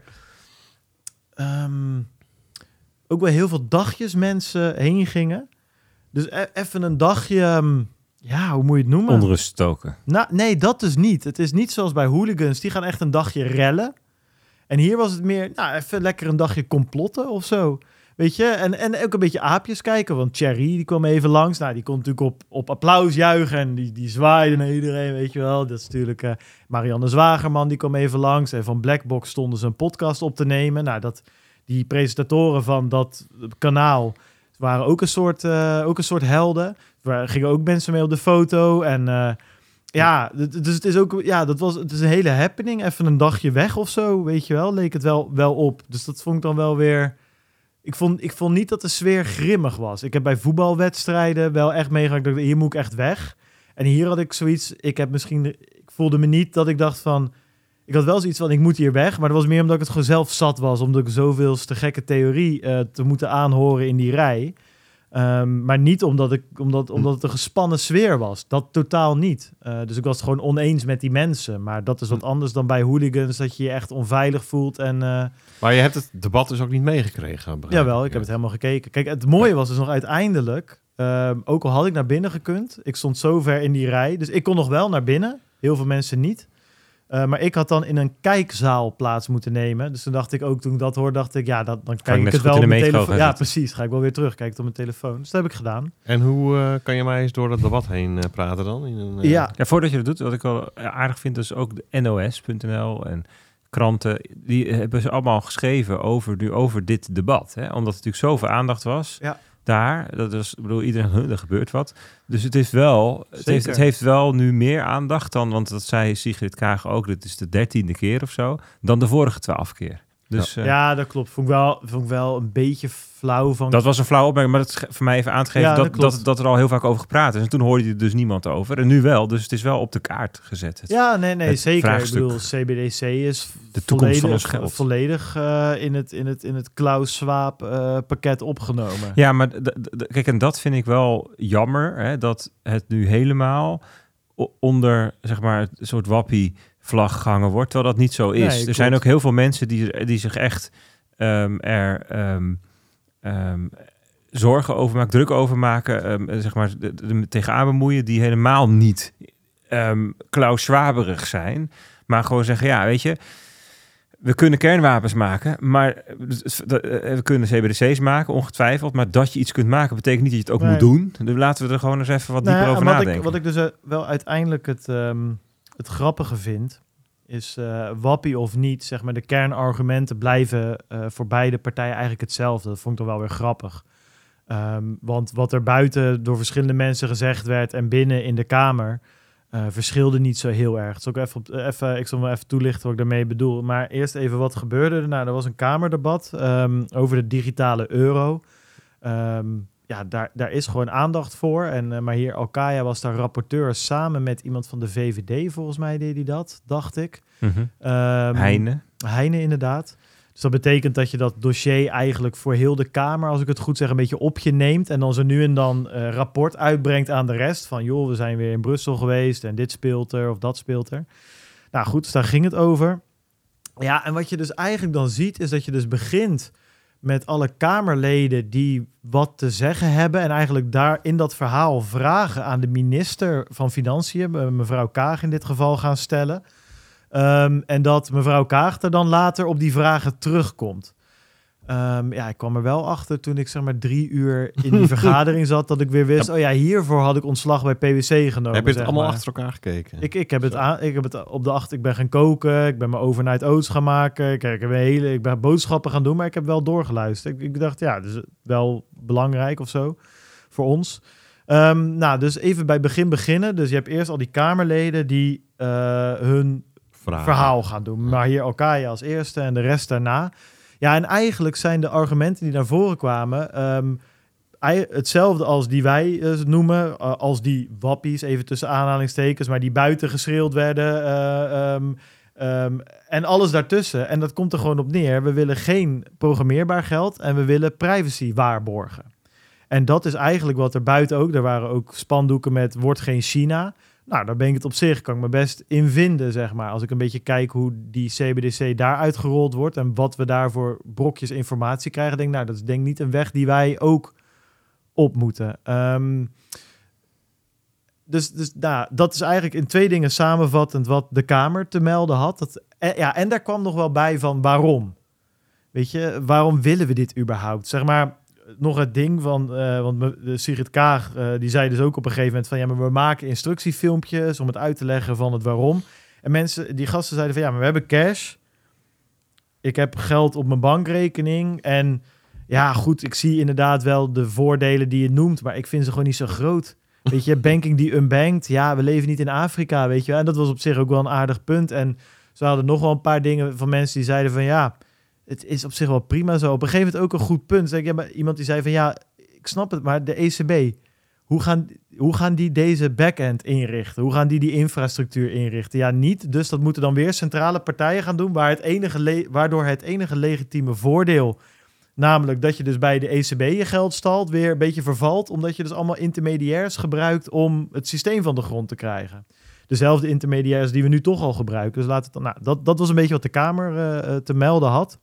Um, ook wel heel veel dagjes mensen heen gingen. Dus e- even een dagje... Um, ja, hoe moet je het noemen? Onrust stoken. Nou, nee, dat dus niet. Het is niet zoals bij hooligans. Die gaan echt een dagje rellen. En hier was het meer, nou, even lekker een dagje complotten of zo. Weet je? En, en ook een beetje aapjes kijken. Want Thierry, die kwam even langs. Nou, die kon natuurlijk op, op applaus juichen. En die, die zwaaide naar iedereen, weet je wel. Dat is natuurlijk uh, Marianne Zwagerman, die kwam even langs. En van Blackbox stonden ze een podcast op te nemen. Nou, dat, die presentatoren van dat kanaal waren ook een soort, uh, ook een soort helden. Er gingen ook mensen mee op de foto. En uh, ja, dus het is ook, ja, dat was, het is een hele happening. Even een dagje weg of zo, weet je wel. Leek het wel, wel op. Dus dat vond ik dan wel weer... Ik vond, ik vond niet dat de sfeer grimmig was. Ik heb bij voetbalwedstrijden wel echt meegemaakt dat hier moet ik echt weg. En hier had ik zoiets, ik heb misschien, ik voelde me niet dat ik dacht van, ik had wel zoiets van, ik moet hier weg. Maar dat was meer omdat ik het gewoon zelf zat was, omdat ik zoveelste gekke theorie uh, te moeten aanhoren in die rij. Um, maar niet omdat, ik, omdat, omdat het een gespannen sfeer was. Dat totaal niet. Uh, dus ik was het gewoon oneens met die mensen. Maar dat is wat anders dan bij hooligans, dat je je echt onveilig voelt. En, uh... Maar je hebt het debat dus ook niet meegekregen? Jawel, ik ja. heb het helemaal gekeken. Kijk, het mooie was dus nog uiteindelijk, uh, ook al had ik naar binnen gekund, ik stond zo ver in die rij, dus ik kon nog wel naar binnen. Heel veel mensen niet. Uh, maar ik had dan in een kijkzaal plaats moeten nemen. Dus toen dacht ik ook, toen ik dat hoorde, dacht ik, ja, dat, dan kijk ik, ik het wel op mijn telefoon. Ja, precies. Ga ik wel weer terug. Kijk het op mijn telefoon. Dus dat heb ik gedaan. En hoe uh, kan je mij eens door dat debat heen uh, praten dan? In een, uh... ja. ja, voordat je dat doet, wat ik wel aardig vind, is ook de N O S punt N L en kranten, die hebben ze allemaal geschreven over, nu over dit debat. Hè? Omdat er natuurlijk zoveel aandacht was. Ja. Daar, dat is, ik bedoel, iedereen, huh, er gebeurt wat. Dus het is wel, het heeft, het heeft wel nu meer aandacht dan, want dat zei Sigrid Kaag ook, dit is de dertiende keer of zo, dan de vorige twaalf keer. Dus, ja. Uh, ja, dat klopt. Vond ik, wel, vond ik wel een beetje flauw van... Dat was een flauw opmerking, maar dat is voor mij even aan te geven ja, dat, dat, dat, dat er al heel vaak over gepraat is. En toen hoorde je er dus niemand over. En nu wel, dus het is wel op de kaart gezet. Het, ja, nee, nee, zeker. Vraagstuk. Ik bedoel, C B D C is de toekomst volledig, van ons geld. volledig uh, in het, in het, in het Klaus Schwab uh, pakket opgenomen. Ja, maar d- d- kijk, en dat vind ik wel jammer, hè, dat het nu helemaal onder, zeg maar, een soort wappie vlag gehangen wordt, terwijl dat niet zo is. Nee, er klopt. Zijn ook heel veel mensen die, die zich echt um, er um, um, zorgen over maken, druk over maken, um, zeg maar, de, de, de, tegenaan bemoeien, die helemaal niet um, Klaus Schwaberig zijn, maar gewoon zeggen, ja, weet je, we kunnen kernwapens maken, maar we kunnen C B D C's maken, ongetwijfeld. Maar dat je iets kunt maken, betekent niet dat je het ook nee. moet doen. Dus laten we er gewoon eens even wat nou, dieper over wat nadenken. Ik, wat ik dus uh, wel uiteindelijk het, um, het grappige vind, is uh, wappie of niet, zeg maar, de kernargumenten blijven uh, voor beide partijen eigenlijk hetzelfde. Dat vond ik toch wel weer grappig. Um, want wat er buiten door verschillende mensen gezegd werd en binnen in de Kamer, Uh, verschilde niet zo heel erg. Dus ook even, op, even, ik zal wel even toelichten wat ik daarmee bedoel. Maar eerst even wat gebeurde er. Nou, er was een kamerdebat um, over de digitale euro. Um, ja, daar, daar is gewoon aandacht voor. En, uh, maar hier Alkaya was daar rapporteur samen met iemand van de V V D. Volgens mij deed hij dat, dacht ik. Mm-hmm. Um, Heine. Heine, inderdaad. Dus dat betekent dat je dat dossier eigenlijk voor heel de Kamer, als ik het goed zeg, een beetje op je neemt. En dan zo nu en dan uh, rapport uitbrengt aan de rest. Van joh, we zijn weer in Brussel geweest en dit speelt er of dat speelt er. Nou goed, dus daar ging het over. Ja, en wat je dus eigenlijk dan ziet, is dat je dus begint met alle Kamerleden die wat te zeggen hebben. En eigenlijk daar in dat verhaal vragen aan de minister van Financiën, mevrouw Kaag in dit geval, gaan stellen. Um, en dat mevrouw Kaag er dan later op die vragen terugkomt. Um, ja, ik kwam er wel achter toen ik zeg maar drie uur in die vergadering zat, dat ik weer wist, ja. oh ja, hiervoor had ik ontslag bij P W C genomen. Heb je het zeg allemaal maar. achter elkaar gekeken? Ik, ik, heb het aan, ik heb het op de acht, ik ben gaan koken, ik ben mijn overnight oats gaan maken, ik, ik, heb een hele, ik ben boodschappen gaan doen, maar ik heb wel doorgeluisterd. Ik, ik dacht, ja, dat is wel belangrijk of zo voor ons. Um, nou, dus even bij begin beginnen. Dus je hebt eerst al die Kamerleden die uh, hun Vraag. verhaal gaan doen. Maar hier Alkaya als eerste en de rest daarna. Ja, en eigenlijk zijn de argumenten die naar voren kwamen Um, hetzelfde als die wij uh, noemen, uh, als die wappies, even tussen aanhalingstekens, maar die buiten geschreeuwd werden uh, um, um, en alles daartussen. En dat komt er gewoon op neer. We willen geen programmeerbaar geld en we willen privacy waarborgen. En dat is eigenlijk wat er buiten ook. Er waren ook spandoeken met "Word geen China". Nou, daar ben ik het op zich, kan ik me best in vinden, zeg maar. Als ik een beetje kijk hoe die C B D C daar uitgerold wordt en wat we daar voor brokjes informatie krijgen, denk ik, nou, dat is denk ik niet een weg die wij ook op moeten. Um, dus dus nou, dat is eigenlijk in twee dingen samenvattend wat de Kamer te melden had. Dat, en, ja, en daar kwam nog wel bij van waarom. Weet je, waarom willen we dit überhaupt? Zeg maar, nog het ding van, uh, want Sigrid Kaag, uh, die zei dus ook op een gegeven moment van, ja, maar we maken instructiefilmpjes om het uit te leggen van het waarom. En mensen, die gasten zeiden van, ja, maar we hebben cash. Ik heb geld op mijn bankrekening en ja, goed, ik zie inderdaad wel de voordelen die je noemt, maar ik vind ze gewoon niet zo groot. Weet je, banking die unbanked, ja, we leven niet in Afrika, weet je. En dat was op zich ook wel een aardig punt. En ze hadden nog wel een paar dingen van mensen die zeiden van, ja, het is op zich wel prima zo. Op een gegeven moment ook een goed punt. Zeg, ja, maar iemand die zei van, ja, ik snap het, maar de E C B, hoe gaan, hoe gaan die deze backend inrichten? Hoe gaan die die infrastructuur inrichten? Ja, niet. Dus dat moeten dan weer centrale partijen gaan doen, waar het enige le- waardoor het enige legitieme voordeel, namelijk dat je dus bij de E C B je geld stalt, weer een beetje vervalt, omdat je dus allemaal intermediairs gebruikt om het systeem van de grond te krijgen. Dezelfde intermediairs die we nu toch al gebruiken. Dus laat het dan, nou, dat, dat was een beetje wat de Kamer uh, te melden had.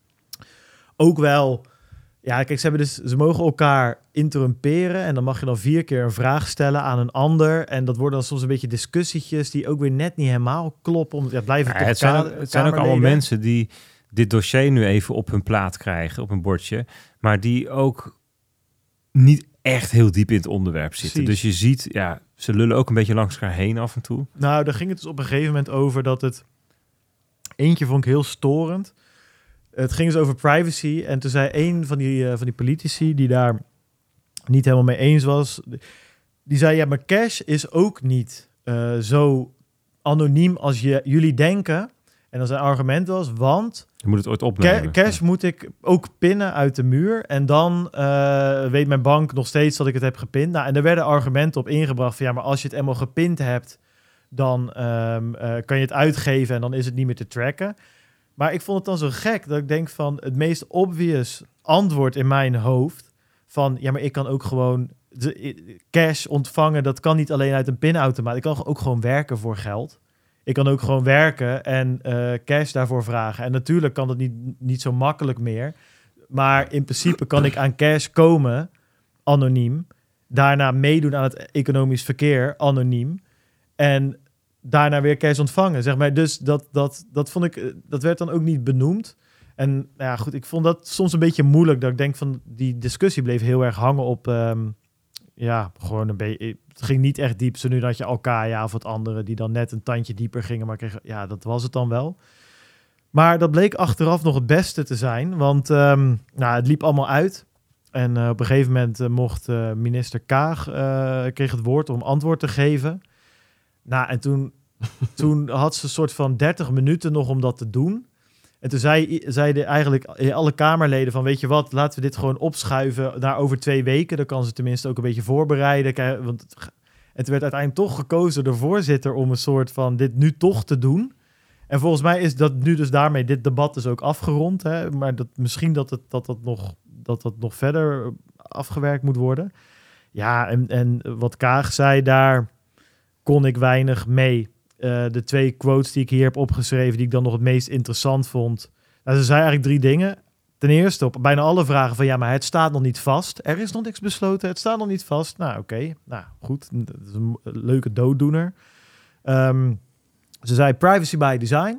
Ook wel, ja, kijk, ze, hebben dus, ze mogen elkaar interrumperen en dan mag je dan vier keer een vraag stellen aan een ander. En dat worden dan soms een beetje discussietjes die ook weer net niet helemaal kloppen. Omdat ja, blijven ja, het zijn, ook, het zijn ook allemaal mensen die dit dossier nu even op hun plaat krijgen, op een bordje, maar die ook niet echt heel diep in het onderwerp zitten. Precies. Dus je ziet, ja, ze lullen ook een beetje langs elkaar heen af en toe. Nou, daar ging het dus op een gegeven moment over dat het, eentje vond ik heel storend. Het ging dus over privacy en toen zei een van die, uh, van die politici die daar niet helemaal mee eens was, die zei, ja, maar cash is ook niet uh, zo anoniem als je, jullie denken. En dan zijn argument was, want je moet het ooit opnemen. Ca- cash ja. moet ik ook pinnen uit de muur. En dan uh, weet mijn bank nog steeds dat ik het heb gepind. Nou, en er werden argumenten op ingebracht van, ja, maar als je het eenmaal gepind hebt, dan um, uh, kan je het uitgeven en dan is het niet meer te tracken. Maar ik vond het dan zo gek dat ik denk van, het meest obvious antwoord in mijn hoofd van, ja, maar ik kan ook gewoon de cash ontvangen. Dat kan niet alleen uit een pinautomaat. Ik kan ook gewoon werken voor geld. Ik kan ook gewoon werken en uh, cash daarvoor vragen. En natuurlijk kan dat niet, niet zo makkelijk meer. Maar in principe kan ik aan cash komen, anoniem. Daarna meedoen aan het economisch verkeer, anoniem. En daarna weer cash ontvangen, zeg maar. Dus dat, dat, dat vond ik, dat werd dan ook niet benoemd. En nou ja, goed, ik vond dat soms een beetje moeilijk. Dat ik denk van, die discussie bleef heel erg hangen op, um, ja, gewoon een beetje. Het ging niet echt diep. Zo nu dat je Alkaya of wat andere die dan net een tandje dieper gingen, maar kreeg, ja, dat was het dan wel. Maar dat bleek achteraf nog het beste te zijn, want um, nou, het liep allemaal uit. En uh, op een gegeven moment uh, mocht uh, minister Kaag uh, kreeg het woord om antwoord te geven. Nou, en toen, toen had ze een soort van dertig minuten nog om dat te doen. En toen zei, zeiden eigenlijk alle Kamerleden van, weet je wat, laten we dit gewoon opschuiven naar over twee weken. Dan kan ze tenminste ook een beetje voorbereiden. Want het werd uiteindelijk toch gekozen door de voorzitter om een soort van dit nu toch te doen. En volgens mij is dat nu dus daarmee dit debat dus ook afgerond. Hè? Maar dat, misschien dat, het, dat, dat, nog, dat dat nog verder afgewerkt moet worden. Ja, en, en wat Kaag zei, daar kon ik weinig mee. Uh, de twee quotes die ik hier heb opgeschreven, die ik dan nog het meest interessant vond. Nou, ze zei eigenlijk drie dingen. Ten eerste, op bijna alle vragen van, ja, maar het staat nog niet vast. Er is nog niks besloten, het staat nog niet vast. Nou, oké. Okay. Nou, goed. Dat is een leuke dooddoener. Um, ze zei privacy by design.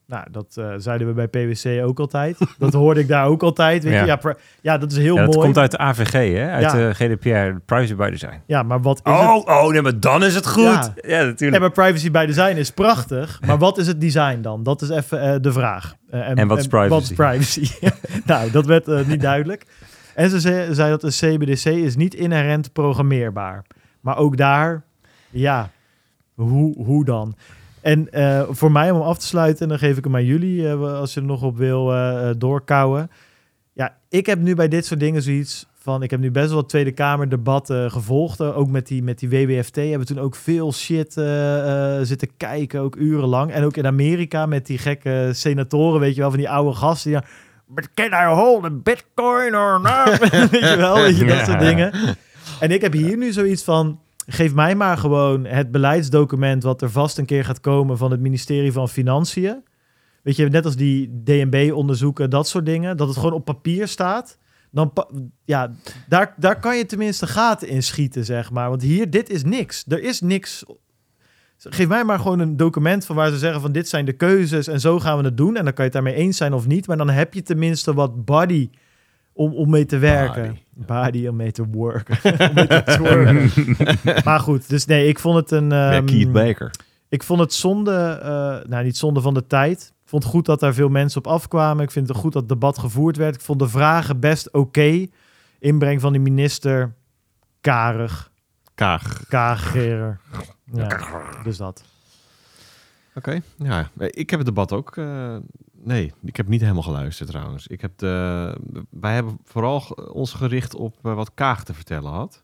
Nou, dat uh, zeiden we bij P W C ook altijd. Dat hoorde ik daar ook altijd. Weet ja. je? Ja, pri- ja, dat is heel ja, dat mooi. Dat komt uit de A V G, hè? Uit ja. de G D P R, Privacy by Design. Ja, maar wat is oh, het? Oh, nee, maar dan is het goed. Ja, ja natuurlijk. Ja, maar Privacy by Design is prachtig. Maar wat is het design dan? Dat is even uh, de vraag. Uh, en, en wat is privacy? Wat is privacy? Nou, dat werd uh, niet duidelijk. En ze zei, zei dat een C B D C is niet inherent programmeerbaar. Maar ook daar, ja, hoe, hoe dan? En uh, voor mij om af te sluiten, en dan geef ik hem aan jullie, uh, als je er nog op wil uh, doorkouwen. Ja, ik heb nu bij dit soort dingen zoiets van, ik heb nu best wel het Tweede Kamer debatten gevolgd. Uh, ook met die, met die W W F T hebben we toen ook veel shit uh, uh, zitten kijken, ook urenlang. En ook in Amerika met die gekke senatoren, weet je wel, van die oude gasten. Die dan, but can I hold a bitcoin or not? Weet je wel, weet je, dat soort dingen. En ik heb hier nu zoiets van, geef mij maar gewoon het beleidsdocument wat er vast een keer gaat komen van het ministerie van Financiën. Weet je, net als die D N B-onderzoeken, dat soort dingen. Dat het gewoon op papier staat. Dan, ja, daar, daar kan je tenminste gaten in schieten, zeg maar. Want hier, dit is niks. Er is niks. Geef mij maar gewoon een document van waar ze zeggen van dit zijn de keuzes en zo gaan we het doen. En dan kan je het daarmee eens zijn of niet. Maar dan heb je tenminste wat body om, om mee te werken. Body, body om mee te worken. om mee te twerken. Maar goed, dus nee, ik vond het een... Um, Keith Baker. Ik vond het zonde, uh, nou niet zonde van de tijd. Ik vond het goed dat daar veel mensen op afkwamen. Ik vind het goed dat het debat gevoerd werd. Ik vond de vragen best oké. Okay. Inbreng van de minister, karig. Kaag. Kager. Ja, dus dat. Oké, okay. Ja. Ik heb het debat ook... Uh, nee, ik heb niet helemaal geluisterd trouwens. Ik heb de, wij hebben vooral ons gericht op uh, wat Kaag te vertellen had.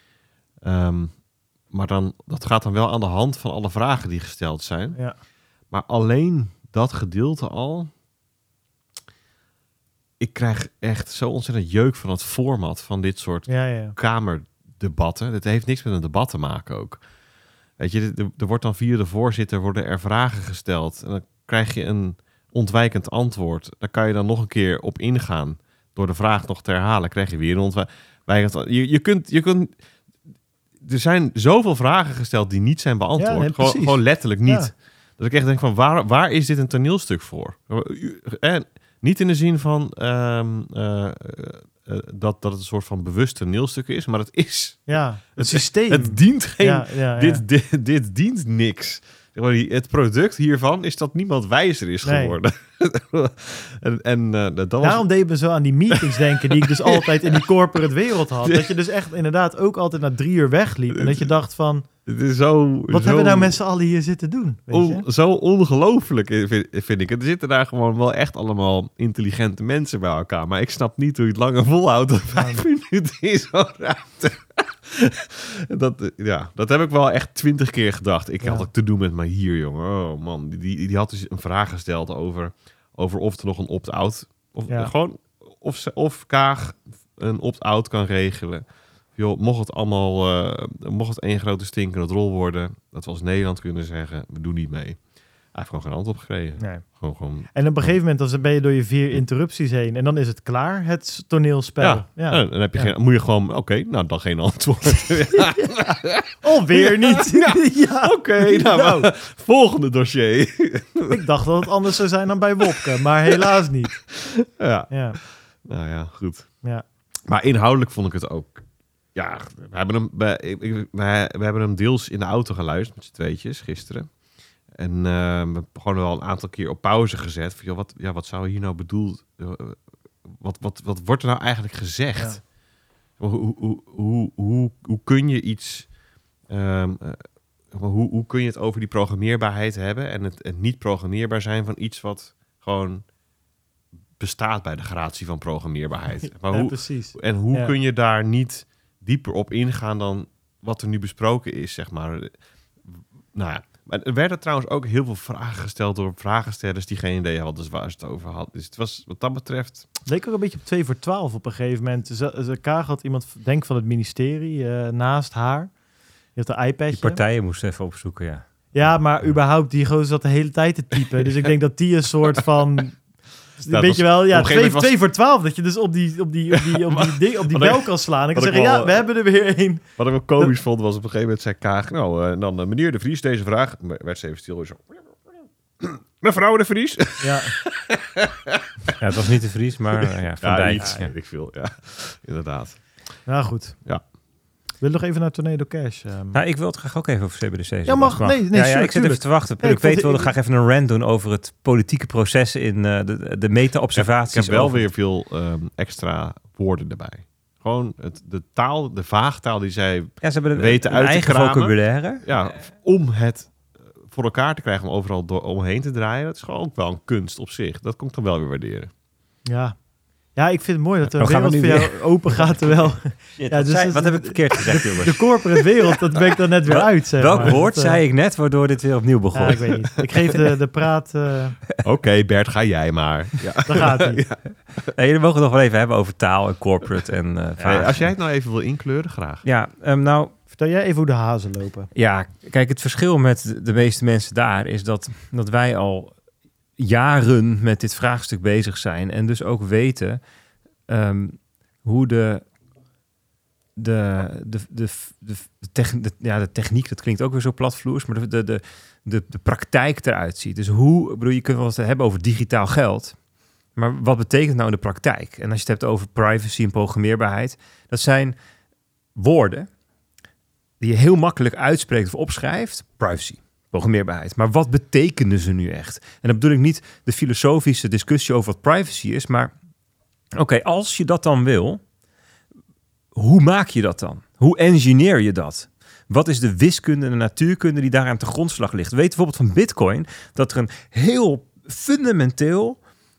Um, maar dan, dat gaat dan wel aan de hand van alle vragen die gesteld zijn. Ja. Maar alleen dat gedeelte al... Ik krijg echt zo ontzettend jeuk van het format van dit soort ja, ja. kamerdebatten. Het heeft niks met een debat te maken ook. Weet je, er, er wordt dan via de voorzitter worden er vragen gesteld. En dan krijg je een ontwijkend antwoord. Daar kan je dan nog een keer op ingaan. Door de vraag nog te herhalen, krijg je weer een ontwijkend antwoord. Je, je kunt... Je kunt er zijn zoveel vragen gesteld die niet zijn beantwoord. Ja, nee, gewoon, gewoon letterlijk niet. Ja. Dat ik echt denk van, waar, waar is dit een toneelstuk voor? En niet in de zin van um, uh, uh, dat, dat het een soort van bewust toneelstuk is, maar het is. Ja, het, het systeem. Het dient geen... Ja, ja, ja. Dit, dit, dit dient niks. Het product hiervan is dat niemand wijzer is geworden. Nee. en, en, uh, dat was... Daarom deed me zo aan die meetings denken die ik dus altijd in die corporate wereld had. Dat je dus echt inderdaad ook altijd na drie uur wegliep. En dat je dacht van... Het is zo, wat zo, hebben we nou met z'n allen hier zitten doen? Weet on, je? Zo ongelooflijk vind, vind ik. Er zitten daar gewoon wel echt allemaal intelligente mensen bij elkaar. Maar ik snap niet hoe je het langer volhoudt dan vijf ja. minuten in zo'n ruimte. dat, ja, dat heb ik wel echt twintig keer gedacht. Ik ja. had ook te doen met maar hier, jongen. Oh man, die, die had dus een vraag gesteld over, over of er nog een opt-out... Of, ja. gewoon, of, ze, of Kaag een opt-out kan regelen. Joh, mocht het allemaal, uh, mocht het één grote stinkende rol worden, dat we als Nederland kunnen zeggen, we doen niet mee. Hij heeft gewoon geen antwoord gekregen. Nee. Gewoon, gewoon, en op een gegeven moment dan ben je door je vier interrupties heen en dan is het klaar, het toneelspel. Ja, ja. ja. Dan heb je ja. geen, moet je gewoon, oké, okay, nou dan geen antwoord. ja. Alweer niet. Ja. ja. Oké, okay, nou, nou. volgende dossier. Ik dacht dat het anders zou zijn dan bij Wopke, maar helaas niet. Ja. ja. Nou ja, goed. Ja. Maar inhoudelijk vond ik het ook. Ja, we hebben hem, we, we, we hebben hem deels in de auto geluisterd met z'n tweetjes gisteren. En uh, we hebben gewoon wel een aantal keer op pauze gezet. Van, joh, wat, ja, wat zou hier nou bedoeld? Uh, wat, wat, wat wordt er nou eigenlijk gezegd? Ja. Hoe, hoe, hoe, hoe, hoe kun je iets... Um, uh, hoe, hoe kun je het over die programmeerbaarheid hebben... en het, het niet programmeerbaar zijn van iets wat gewoon bestaat bij de gratie van programmeerbaarheid. Maar ja, hoe, precies. En hoe ja. kun je daar niet dieper op ingaan dan wat er nu besproken is, zeg maar. Nou ja, maar er werden trouwens ook heel veel vragen gesteld door vragenstellers die geen idee hadden waar ze het over hadden. Dus het was wat dat betreft... Het leek ook een beetje op twee voor twaalf op een gegeven moment. Ze, Kaag had iemand, denk van het ministerie, uh, naast haar. Die had een iPadje. Die partijen moesten even opzoeken, ja. Ja, maar überhaupt, die gozer zat de hele tijd te typen. Dus ik denk dat die een soort van... Nou, weet je wel, ja, twee, was... twee voor twaalf. Dat je dus op die, op die, op die, op die, ding, op die bel kan slaan. Ik kan zeggen, wel, ja, we hebben er weer een. Wat ik wel komisch vond, was op een gegeven moment zei Kaag... Nou, uh, dan uh, meneer De Vries, deze vraag... werd ze even stil. Zo. Mevrouw de Vries. Ja. Ja, het was niet de Vries, maar uh, ja, Van Ja, Dijk. iets, Ja. weet ik veel. Ja, inderdaad. Nou goed. Ja. Wil je nog even naar Tornado Cash? Um... Nou, ik wil het graag ook even over C B D C zeggen. Ja, mag. Nee, nee, ja, ja, tuurlijk, ik zit even te wachten. Nee, ik ik weet, vond- wilde ik- graag even een rant doen over het politieke proces in uh, de, de meta-observaties. Ik heb wel over- weer veel um, extra woorden erbij. Gewoon het, de taal, de vaagtaal die zij... Ja, ze hebben een, weten een uit te eigen kramen. vocabulaire. Ja, om het voor elkaar te krijgen om overal door, omheen te draaien. Dat is gewoon ook wel een kunst op zich. Dat kon ik dan wel weer waarderen. Ja. Ja, ik vind het mooi dat de Oh, gaan we wereld nu voor jou open gaat. Terwijl Shit, Ja, wat, dus zei- het- wat heb ik verkeerd gezegd, jongens? de corporate wereld, dat ben ik dan net weer Wel- uit. Zeg Welk maar. woord Dat, eh, zei ik net waardoor dit weer opnieuw begon? Ja, ik weet niet. Ik geef de, de praat, uh, Oké, okay, Bert, ga jij maar. Ja. daar gaat hij. Ja. Nee, jullie mogen het nog wel even hebben over taal en corporate en uh, Hey, als jij het nou even wil inkleuren, graag. Ja, um, nou... Vertel jij even hoe de hazen lopen. Ja, kijk, het verschil met de- de meeste mensen daar is dat, dat wij al jaren met dit vraagstuk bezig zijn en dus ook weten um, hoe de, de, de, de, de, de, techn- de, ja, de techniek, dat klinkt ook weer zo platvloers, maar de, de, de, de, de praktijk eruit ziet. Dus hoe, ik bedoel, je kunt wel eens hebben over digitaal geld, maar wat betekent nou in de praktijk? En als je het hebt over privacy en programmeerbaarheid, dat zijn woorden die je heel makkelijk uitspreekt of opschrijft. Privacy, programmeerbaarheid. Maar wat betekenen ze nu echt? En dan bedoel ik niet de filosofische discussie over wat privacy is, maar oké, okay, als je dat dan wil, hoe maak je dat dan? Hoe engineer je dat? Wat is de wiskunde en de natuurkunde die daaraan te grondslag ligt? We weten bijvoorbeeld van Bitcoin dat er een heel fundamenteel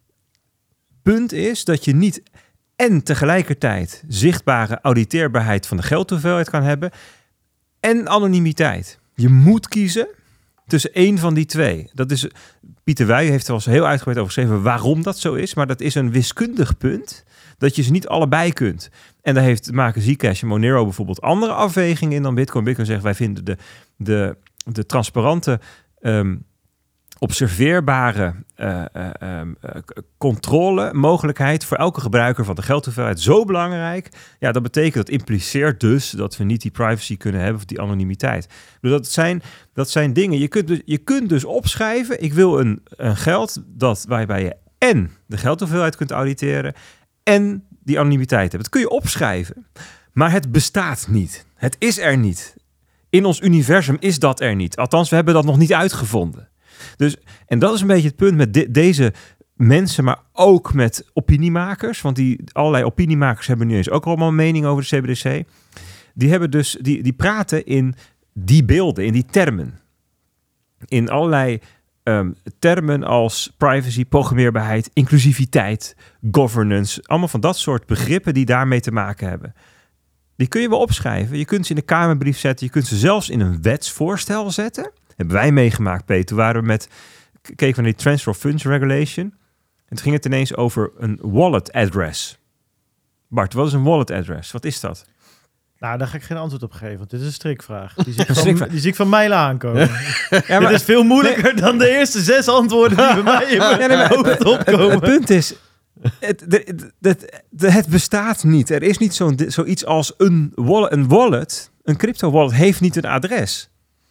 punt is dat je niet en tegelijkertijd zichtbare auditeerbaarheid van de geldhoeveelheid kan hebben en anonimiteit. Je moet kiezen tussen één van die twee. Dat is, Pieter Wuijen heeft er al eens heel uitgebreid over geschreven waarom dat zo is, maar dat is een wiskundig punt dat je ze niet allebei kunt. En daar heeft maken Zcash en Monero bijvoorbeeld andere afwegingen in dan Bitcoin. Bitcoin zegt wij vinden de, de, de transparante um, observeerbare uh, uh, um, uh, controle mogelijkheid voor elke gebruiker van de geldhoeveelheid zo belangrijk. Ja, dat betekent, dat impliceert dus dat we niet die privacy kunnen hebben of die anonimiteit. Dus dat zijn, dat zijn dingen. Je kunt dus, je kunt dus opschrijven, ik wil een, een geld dat waarbij je en de geldhoeveelheid kunt auditeren en die anonimiteit hebt. Dat kun je opschrijven, maar het bestaat niet. Het is er niet. In ons universum is dat er niet. Althans, we hebben dat nog niet uitgevonden. Dus, en dat is een beetje het punt met de, deze mensen, maar ook met opiniemakers. Want die allerlei opiniemakers hebben nu eens ook allemaal een mening over de C B D C. Die hebben dus, die, die praten in die beelden, in die termen. In allerlei um, termen als privacy, programmeerbaarheid, inclusiviteit, governance. Allemaal van dat soort begrippen die daarmee te maken hebben. Die kun je wel opschrijven. Je kunt ze in de Kamerbrief zetten. Je kunt ze zelfs in een wetsvoorstel zetten. Hebben wij meegemaakt, Peter. Toen waren we met, keken we naar die Transfer of Funds Regulation. En toen ging het ineens over een wallet address. Bart, wat is een wallet address? Wat is dat? Nou, daar ga ik geen antwoord op geven, want dit is een strikvraag. Die zie ik Een van, strikvraag. die zie ik van mijlen aankomen. Ja, Dit is veel moeilijker dan de eerste zes antwoorden die bij mij in mijn Ja, nee, maar- hoofd opkomen. Het punt is, het, de, de, de, het bestaat niet. Er is niet zo'n, zoiets als een wallet. Een wallet, een crypto wallet, heeft niet een adres.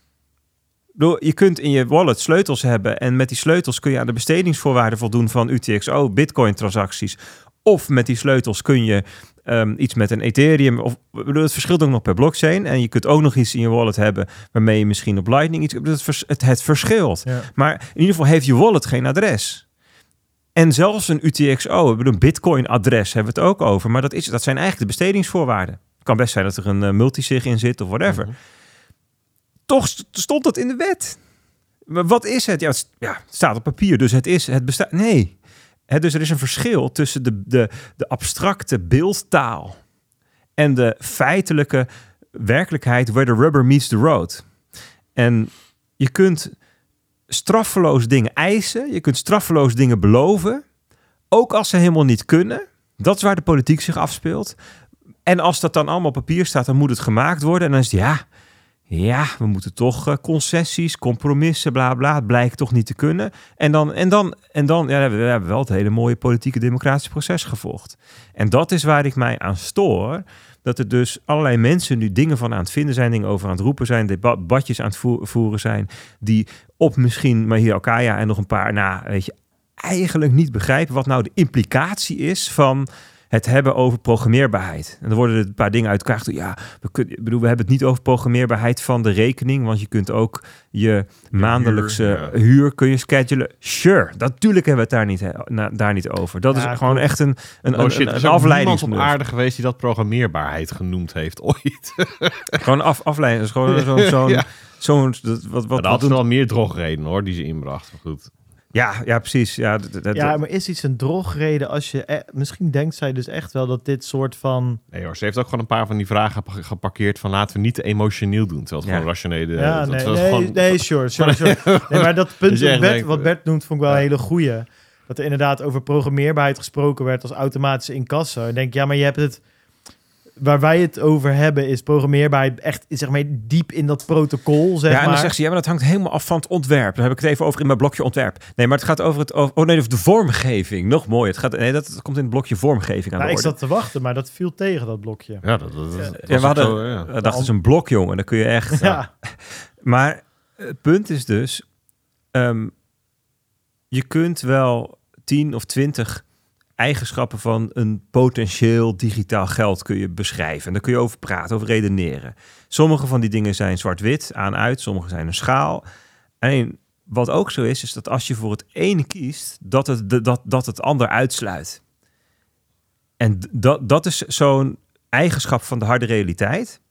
Je kunt in je wallet sleutels hebben en met die sleutels kun je aan de bestedingsvoorwaarden voldoen van U T X O, Bitcoin transacties. Of met die sleutels kun je um, iets met een Ethereum. Of, bedoel, het verschilt ook nog per blockchain. En je kunt ook nog iets in je wallet hebben waarmee je misschien op Lightning iets. Het, vers, het, het verschilt. Ja. Maar in ieder geval heeft je wallet geen adres. En zelfs een U T X O, een Bitcoin-adres hebben we het ook over. Maar dat, is, dat zijn eigenlijk de bestedingsvoorwaarden. Het kan best zijn dat er een uh, multisig in zit of whatever. Mm-hmm. Toch stond dat in de wet. Maar wat is het? Ja, het, ja, het staat op papier, dus het is, het bestaat. Nee. He, dus er is een verschil tussen de, de, de abstracte beeldtaal en de feitelijke werkelijkheid where the rubber meets the road. En je kunt straffeloos dingen eisen, je kunt straffeloos dingen beloven, ook als ze helemaal niet kunnen. Dat is waar de politiek zich afspeelt. En als dat dan allemaal op papier staat, dan moet het gemaakt worden. En dan is het, ja, ja, we moeten toch uh, concessies, compromissen, bla bla. Het blijkt toch niet te kunnen. En dan, en dan, en dan ja, we hebben wel het hele mooie politieke democratische proces gevolgd. En dat is waar ik mij aan stoor. Dat er dus allerlei mensen nu dingen van aan het vinden zijn, dingen over aan het roepen zijn, debatjes aan het voeren zijn, die op misschien Mahir Alkaya en nog een paar, nou, weet je, eigenlijk niet begrijpen wat nou de implicatie is van het hebben over programmeerbaarheid. En dan worden er een paar dingen uit elkaar. Ja, we, kunnen, ik bedoel, we hebben het niet over programmeerbaarheid van de rekening, want je kunt ook je maandelijkse huur, ja. huur kun je schedulen. Sure, natuurlijk hebben we het daar niet, na, daar niet over. Dat ja, is gewoon echt een, een, oh, shit, een, een, een afleiding. op aarde geweest die dat programmeerbaarheid genoemd heeft ooit. Gewoon af, afleiding. Dus gewoon zo'n... zo'n ja. zo'n wat, wat, wat had wel meer drogreden hoor, die ze inbracht. Maar goed. Ja, ja, precies. Ja, d- d- ja, maar is iets een drogreden als je... E- misschien denkt zij dus echt wel dat dit soort van... Nee hoor, ze heeft ook gewoon een paar van die vragen geparkeerd van laten we niet te emotioneel doen. Terwijl het ja. gewoon rationele... Ja, dat, nee, dat nee, gewoon... nee, sure, sure, sure. Nee, maar dat punt dus wat, Bert, denkt, wat Bert noemt, vond ik wel ja. een hele goeie. Dat er inderdaad over programmeerbaarheid gesproken werd als automatische incasso. Ik denk, ja, maar je hebt het... Waar wij het over hebben is programmeerbaarheid echt, zeg maar, diep in dat protocol, zeg ja, maar. En dan zegt ze, ja, maar dat hangt helemaal af van het ontwerp. Daar heb ik het even over in mijn blokje ontwerp. Nee, maar het gaat over het... Over, oh nee, over de vormgeving. Nog mooi. Het gaat, nee, dat, dat komt in het blokje vormgeving aan nou, de orde. ik zat te wachten, maar dat viel tegen, dat blokje. Ja, dat, dat, dat ja, we hadden... Zo, ja. Dat is een blok, jongen. Dan kun je echt... Ja. ja. Maar het punt is dus... Um, je kunt wel tien of twintig... eigenschappen van een potentieel digitaal geld kun je beschrijven. En daar kun je over praten, over redeneren. Sommige van die dingen zijn zwart-wit, aan-uit. Sommige zijn een schaal. En wat ook zo is, is dat als je voor het ene kiest, dat het, de, dat, dat het ander uitsluit. En dat, dat is zo'n eigenschap van de harde realiteit.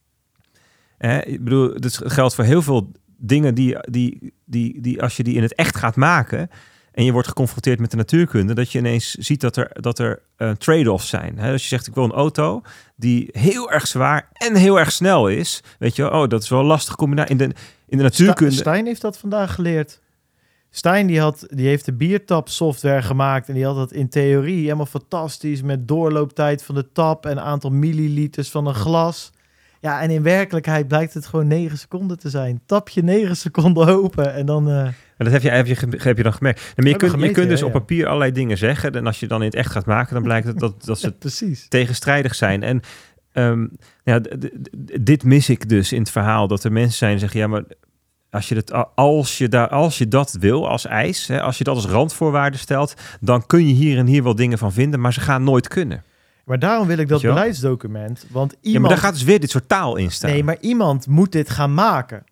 Eh, ik bedoel, dat geldt voor heel veel dingen die, die, die, die als je die in het echt gaat maken... en je wordt geconfronteerd met de natuurkunde... dat je ineens ziet dat er, dat er uh, trade-offs zijn. He, als je zegt, ik wil een auto die heel erg zwaar en heel erg snel is... weet je, oh, dat is wel een lastige combinatie. In de, in de natuurkunde... Stijn heeft dat vandaag geleerd. Stijn die had, die heeft de biertap software gemaakt... en die had dat in theorie helemaal fantastisch... met doorlooptijd van de tap en aantal milliliters van een glas... Ja, en in werkelijkheid blijkt het gewoon negen seconden te zijn. Tap je negen seconden open en dan... Uh... Maar dat heb je, heb je, heb je dan gemerkt. Maar je kunt, gemeten, je kunt dus ja, ja. op papier allerlei dingen zeggen. En als je dan in het echt gaat maken, dan blijkt het dat, dat ze ja, precies. tegenstrijdig zijn. En um, ja, d- d- dit mis ik dus in het verhaal. Dat er mensen zijn die zeggen, ja, maar als je, dat, als je, daar, als je dat wil als eis, hè, als je dat als randvoorwaarde stelt, dan kun je hier en hier wel dingen van vinden, maar ze gaan nooit kunnen. Maar daarom wil ik dat beleidsdocument. Want iemand... Ja, maar daar gaat dus weer dit soort taal in staan. Nee, maar iemand moet dit gaan maken.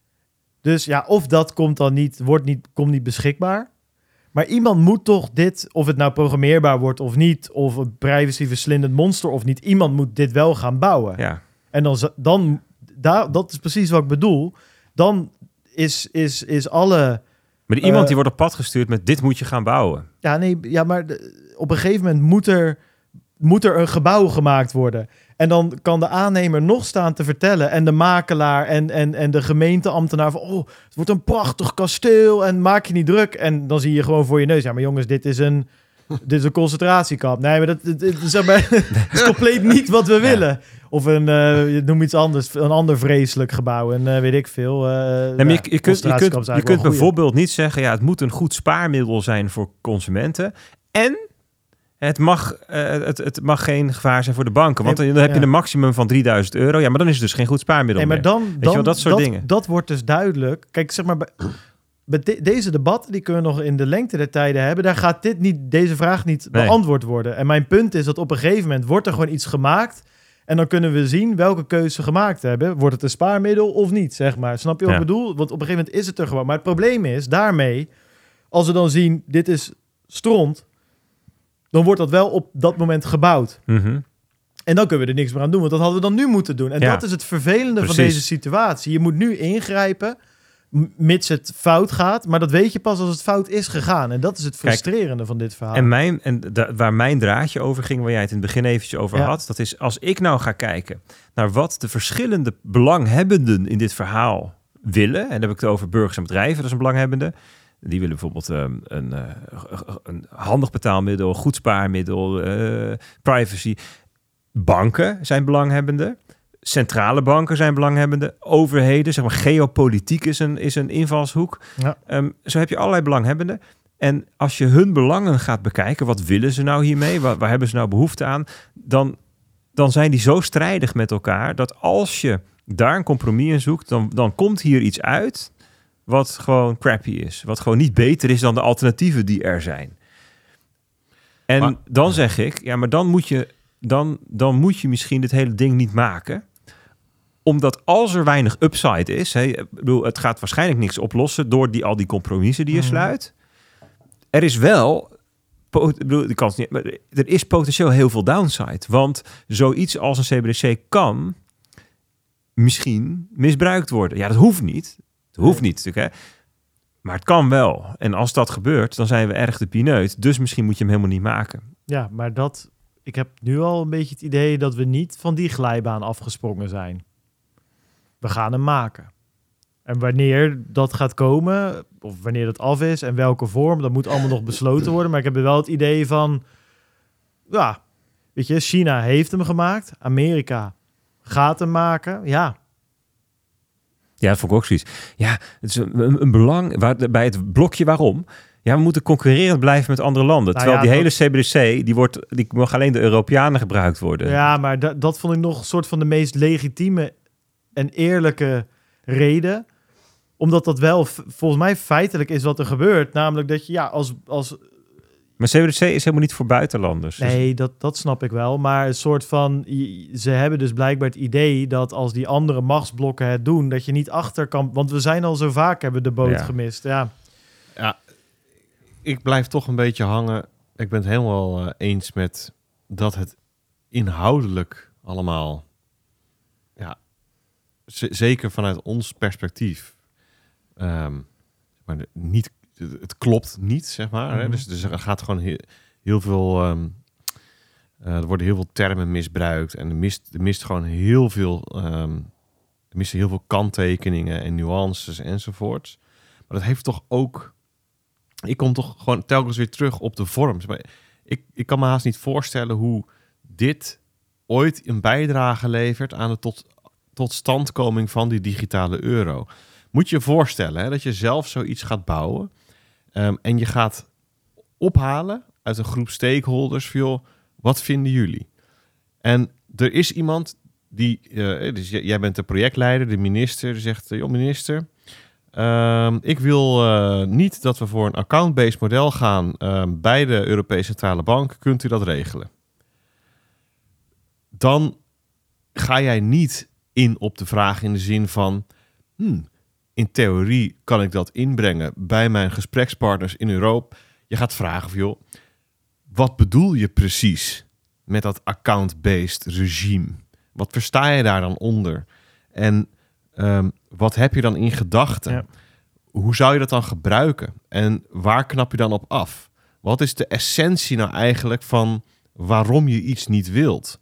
Dus ja, of dat komt dan niet, wordt niet, komt niet beschikbaar. Maar iemand moet toch dit, of het nou programmeerbaar wordt of niet, of een privacy-verslindend monster of niet, iemand moet dit wel gaan bouwen. Ja. En dan, dan daar, dat is precies wat ik bedoel. Dan is, is, is alle... Maar die iemand uh, die wordt op pad gestuurd met dit moet je gaan bouwen. Ja, nee, ja, maar de, op een gegeven moment moet er... moet er een gebouw gemaakt worden. En dan kan de aannemer nog staan te vertellen... en de makelaar en, en, en de gemeenteambtenaar... van, oh, het wordt een prachtig kasteel en maak je niet druk. En dan zie je gewoon voor je neus... ja, maar jongens, dit is een, dit is een concentratiekamp. Nee, maar dat, dat, dat, zeg maar, dat is compleet niet wat we willen. Ja. Of een, uh, noem iets anders, een ander vreselijk gebouw. En uh, weet ik veel. Uh, nee, maar je, je kunt, je kunt, je kunt bijvoorbeeld niet zeggen... ja, het moet een goed spaarmiddel zijn voor consumenten... en... Het mag, uh, het, het mag geen gevaar zijn voor de banken. Want dan heb je ja. een maximum van drieduizend euro. Ja, maar dan is het dus geen goed spaarmiddel nee, maar dan, meer. Weet dan, je wel, dat soort dat, dingen. Dat wordt dus duidelijk. Kijk, zeg maar, bij, bij de, deze debatten, die kunnen we nog in de lengte der tijden hebben. Daar gaat dit niet, deze vraag niet nee. beantwoord worden. En mijn punt is dat op een gegeven moment wordt er gewoon iets gemaakt. En dan kunnen we zien welke keuze ze gemaakt hebben. Wordt het een spaarmiddel of niet, zeg maar. Snap je wat ja. ik bedoel? Want op een gegeven moment is het er gewoon. Maar het probleem is, daarmee, als we dan zien, dit is stront... dan wordt dat wel op dat moment gebouwd. Mm-hmm. En dan kunnen we er niks meer aan doen, want dat hadden we dan nu moeten doen. En ja. dat is het vervelende Precies. van deze situatie. Je moet nu ingrijpen, mits het fout gaat. Maar dat weet je pas als het fout is gegaan. En dat is het frustrerende Kijk, van dit verhaal. En, mijn, en da, waar mijn draadje over ging, waar jij het in het begin eventjes over ja. had... dat is als ik nou ga kijken naar wat de verschillende belanghebbenden in dit verhaal willen... en dan heb ik het over burgers en bedrijven, dat is een belanghebbende... Die willen bijvoorbeeld um, een, uh, een handig betaalmiddel, een goed spaarmiddel, uh, privacy. Banken zijn belanghebbende. Centrale banken zijn belanghebbende. Overheden, zeg maar geopolitiek is een, is een invalshoek. Ja. Um, zo heb je allerlei belanghebbenden. En als je hun belangen gaat bekijken, wat willen ze nou hiermee? Waar, waar hebben ze nou behoefte aan? Dan, dan zijn die zo strijdig met elkaar dat als je daar een compromis in zoekt, dan, dan komt hier iets uit... wat gewoon crappy is. Wat gewoon niet beter is dan de alternatieven die er zijn. En Maar, dan zeg ik, ja, maar dan moet je, dan, dan moet je misschien dit hele ding niet maken. Omdat als er weinig upside is, hè, ik bedoel, het gaat waarschijnlijk niks oplossen door die, al die compromissen die je Mhm. sluit. Er is wel, ik bedoel, de kans niet, maar er is potentieel heel veel downside. Want zoiets als een C B D C kan misschien misbruikt worden. Ja, dat hoeft niet. Het hoeft niet natuurlijk, hè. Maar het kan wel. En als dat gebeurt, dan zijn we erg de pineut. Dus misschien moet je hem helemaal niet maken. Ja, maar dat... Ik heb nu al een beetje het idee dat we niet van die glijbaan afgesprongen zijn. We gaan hem maken. En wanneer dat gaat komen, of wanneer dat af is en welke vorm, dat moet allemaal nog besloten worden. Maar ik heb wel het idee van... Ja, weet je, China heeft hem gemaakt. Amerika gaat hem maken. Ja, Ja, dat vond ik ook zoiets. Ja, het is een, een, een belang waar, bij het blokje waarom. Ja, we moeten concurrerend blijven met andere landen. Nou Terwijl ja, die dat- hele C B D C, die, wordt, die mag alleen de Europeanen gebruikt worden. ja maar da- dat vond ik nog een soort van de meest legitieme en eerlijke reden. Omdat dat wel v- volgens mij feitelijk is wat er gebeurt. Namelijk dat je, ja, als... als Maar C B D C is helemaal niet voor buitenlanders. Dus- nee, dat, dat snap ik wel. Maar een soort van... je- Ze hebben dus blijkbaar het idee dat als die andere machtsblokken het doen, dat je niet achter kan... Want we zijn al zo vaak, hebben de boot Ja. gemist. Ja, Ja, ik blijf toch een beetje hangen. Ik ben het helemaal eh, eens met dat het inhoudelijk allemaal, ja, z- zeker vanuit ons perspectief, ehm, maar de- niet, het klopt niet, zeg maar. Hè? Mhm. Dus, dus er gaat gewoon heel, heel veel, ehm, eh, er worden heel veel termen misbruikt en er mist, er mist gewoon heel veel, ehm, er missen heel veel kanttekeningen en nuances enzovoorts. Maar dat heeft toch ook... Ik kom toch gewoon telkens weer terug op de vorm. Maar Ik, ik kan me haast niet voorstellen hoe dit ooit een bijdrage levert aan de tot, totstandkoming van die digitale euro. Moet je je voorstellen hè, dat je zelf zoiets gaat bouwen um, en je gaat ophalen uit een groep stakeholders van, joh, wat vinden jullie? En er is iemand die, uh, dus j- jij bent de projectleider, de minister, die zegt, joh minister, Um, ik wil uh, niet dat we voor een account-based model gaan um, bij de Europese Centrale Bank. Kunt u dat regelen? Dan ga jij niet in op de vraag in de zin van... Hmm, in theorie kan ik dat inbrengen bij mijn gesprekspartners in Europa. Je gaat vragen van, joh, wat bedoel je precies met dat account-based regime? Wat versta je daar dan onder? En... Um, wat heb je dan in gedachten? Ja. Hoe zou je dat dan gebruiken? En waar knap je dan op af? Wat is de essentie nou eigenlijk van waarom je iets niet wilt?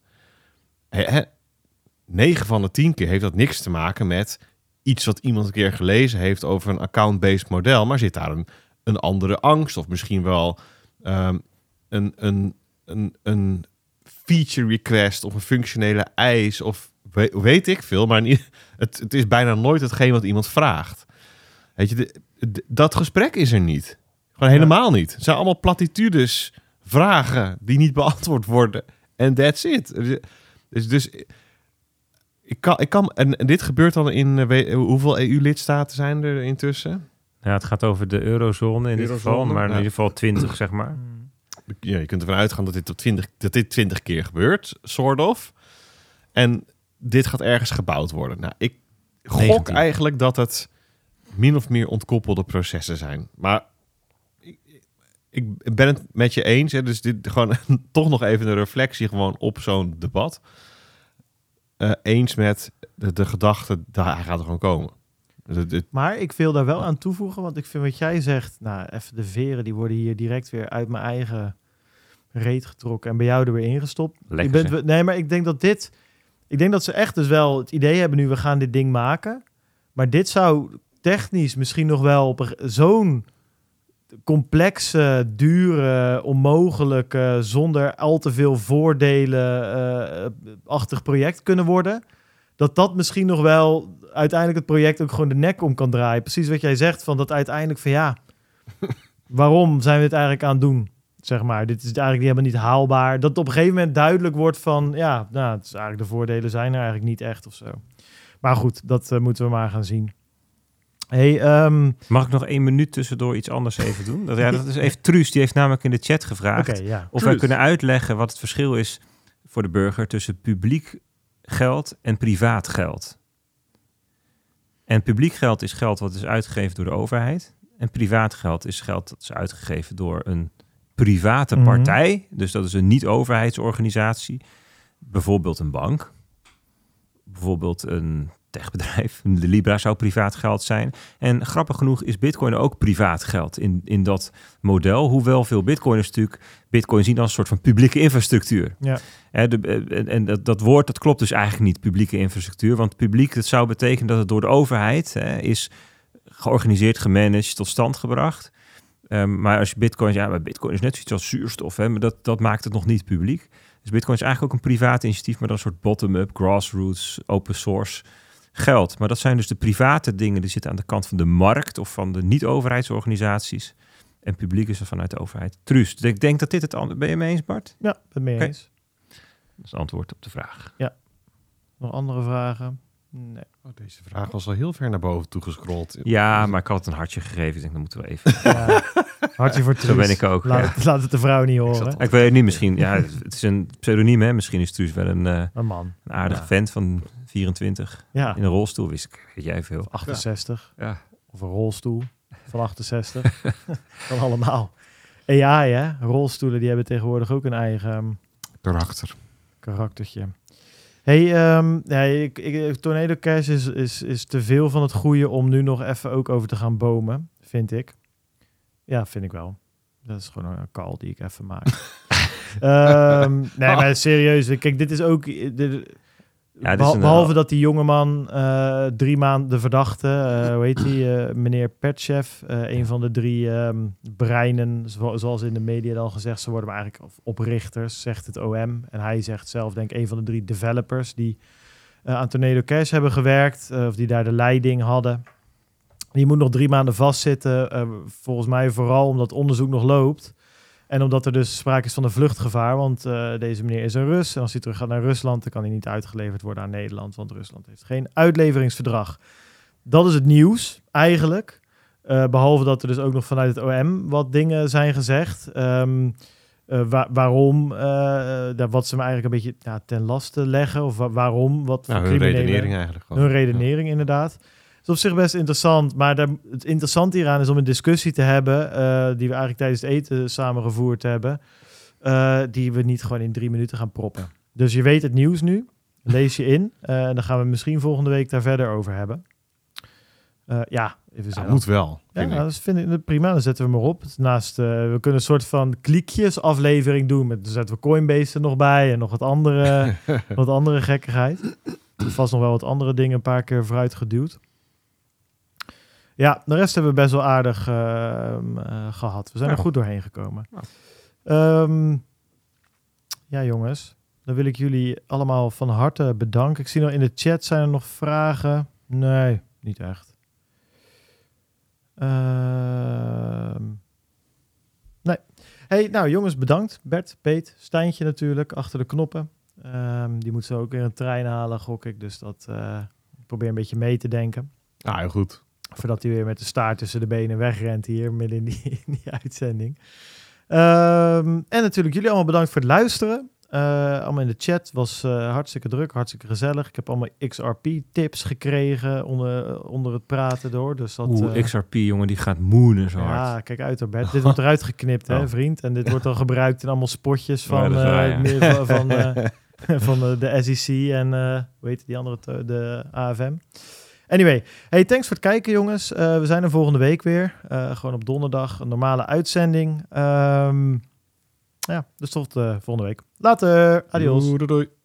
negen van de tien keer heeft dat niks te maken met iets wat iemand een keer gelezen heeft over een account-based model, maar zit daar een, een andere angst of misschien wel um, een, een, een, een feature request of een functionele eis of weet, weet ik veel, maar niet, het, het is bijna nooit hetgeen wat iemand vraagt. Weet je, de, de, dat gesprek is er niet. Gewoon helemaal niet. Het zijn allemaal platitudes, vragen die niet beantwoord worden. En that's it. Dus, dus ik kan, ik kan en, en dit gebeurt dan in uh, hoeveel E U-lidstaten zijn er intussen? Ja, het gaat over de eurozone in dit Eurozone, geval, maar in ja. ieder geval twintig, zeg maar. Ja, je kunt ervan uitgaan dat dit tot twintig, dat dit twintig keer gebeurt, sort of. En dit gaat ergens gebouwd worden. Nou, ik gok negentien. eigenlijk dat het min of meer ontkoppelde processen zijn. Maar ik, ik ben het met je eens. Hè, dus dit gewoon toch nog even een reflectie gewoon op zo'n debat. Uh, eens met de, de gedachte, daar hij gaat er gewoon komen. De, de, Maar ik wil daar wel aan toevoegen, want ik vind wat jij zegt, nou, even de veren, die worden hier direct weer uit mijn eigen reet getrokken en bij jou er weer ingestopt. Lekker, je bent, zeg. nee, maar ik denk dat dit, ik denk dat ze echt dus wel het idee hebben nu, we gaan dit ding maken. Maar dit zou technisch misschien nog wel op een- zo'n complexe, dure, onmogelijke, zonder al te veel voordelen-achtig project kunnen worden. Dat dat misschien nog wel uiteindelijk het project ook gewoon de nek om kan draaien. Precies wat jij zegt, van dat uiteindelijk van ja, waarom zijn we dit eigenlijk aan het doen? Zeg maar, dit is eigenlijk helemaal niet haalbaar. Dat op een gegeven moment duidelijk wordt van ja, nou, het is eigenlijk de voordelen zijn er eigenlijk niet echt of zo. Maar goed, dat uh, moeten we maar gaan zien. Hey, um, Mag ik nog één minuut tussendoor iets anders even doen? Dat, ja, dat is even Truus, die heeft namelijk in de chat gevraagd... Okay, ja. of Truus. wij kunnen uitleggen wat het verschil is voor de burger... tussen publiek geld en privaat geld. En publiek geld is geld wat is uitgegeven door de overheid... en privaat geld is geld dat is uitgegeven door een private Mm-hmm. partij. Dus dat is een niet-overheidsorganisatie. Bijvoorbeeld een bank. Bijvoorbeeld een techbedrijf. De Libra zou privaat geld zijn. En grappig genoeg is Bitcoin ook privaat geld in, in dat model. Hoewel veel Bitcoiners natuurlijk Bitcoin zien als een soort van publieke infrastructuur. Ja. Hè, de, en en dat, dat woord dat klopt dus eigenlijk niet, publieke infrastructuur. Want publiek, dat zou betekenen dat het door de overheid hè, is georganiseerd, gemanaged, tot stand gebracht. Um, maar als je Bitcoin, ja, maar Bitcoin is net zoiets als zuurstof, hè, maar dat, dat maakt het nog niet publiek. Dus Bitcoin is eigenlijk ook een privaat initiatief, maar dan een soort bottom-up, grassroots, open source geld. Maar dat zijn dus de private dingen, die zitten aan de kant van de markt of van de niet-overheidsorganisaties. En publiek is er vanuit de overheid. Truus, dus ik denk dat dit het antwoord... Ben je mee eens, Bart? Ja, ben het mee Oké. eens. Dat is het antwoord op de vraag. Nog andere vragen? Nee. Oh, deze vraag was al heel ver naar boven toegescrolld. Ja, maar ik had het een hartje gegeven. Ik denk, dan moeten we even... Ja. Hartje voor Truus. Zo ben ik ook. Laat, Ja. het, laat het de vrouw niet horen. zat al- Ik weet het niet, misschien... Ja, het is een pseudoniem, hè. Misschien is Truus wel een, uh, Een man. een aardige Ja. vent van vierentwintig. Ja, In een rolstoel, wist ik. Weet jij veel. achtenzestig. Ja. Of een rolstoel van achtenzestig. Van allemaal. A I, hè? Rolstoelen die hebben tegenwoordig ook een eigen um, Karakter. karaktertje. Hey, um, ja, ik, ik, Tornado Cash is, is, is te veel van het goede om nu nog even ook over te gaan bomen, vind ik. Ja, vind ik wel. Dat is gewoon een call die ik even maak. um, nee, maar serieus. Kijk, dit is ook... Dit, Ja, dit is Behal- een- behalve dat die jongeman uh, drie maanden de verdachte, uh, hoe heet die, uh, meneer Petchev, uh, een van de drie um, breinen, zo, zoals in de media al gezegd, ze worden maar eigenlijk of oprichters, zegt het O M. En hij zegt zelf, denk ik, een van de drie developers die uh, aan Tornado Cash hebben gewerkt, uh, of die daar de leiding hadden. Die moet nog drie maanden vastzitten, uh, volgens mij vooral omdat onderzoek nog loopt. En omdat er dus sprake is van een vluchtgevaar, want uh, deze meneer is een Rus. En als hij terug gaat naar Rusland, dan kan hij niet uitgeleverd worden aan Nederland, want Rusland heeft geen uitleveringsverdrag. Dat is het nieuws, eigenlijk. Uh, behalve dat er dus ook nog vanuit het O M wat dingen zijn gezegd. Um, uh, wa- waarom, uh, daar wat ze me eigenlijk een beetje ja, ten laste leggen. Of wa- waarom, wat Nou, voor hun criminelen- redenering eigenlijk gewoon. hun redenering, inderdaad. Het is op zich best interessant, maar daar, het interessante hieraan is om een discussie te hebben, uh, die we eigenlijk tijdens het eten samen gevoerd hebben, uh, die we niet gewoon in drie minuten gaan proppen. Dus je weet het nieuws nu, lees je in, uh, en dan gaan we misschien volgende week daar verder over hebben. Uh, ja, even Ja, zo. moet wel. Ja, vind ik. nou, dat vind ik prima. Dan zetten we hem erop. Naast, uh, we kunnen een soort van kliekjes aflevering doen. Met, dan zetten we Coinbase er nog bij en nog wat andere, wat andere gekkigheid. Vast nog wel wat andere dingen een paar keer vooruit geduwd. Ja, de rest hebben we best wel aardig uh, uh, gehad. We zijn Ja. er goed doorheen gekomen. Ja. Um, ja, jongens. Dan wil ik jullie allemaal van harte bedanken. Ik zie nog in de chat, zijn er nog vragen? Nee, niet echt. Uh, nee. Hey, nou jongens, bedankt. Bert, Peet, Stijntje natuurlijk, achter de knoppen. Um, die moet zo ook weer een trein halen, gok ik. Dus dat uh, ik probeer een beetje mee te denken. Ah, heel goed. Voordat hij weer met de staart tussen de benen wegrent hier, midden in die, in die uitzending. Um, en natuurlijk jullie allemaal bedankt voor het luisteren. Uh, allemaal in de chat. Was uh, hartstikke druk, hartstikke gezellig. Ik heb allemaal X R P-tips gekregen onder, onder het praten door. Dus dat, Oeh, uh, X R P, jongen, die gaat moenen zo hard. ja, kijk uit hoor, Bert. Dit wordt eruit geknipt, hè, Oh. vriend. En dit wordt dan gebruikt in allemaal spotjes Ja, van, dat is uh, waar, ja. meer van, van, uh, van uh, de S E C en uh, hoe heet die andere, te- de A F M. Anyway, hey, thanks voor het kijken, jongens. Uh, we zijn er volgende week weer. Uh, gewoon op donderdag, een normale uitzending. Um, ja, dus tot uh, volgende week. Later, adios. Doei, doei, doei.